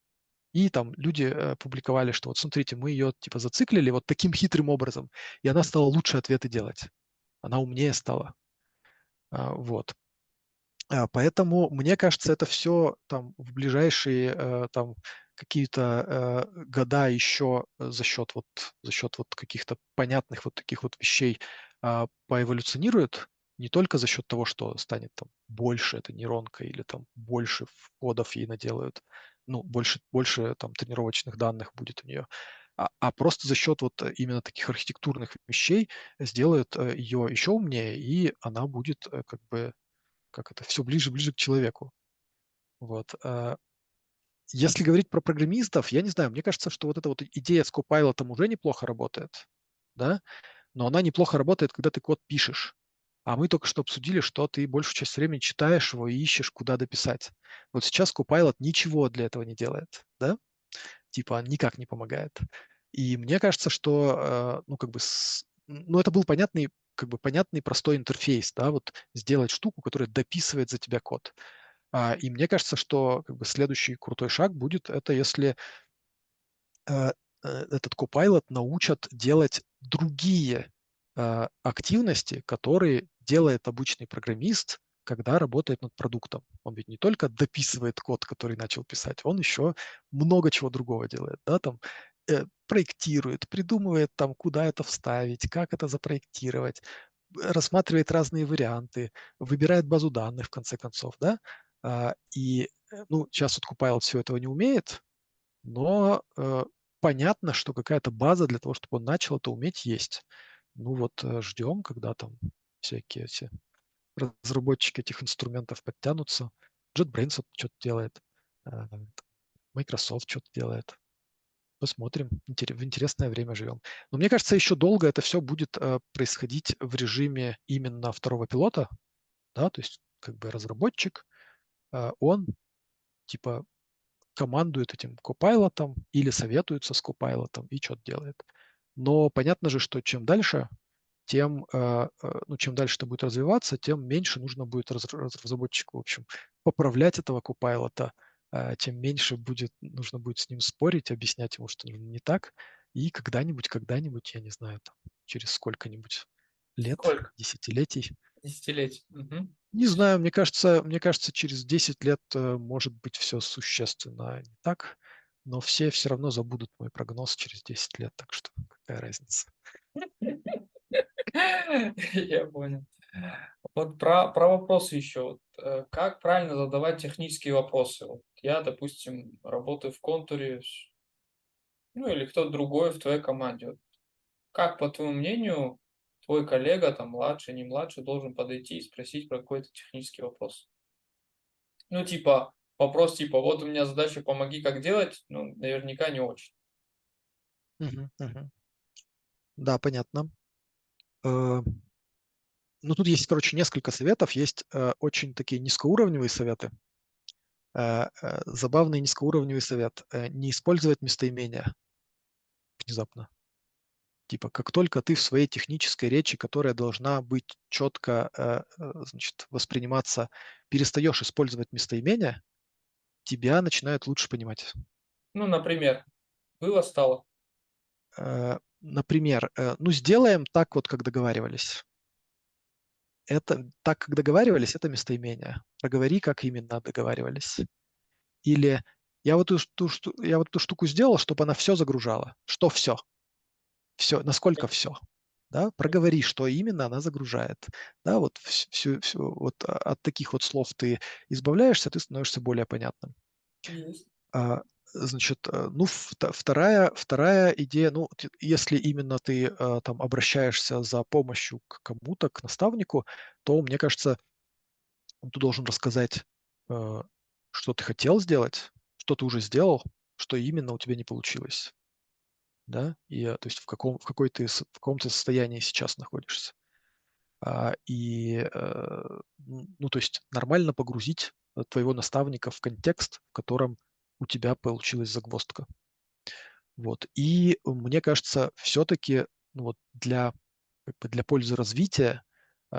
И там люди публиковали, что вот смотрите, мы ее типа зациклили вот таким хитрым образом, и она стала лучше ответы делать. Она умнее стала. Вот. Поэтому, мне кажется, это все там в ближайшие там какие-то года еще за счет вот каких-то понятных вот таких вот вещей поэволюционирует, не только за счет того, что станет там больше эта нейронка или там больше входов ей наделают, ну, больше там тренировочных данных будет у нее, просто за счет вот именно таких архитектурных вещей сделают ее еще умнее, и она будет как бы как это, все ближе к человеку. Вот. Если говорить про программистов, я не знаю, мне кажется, что вот эта вот идея с Copilot уже неплохо работает, да, но она неплохо работает, когда ты код пишешь. А мы только что обсудили, что ты большую часть времени читаешь его и ищешь, куда дописать. Вот сейчас Copilot ничего для этого не делает, да, типа он никак не помогает. И мне кажется, что, ну, как бы, ну, это был понятный, как бы понятный простой интерфейс, да, вот сделать штуку, которая дописывает за тебя код. И мне кажется, что как бы следующий крутой шаг будет это, если э, этот Copilot научат делать другие активности, которые делает обычный программист, когда работает над продуктом. Он ведь не только дописывает код, который начал писать, он еще много чего другого делает, да, там проектирует, придумывает там, куда это вставить, как это запроектировать, рассматривает разные варианты, выбирает базу данных в конце концов, да, ну, сейчас вот Copilot все этого не умеет, но понятно, что какая-то база для того, чтобы он начал это уметь, есть. Ну вот ждем, когда там всякие эти разработчики этих инструментов подтянутся. JetBrains вот что-то делает, э, Microsoft что-то делает. Посмотрим. В интересное время живем. Но мне кажется, еще долго это все будет происходить в режиме именно второго пилота, да, то есть как бы разработчик, он типа командует этим копайлотом или советуется с копайлотом и что-то делает. Но понятно же, что чем дальше, тем, ну, чем дальше это будет развиваться, тем меньше нужно будет разработчику, в общем, поправлять этого копайлота, тем меньше нужно будет с ним спорить, объяснять ему, что нужно не так. И когда-нибудь, я не знаю, там, через сколько-нибудь лет, Сколько? десятилетий, Десятилетий. Мгм. не знаю, мне кажется, через 10 лет может быть все существенно не так, но все равно забудут мой прогноз через 10 лет, так что какая разница. Я понял. Вот про вопросы еще. Вот, как правильно задавать технические вопросы? Вот я, допустим, работаю в контуре, ну или кто-то другой в твоей команде. Вот как, по твоему мнению, твой коллега, там, младший, не младший, должен подойти и спросить про какой-то технический вопрос? Ну, типа, вопрос типа, вот у меня задача, помоги, как делать, ну, наверняка не очень. Мгм, мгм. Да, понятно. Э, Ну, тут есть, короче, несколько советов. Есть очень такие низкоуровневые советы. Забавный низкоуровневый совет. Не использовать местоимения внезапно. Типа, как только ты в своей технической речи, которая должна быть четко, значит, восприниматься, перестаешь использовать местоимения, тебя начинают лучше понимать. Ну, например, было, стало. Например, ну, сделаем так вот, как договаривались. Это так, как договаривались, это местоимение. Проговори, как именно договаривались. Или я вот эту штуку сделал, чтобы она все загружала. Что все? Все, насколько все? Да, проговори, что именно она загружает. Да, вот вот от таких вот слов ты избавляешься, ты становишься более понятным. Есть. А, Значит, ну, вторая идея, ну, если именно ты там обращаешься за помощью к кому-то, к наставнику, то, мне кажется, ты должен рассказать, э, что ты хотел сделать, что ты уже сделал, что именно у тебя не получилось, да, то есть в каком ты состоянии сейчас находишься. Ну, то есть нормально погрузить твоего наставника в контекст, в котором у тебя получилась загвоздка. Вот. И мне кажется, все-таки ну, вот как бы для пользы развития,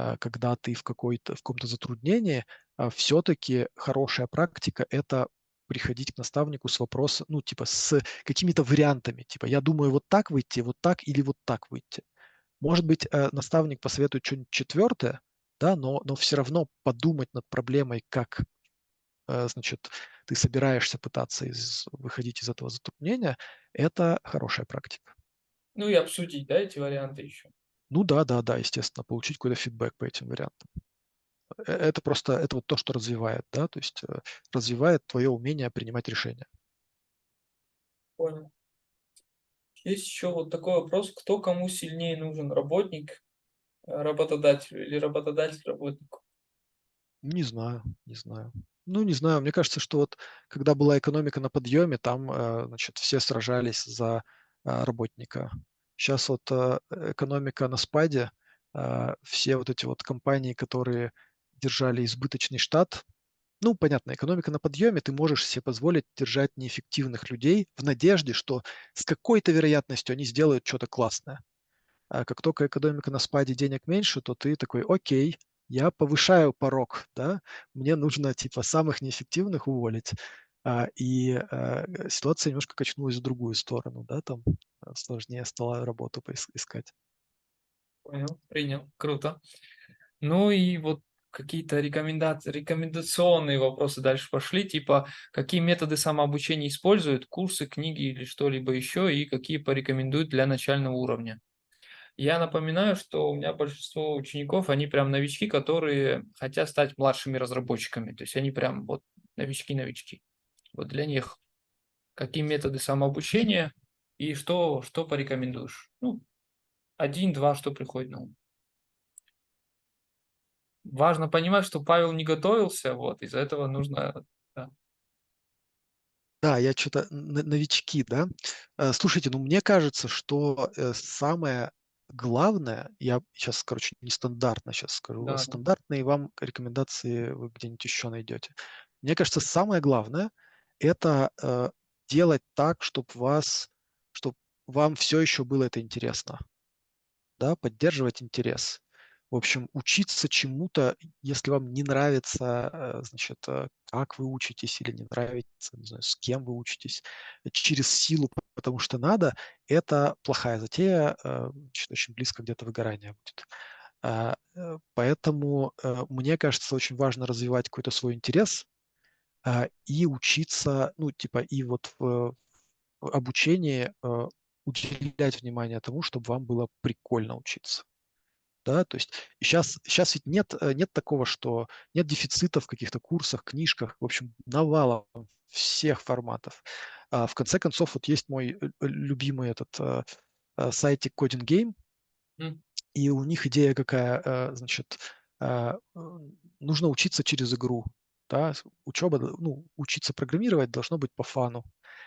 когда ты в каком-то затруднении, все-таки хорошая практика – это приходить к наставнику с вопросом, ну, типа, с какими-то вариантами. Типа, я думаю, вот так выйти, вот так или вот так выйти. Может быть, наставник посоветует что-нибудь четвертое, да, но все равно подумать над проблемой, как, значит, ты собираешься пытаться выходить из этого затруднения, это хорошая практика. Ну и обсудить, да, эти варианты еще. Ну да, да, да, естественно, получить какой-то фидбэк по этим вариантам. Это просто, это вот то, что развивает, да, то есть развивает твое умение принимать решения. Понял. Есть еще вот такой вопрос, кто кому сильнее нужен, работник, работодателю или работодатель работнику? Не знаю, не знаю. Ну, не знаю, мне кажется, что вот когда была экономика на подъеме, там, значит, все сражались за работника. Сейчас вот экономика на спаде, все вот эти вот компании, которые держали избыточный штат, ну, понятно, экономика на подъеме, ты можешь себе позволить держать неэффективных людей в надежде, что с какой-то вероятностью они сделают что-то классное. А как только экономика на спаде, денег меньше, то ты такой: окей, я повышаю порог, да, мне нужно типа самых неэффективных уволить. Ситуация немножко качнулась в другую сторону, да, там сложнее стало работу искать. Понял, принял, круто. Ну и вот какие-то рекомендационные вопросы дальше пошли, типа какие методы самообучения используют, курсы, книги или что-либо еще, и какие порекомендуют для начального уровня. Я напоминаю, что у меня большинство учеников, они прям новички, которые хотят стать младшими разработчиками. То есть они прям вот новички-новички. Вот для них какие методы самообучения и что порекомендуешь? Ну, один-два, что приходит на ум. Важно понимать, что Павел не готовился, вот, из-за этого нужно, да, Да, я что то новички, да. Слушайте, ну, мне кажется, что, самое главное, я сейчас, короче, нестандартно сейчас скажу, да, да. стандартные вам рекомендации вы где-нибудь еще найдете. Мне кажется, самое главное — это, делать так, чтобы вам все еще было это интересно, да, поддерживать интерес. В общем, учиться чему-то, если вам не нравится, значит, как вы учитесь или не нравится, не знаю, с кем вы учитесь, через силу, потому что надо, это плохая затея, значит, очень близко где-то выгорание будет. Поэтому, мне кажется, очень важно развивать какой-то свой интерес, и учиться, ну, типа, и вот в обучении, уделять внимание тому, чтобы вам было прикольно учиться. Да, то есть сейчас ведь нет такого, что нет дефицита в каких-то курсах, книжках, в общем, навалом всех форматов. В конце концов, вот есть мой любимый этот сайтик Coding Game, М, и у них идея какая, значит, нужно учиться через игру, да, учеба, ну, учиться программировать должно быть по фану.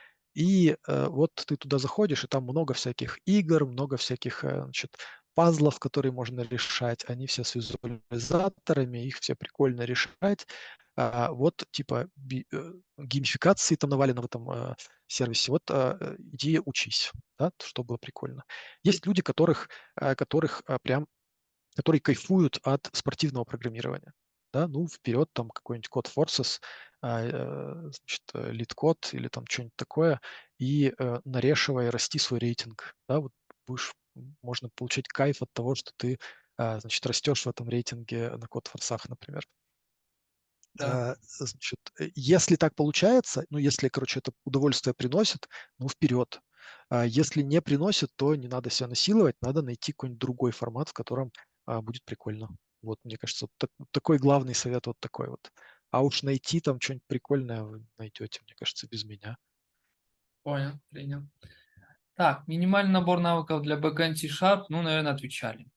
Вот ты туда заходишь, и там много всяких игр, много всяких, значит, пазлов, которые можно решать. Они все с визуализаторами, их все прикольно решать. Вот типа геймификации там навалено в этом сервисе. Вот иди учись, да, чтобы было прикольно. Есть люди, которых прям которые кайфуют от спортивного программирования. Да, ну, вперед, там какой-нибудь код Forces, значит, лид-код или там что-нибудь такое, и нарешивай, расти свой рейтинг. Да, вот будешь, можно получать кайф от того, что ты, значит, растешь в этом рейтинге на код форсах, например. да, Значит, если так получается, ну, если, короче, это удовольствие приносит, ну, вперед. Если не приносит, то не надо себя насиловать, надо найти какой-нибудь другой формат, в котором будет прикольно. Вот, мне кажется, такой главный совет вот такой вот. А уж найти там что-нибудь прикольное вы найдете, мне кажется, без меня. понял, принял. Так, минимальный набор навыков для бэкэнд C#, ну, наверное, отвечали.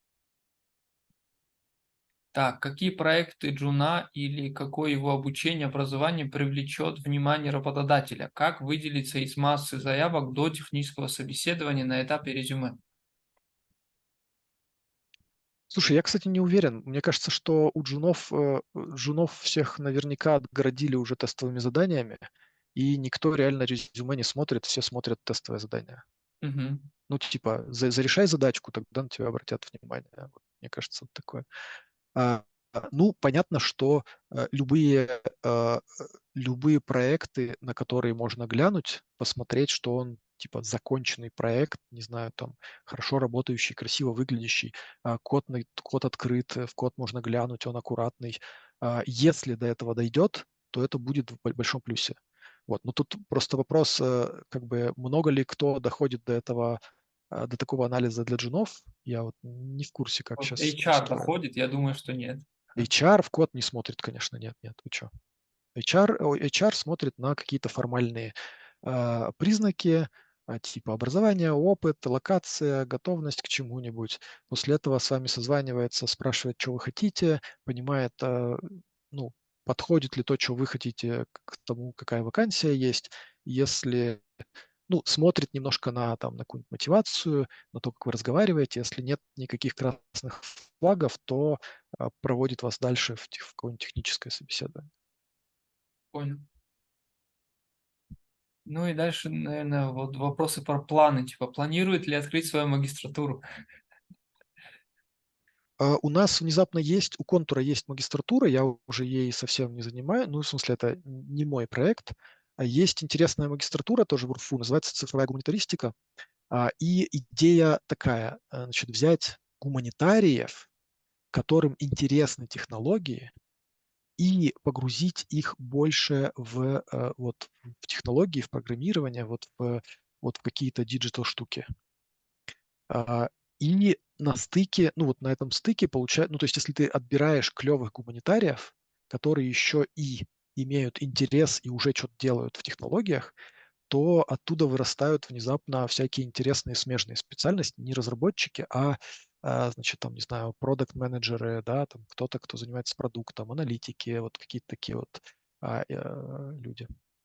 Так, какие проекты Джуна или какое его обучение, образование привлечет внимание работодателя? Как выделиться из массы заявок до технического собеседования на этапе резюме? Слушай, я, кстати, не уверен. Мне кажется, что у джунов всех наверняка отгородили уже тестовыми заданиями, и никто реально резюме не смотрит, все смотрят тестовое задание. Мгм. Ну, типа, зарешай задачку, тогда на тебя обратят внимание. Вот, мне кажется, вот такое. Ну, понятно, что любые проекты, на которые можно глянуть, посмотреть, что он типа законченный проект, не знаю, там хорошо работающий, красиво выглядящий, код открыт, в код можно глянуть, он аккуратный. Если до этого дойдет, то это будет в большом плюсе. Вот. Но тут просто вопрос, как бы много ли кто доходит до этого, до такого анализа для джунов. Я вот не в курсе, как Вот сейчас HR устроено. доходит, я думаю, что нет. HR в код не смотрит, конечно, нет, нет, вы чё. HR смотрит на какие-то формальные признаки, типа образование, опыт, локация, готовность к чему-нибудь. После этого с вами созванивается, спрашивает, что вы хотите, понимает, ну, подходит ли то, что вы хотите, к тому, какая вакансия есть. Если, ну, смотрит немножко на какую-нибудь мотивацию, на то, как вы разговариваете. Если нет никаких красных флагов, то проводит вас дальше в какое-нибудь техническое собеседование. Понял. Ну и дальше, наверное, вот вопросы про планы. Типа, планирует ли открыть свою магистратуру? У нас внезапно есть, у Контура есть магистратура, я уже ей совсем не занимаю, ну, в смысле, это не мой проект. Есть интересная магистратура тоже в УРФУ, называется «Цифровая гуманитаристика». И идея такая, значит, взять гуманитариев, которым интересны технологии, и погрузить их больше в технологии, в программирование, вот в какие-то диджитал штуки. И на стыке, ну вот на этом стыке получается, ну то есть если ты отбираешь клевых гуманитариев, которые еще и имеют интерес и уже что-то делают в технологиях, то оттуда вырастают внезапно всякие интересные смежные специальности, не разработчики, значит, там, не знаю, продакт-менеджеры, да, там кто-то, кто занимается продуктом, аналитики, вот какие-то такие вот люди.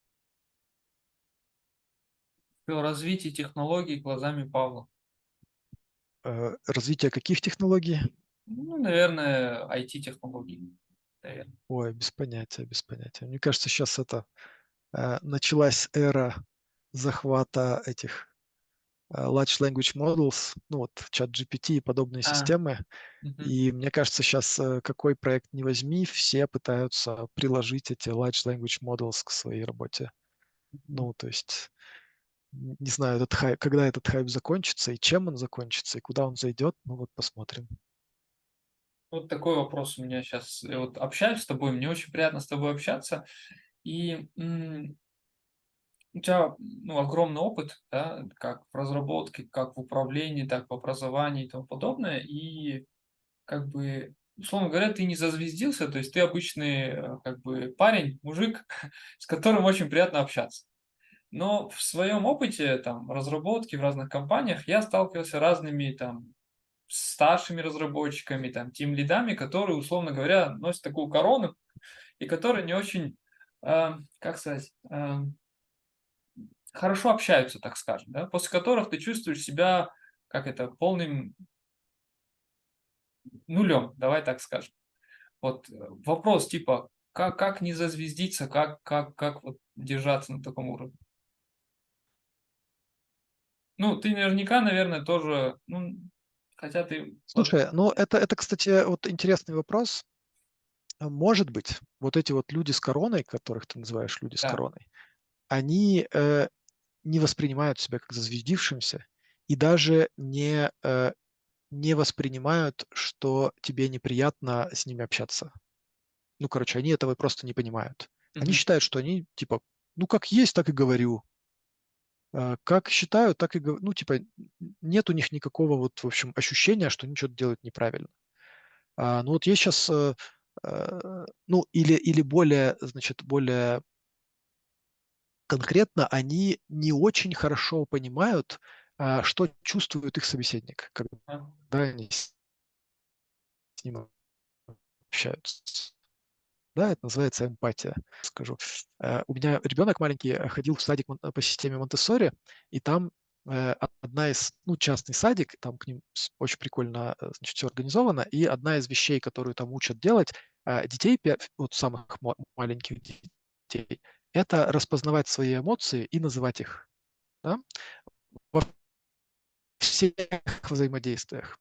Всё развитие технологий глазами Павла. Развитие каких технологий? Ну, наверное, IT-технологий. Наверно. Ой, без понятия, без понятия. Мне кажется, сейчас началась эра захвата этих large language models, ну вот ChatGPT и подобные А, системы. мгм, И мне кажется, сейчас какой проект не возьми, все пытаются приложить эти large language models к своей работе. мгм. Ну, то есть, не знаю, когда этот хайп закончится, и чем он закончится, и куда он зайдет, ну вот посмотрим. Вот такой вопрос у меня сейчас. Я вот общаюсь с тобой, мне очень приятно с тобой общаться. И, у тебя, ну, огромный опыт, да, как в разработке, как в управлении, так в образовании и тому подобное. И как бы, условно говоря, ты не зазвездился, то есть ты обычный, как бы парень, мужик, с которым очень приятно общаться. Но в своем опыте, там, разработки в разных компаниях я сталкивался с разными, там, старшими разработчиками, там, тимлидами, которые, условно говоря, носят такую корону и которые не очень, как сказать, хорошо общаются, так скажем, да, после которых ты чувствуешь себя, как это, полным нулем, давай так скажем. Вот вопрос типа, как не зазвездиться, как вот держаться на таком уровне? Ну, ты наверняка, наверное, тоже, ну, хотя ты, Слушай, ну это, кстати, вот интересный вопрос. Может быть, вот эти вот люди с короной, которых ты называешь люди с да, короной, они не воспринимают себя как зазвездившимся и даже не воспринимают, что тебе неприятно с ними общаться. Ну, короче, они этого просто не понимают. Они мгм, считают, что они, типа, ну, как есть, так и говорю. Как считаю, так и говорю. Ну, типа, нет у них никакого вот, в общем, ощущения, что они что-то делают неправильно. Ну, вот есть сейчас, ну, или более, значит, более конкретно, они не очень хорошо понимают, что чувствует их собеседник, когда они с ним общаются. Да, это называется эмпатия, скажу. У меня ребенок маленький ходил в садик по системе Монтессори, и там одна из, ну, частный садик, там к ним очень прикольно, значит, все организовано, и одна из вещей, которую там учат делать детей, вот самых маленьких детей, это распознавать свои эмоции и называть их, да, во всех взаимодействиях.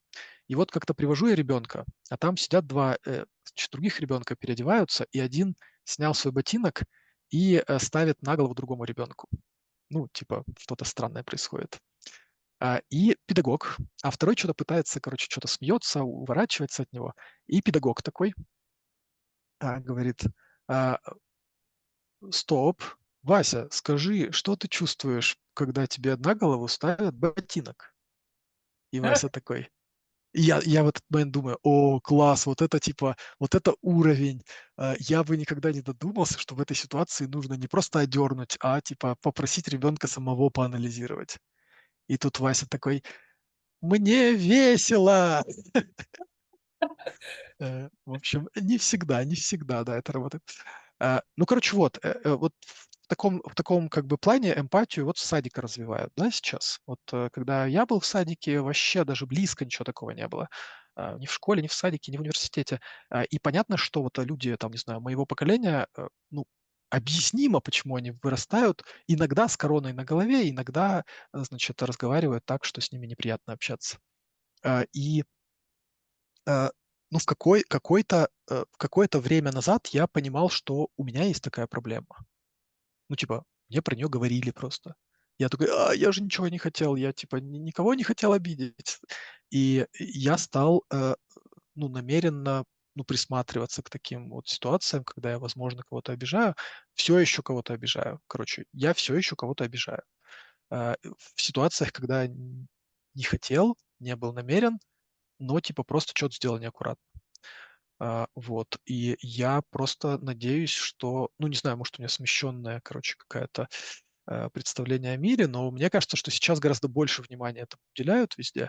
И вот как-то привожу я ребенка, а там сидят два значит, других ребенка, переодеваются, и один снял свой ботинок и ставит на голову другому ребенку. Ну, типа, что-то странное происходит. И педагог, а второй что-то пытается, короче, что-то смеется, уворачивается от него. И педагог такой говорит, а, стоп, Вася, скажи, что ты чувствуешь, когда тебе на голову ставят ботинок? И Вася такой, и я в этот момент думаю, о, класс, вот это типа, вот это уровень. Я бы никогда не додумался, что в этой ситуации нужно не просто одернуть, а типа попросить ребенка самого поанализировать. И тут Вася такой, мне весело. В общем, не всегда, да, это работает. Ну, короче, вот в таком как бы плане эмпатию вот с садика развивают, да, сейчас. Вот когда я был в садике, вообще даже близко ничего такого не было. Ни в школе, ни в садике, ни в университете. И понятно, что вот люди, там, не знаю, моего поколения, ну, объяснимо, почему они вырастают иногда с короной на голове, иногда, значит, разговаривают так, что с ними неприятно общаться. И э, ну, в какое-то время назад я понимал, что у меня есть такая проблема. Ну, типа, мне про нее говорили просто. Я такой, я же ничего не хотел, я, типа, никого не хотел обидеть. И я стал, ну, намеренно, ну, присматриваться к таким вот ситуациям, когда я, возможно, кого-то обижаю, все еще кого-то обижаю. Короче, я все еще кого-то обижаю. В ситуациях, когда не хотел, не был намерен, но, типа, просто что-то сделал неаккуратно. Вот. И я просто надеюсь, что, ну, не знаю, может, у меня смещенное, короче, какое-то представление о мире, но мне кажется, что сейчас гораздо больше внимания этому уделяют везде,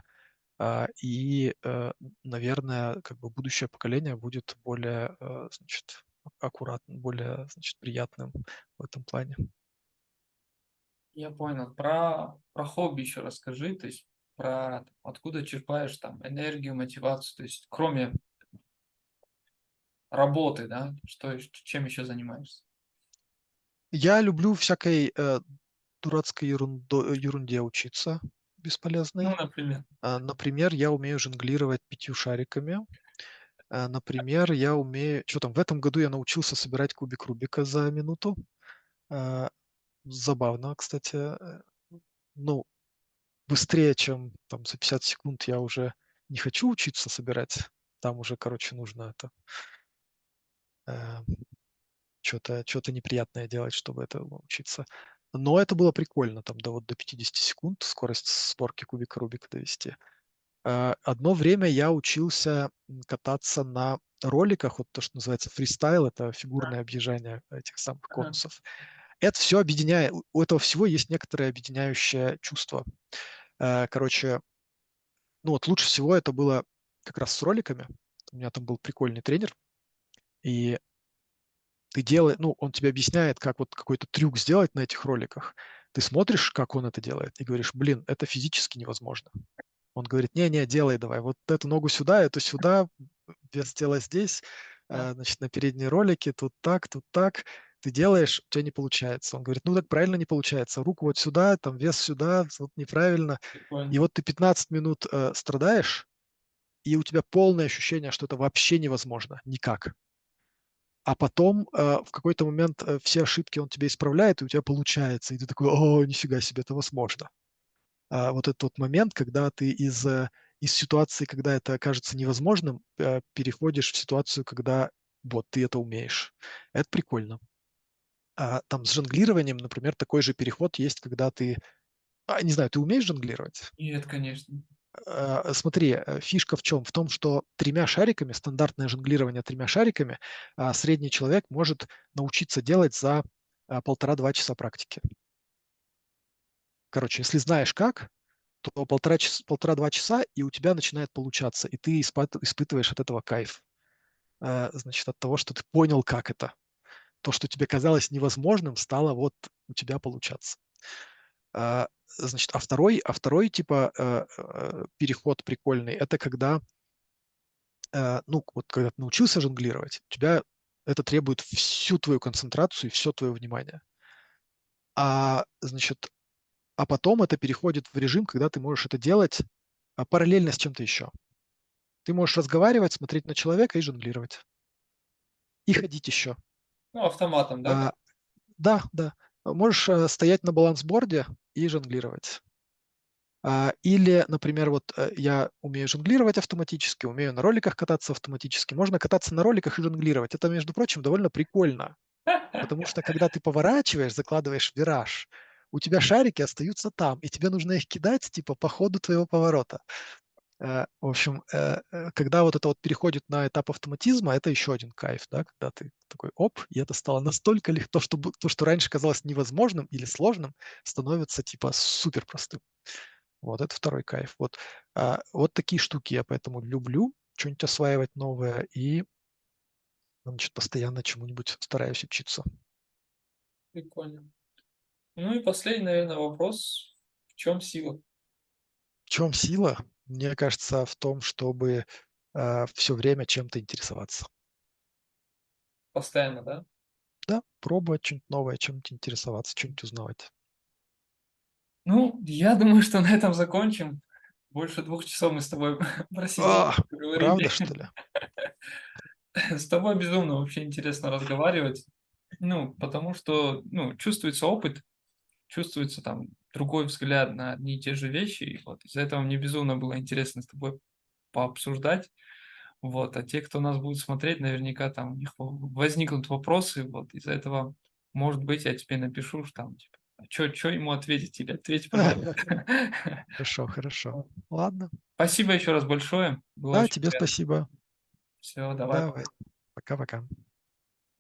наверное, как бы будущее поколение будет более, значит, аккуратным, более, значит, приятным в этом плане. Я понял. Про хобби еще расскажи, то есть про откуда черпаешь там энергию, мотивацию, то есть кроме работы, да, чем еще занимаешься? Я люблю всякой дурацкой ерунде учиться, Ну, бесполезной. например. Например, я умею жонглировать 5 шариками. Например, я умею... Что там, в этом году я научился собирать кубик Рубика за минуту. А, Забавно, кстати. Ну, быстрее, чем там за 50 секунд я уже не хочу учиться собирать. Там уже, короче, нужно это что-то неприятное делать, чтобы это учиться. Но это было прикольно, там до 50 секунд скорость сборки кубика Рубика довести. Одно время я учился кататься на роликах, вот то, что называется фристайл, это фигурное объезжание этих самых Ага. конусов. Это все объединяет, у этого всего есть некоторое объединяющее чувство. Короче, ну вот лучше всего это было как раз с роликами. У меня там был прикольный тренер, и ты делаешь, ну, он тебе объясняет, как вот какой-то трюк сделать на этих роликах. Ты смотришь, как он это делает, и говоришь, блин, это физически невозможно. Он говорит, не-не, делай давай, вот эту ногу сюда, эту сюда, вес тела здесь, Да, значит, на передней ролике, тут так, тут так. Ты делаешь, у тебя не получается. Он говорит, ну так правильно не получается. Руку вот сюда, там вес сюда, вот неправильно. И прикольно. вот ты 15 минут страдаешь, и у тебя полное ощущение, что это вообще невозможно, никак. А потом в какой-то момент все ошибки он тебе исправляет, и у тебя получается. И ты такой, о, нифига себе, это возможно. Вот этот вот момент, когда ты из ситуации, когда это кажется невозможным, переходишь в ситуацию, когда вот ты это умеешь. Это прикольно. Там с жонглированием, например, такой же переход есть, когда ты... Не знаю, ты умеешь жонглировать? Нет, конечно. Смотри, фишка в чем? В том, что 3 шариками, стандартное жонглирование 3 шариками, средний человек может научиться делать за 1,5-2 часа практики. Короче, если знаешь как, то 1,5-2 часа, и у тебя начинает получаться, и ты испытываешь от этого кайф. Значит, от того, что ты понял, как это. То, что тебе казалось невозможным, стало вот у тебя получаться. Значит, а второй типа переход прикольный, это когда, ну, вот когда ты научился жонглировать, у тебя это требует всю твою концентрацию и все твое внимание. Значит, потом это переходит в режим, когда ты можешь это делать параллельно с чем-то еще. Ты можешь разговаривать, смотреть на человека и жонглировать. И ходить еще. Ну, автоматом, да? А, да, да. Можешь стоять на балансборде и жонглировать. Или, например, вот я умею жонглировать автоматически, умею на роликах кататься автоматически. Можно кататься на роликах и жонглировать. Это, между прочим, довольно прикольно. Потому что когда ты поворачиваешь, закладываешь вираж, у тебя шарики остаются там, и тебе нужно их кидать типа по ходу твоего поворота. В общем, когда вот это вот переходит на этап автоматизма, это еще один кайф, да, когда ты такой оп, и это стало настолько легко, то, что раньше казалось невозможным или сложным, становится типа супер простым. Вот это второй кайф. Вот такие штуки я поэтому люблю, что-нибудь осваивать новое и, значит, постоянно чему-нибудь стараюсь учиться. Прикольно. Ну и последний, наверное, вопрос. В чем сила? В чем сила? Мне кажется, в том, чтобы все время чем-то интересоваться. Постоянно, да? Да, пробовать что-нибудь новое, чем-нибудь интересоваться, что-нибудь узнавать. Ну, я думаю, что на этом закончим. Больше 2 часов мы с тобой просидели, Правда, поговорили. что ли? С тобой безумно вообще интересно разговаривать. Ну, потому что, ну, чувствуется опыт, чувствуется там другой взгляд на одни и те же вещи. И вот из-за этого мне безумно было интересно с тобой пообсуждать. Вот, а те, кто нас будет смотреть, наверняка там у них возникнут вопросы. Вот из-за этого, может быть, я тебе напишу, что там, типа, а чё ему ответить или ответь, пожалуйста. Хорошо, хорошо. Ладно. Спасибо еще раз большое. Было Да, очень тебе приятно. спасибо. Все, давай. Давай. Пока-пока.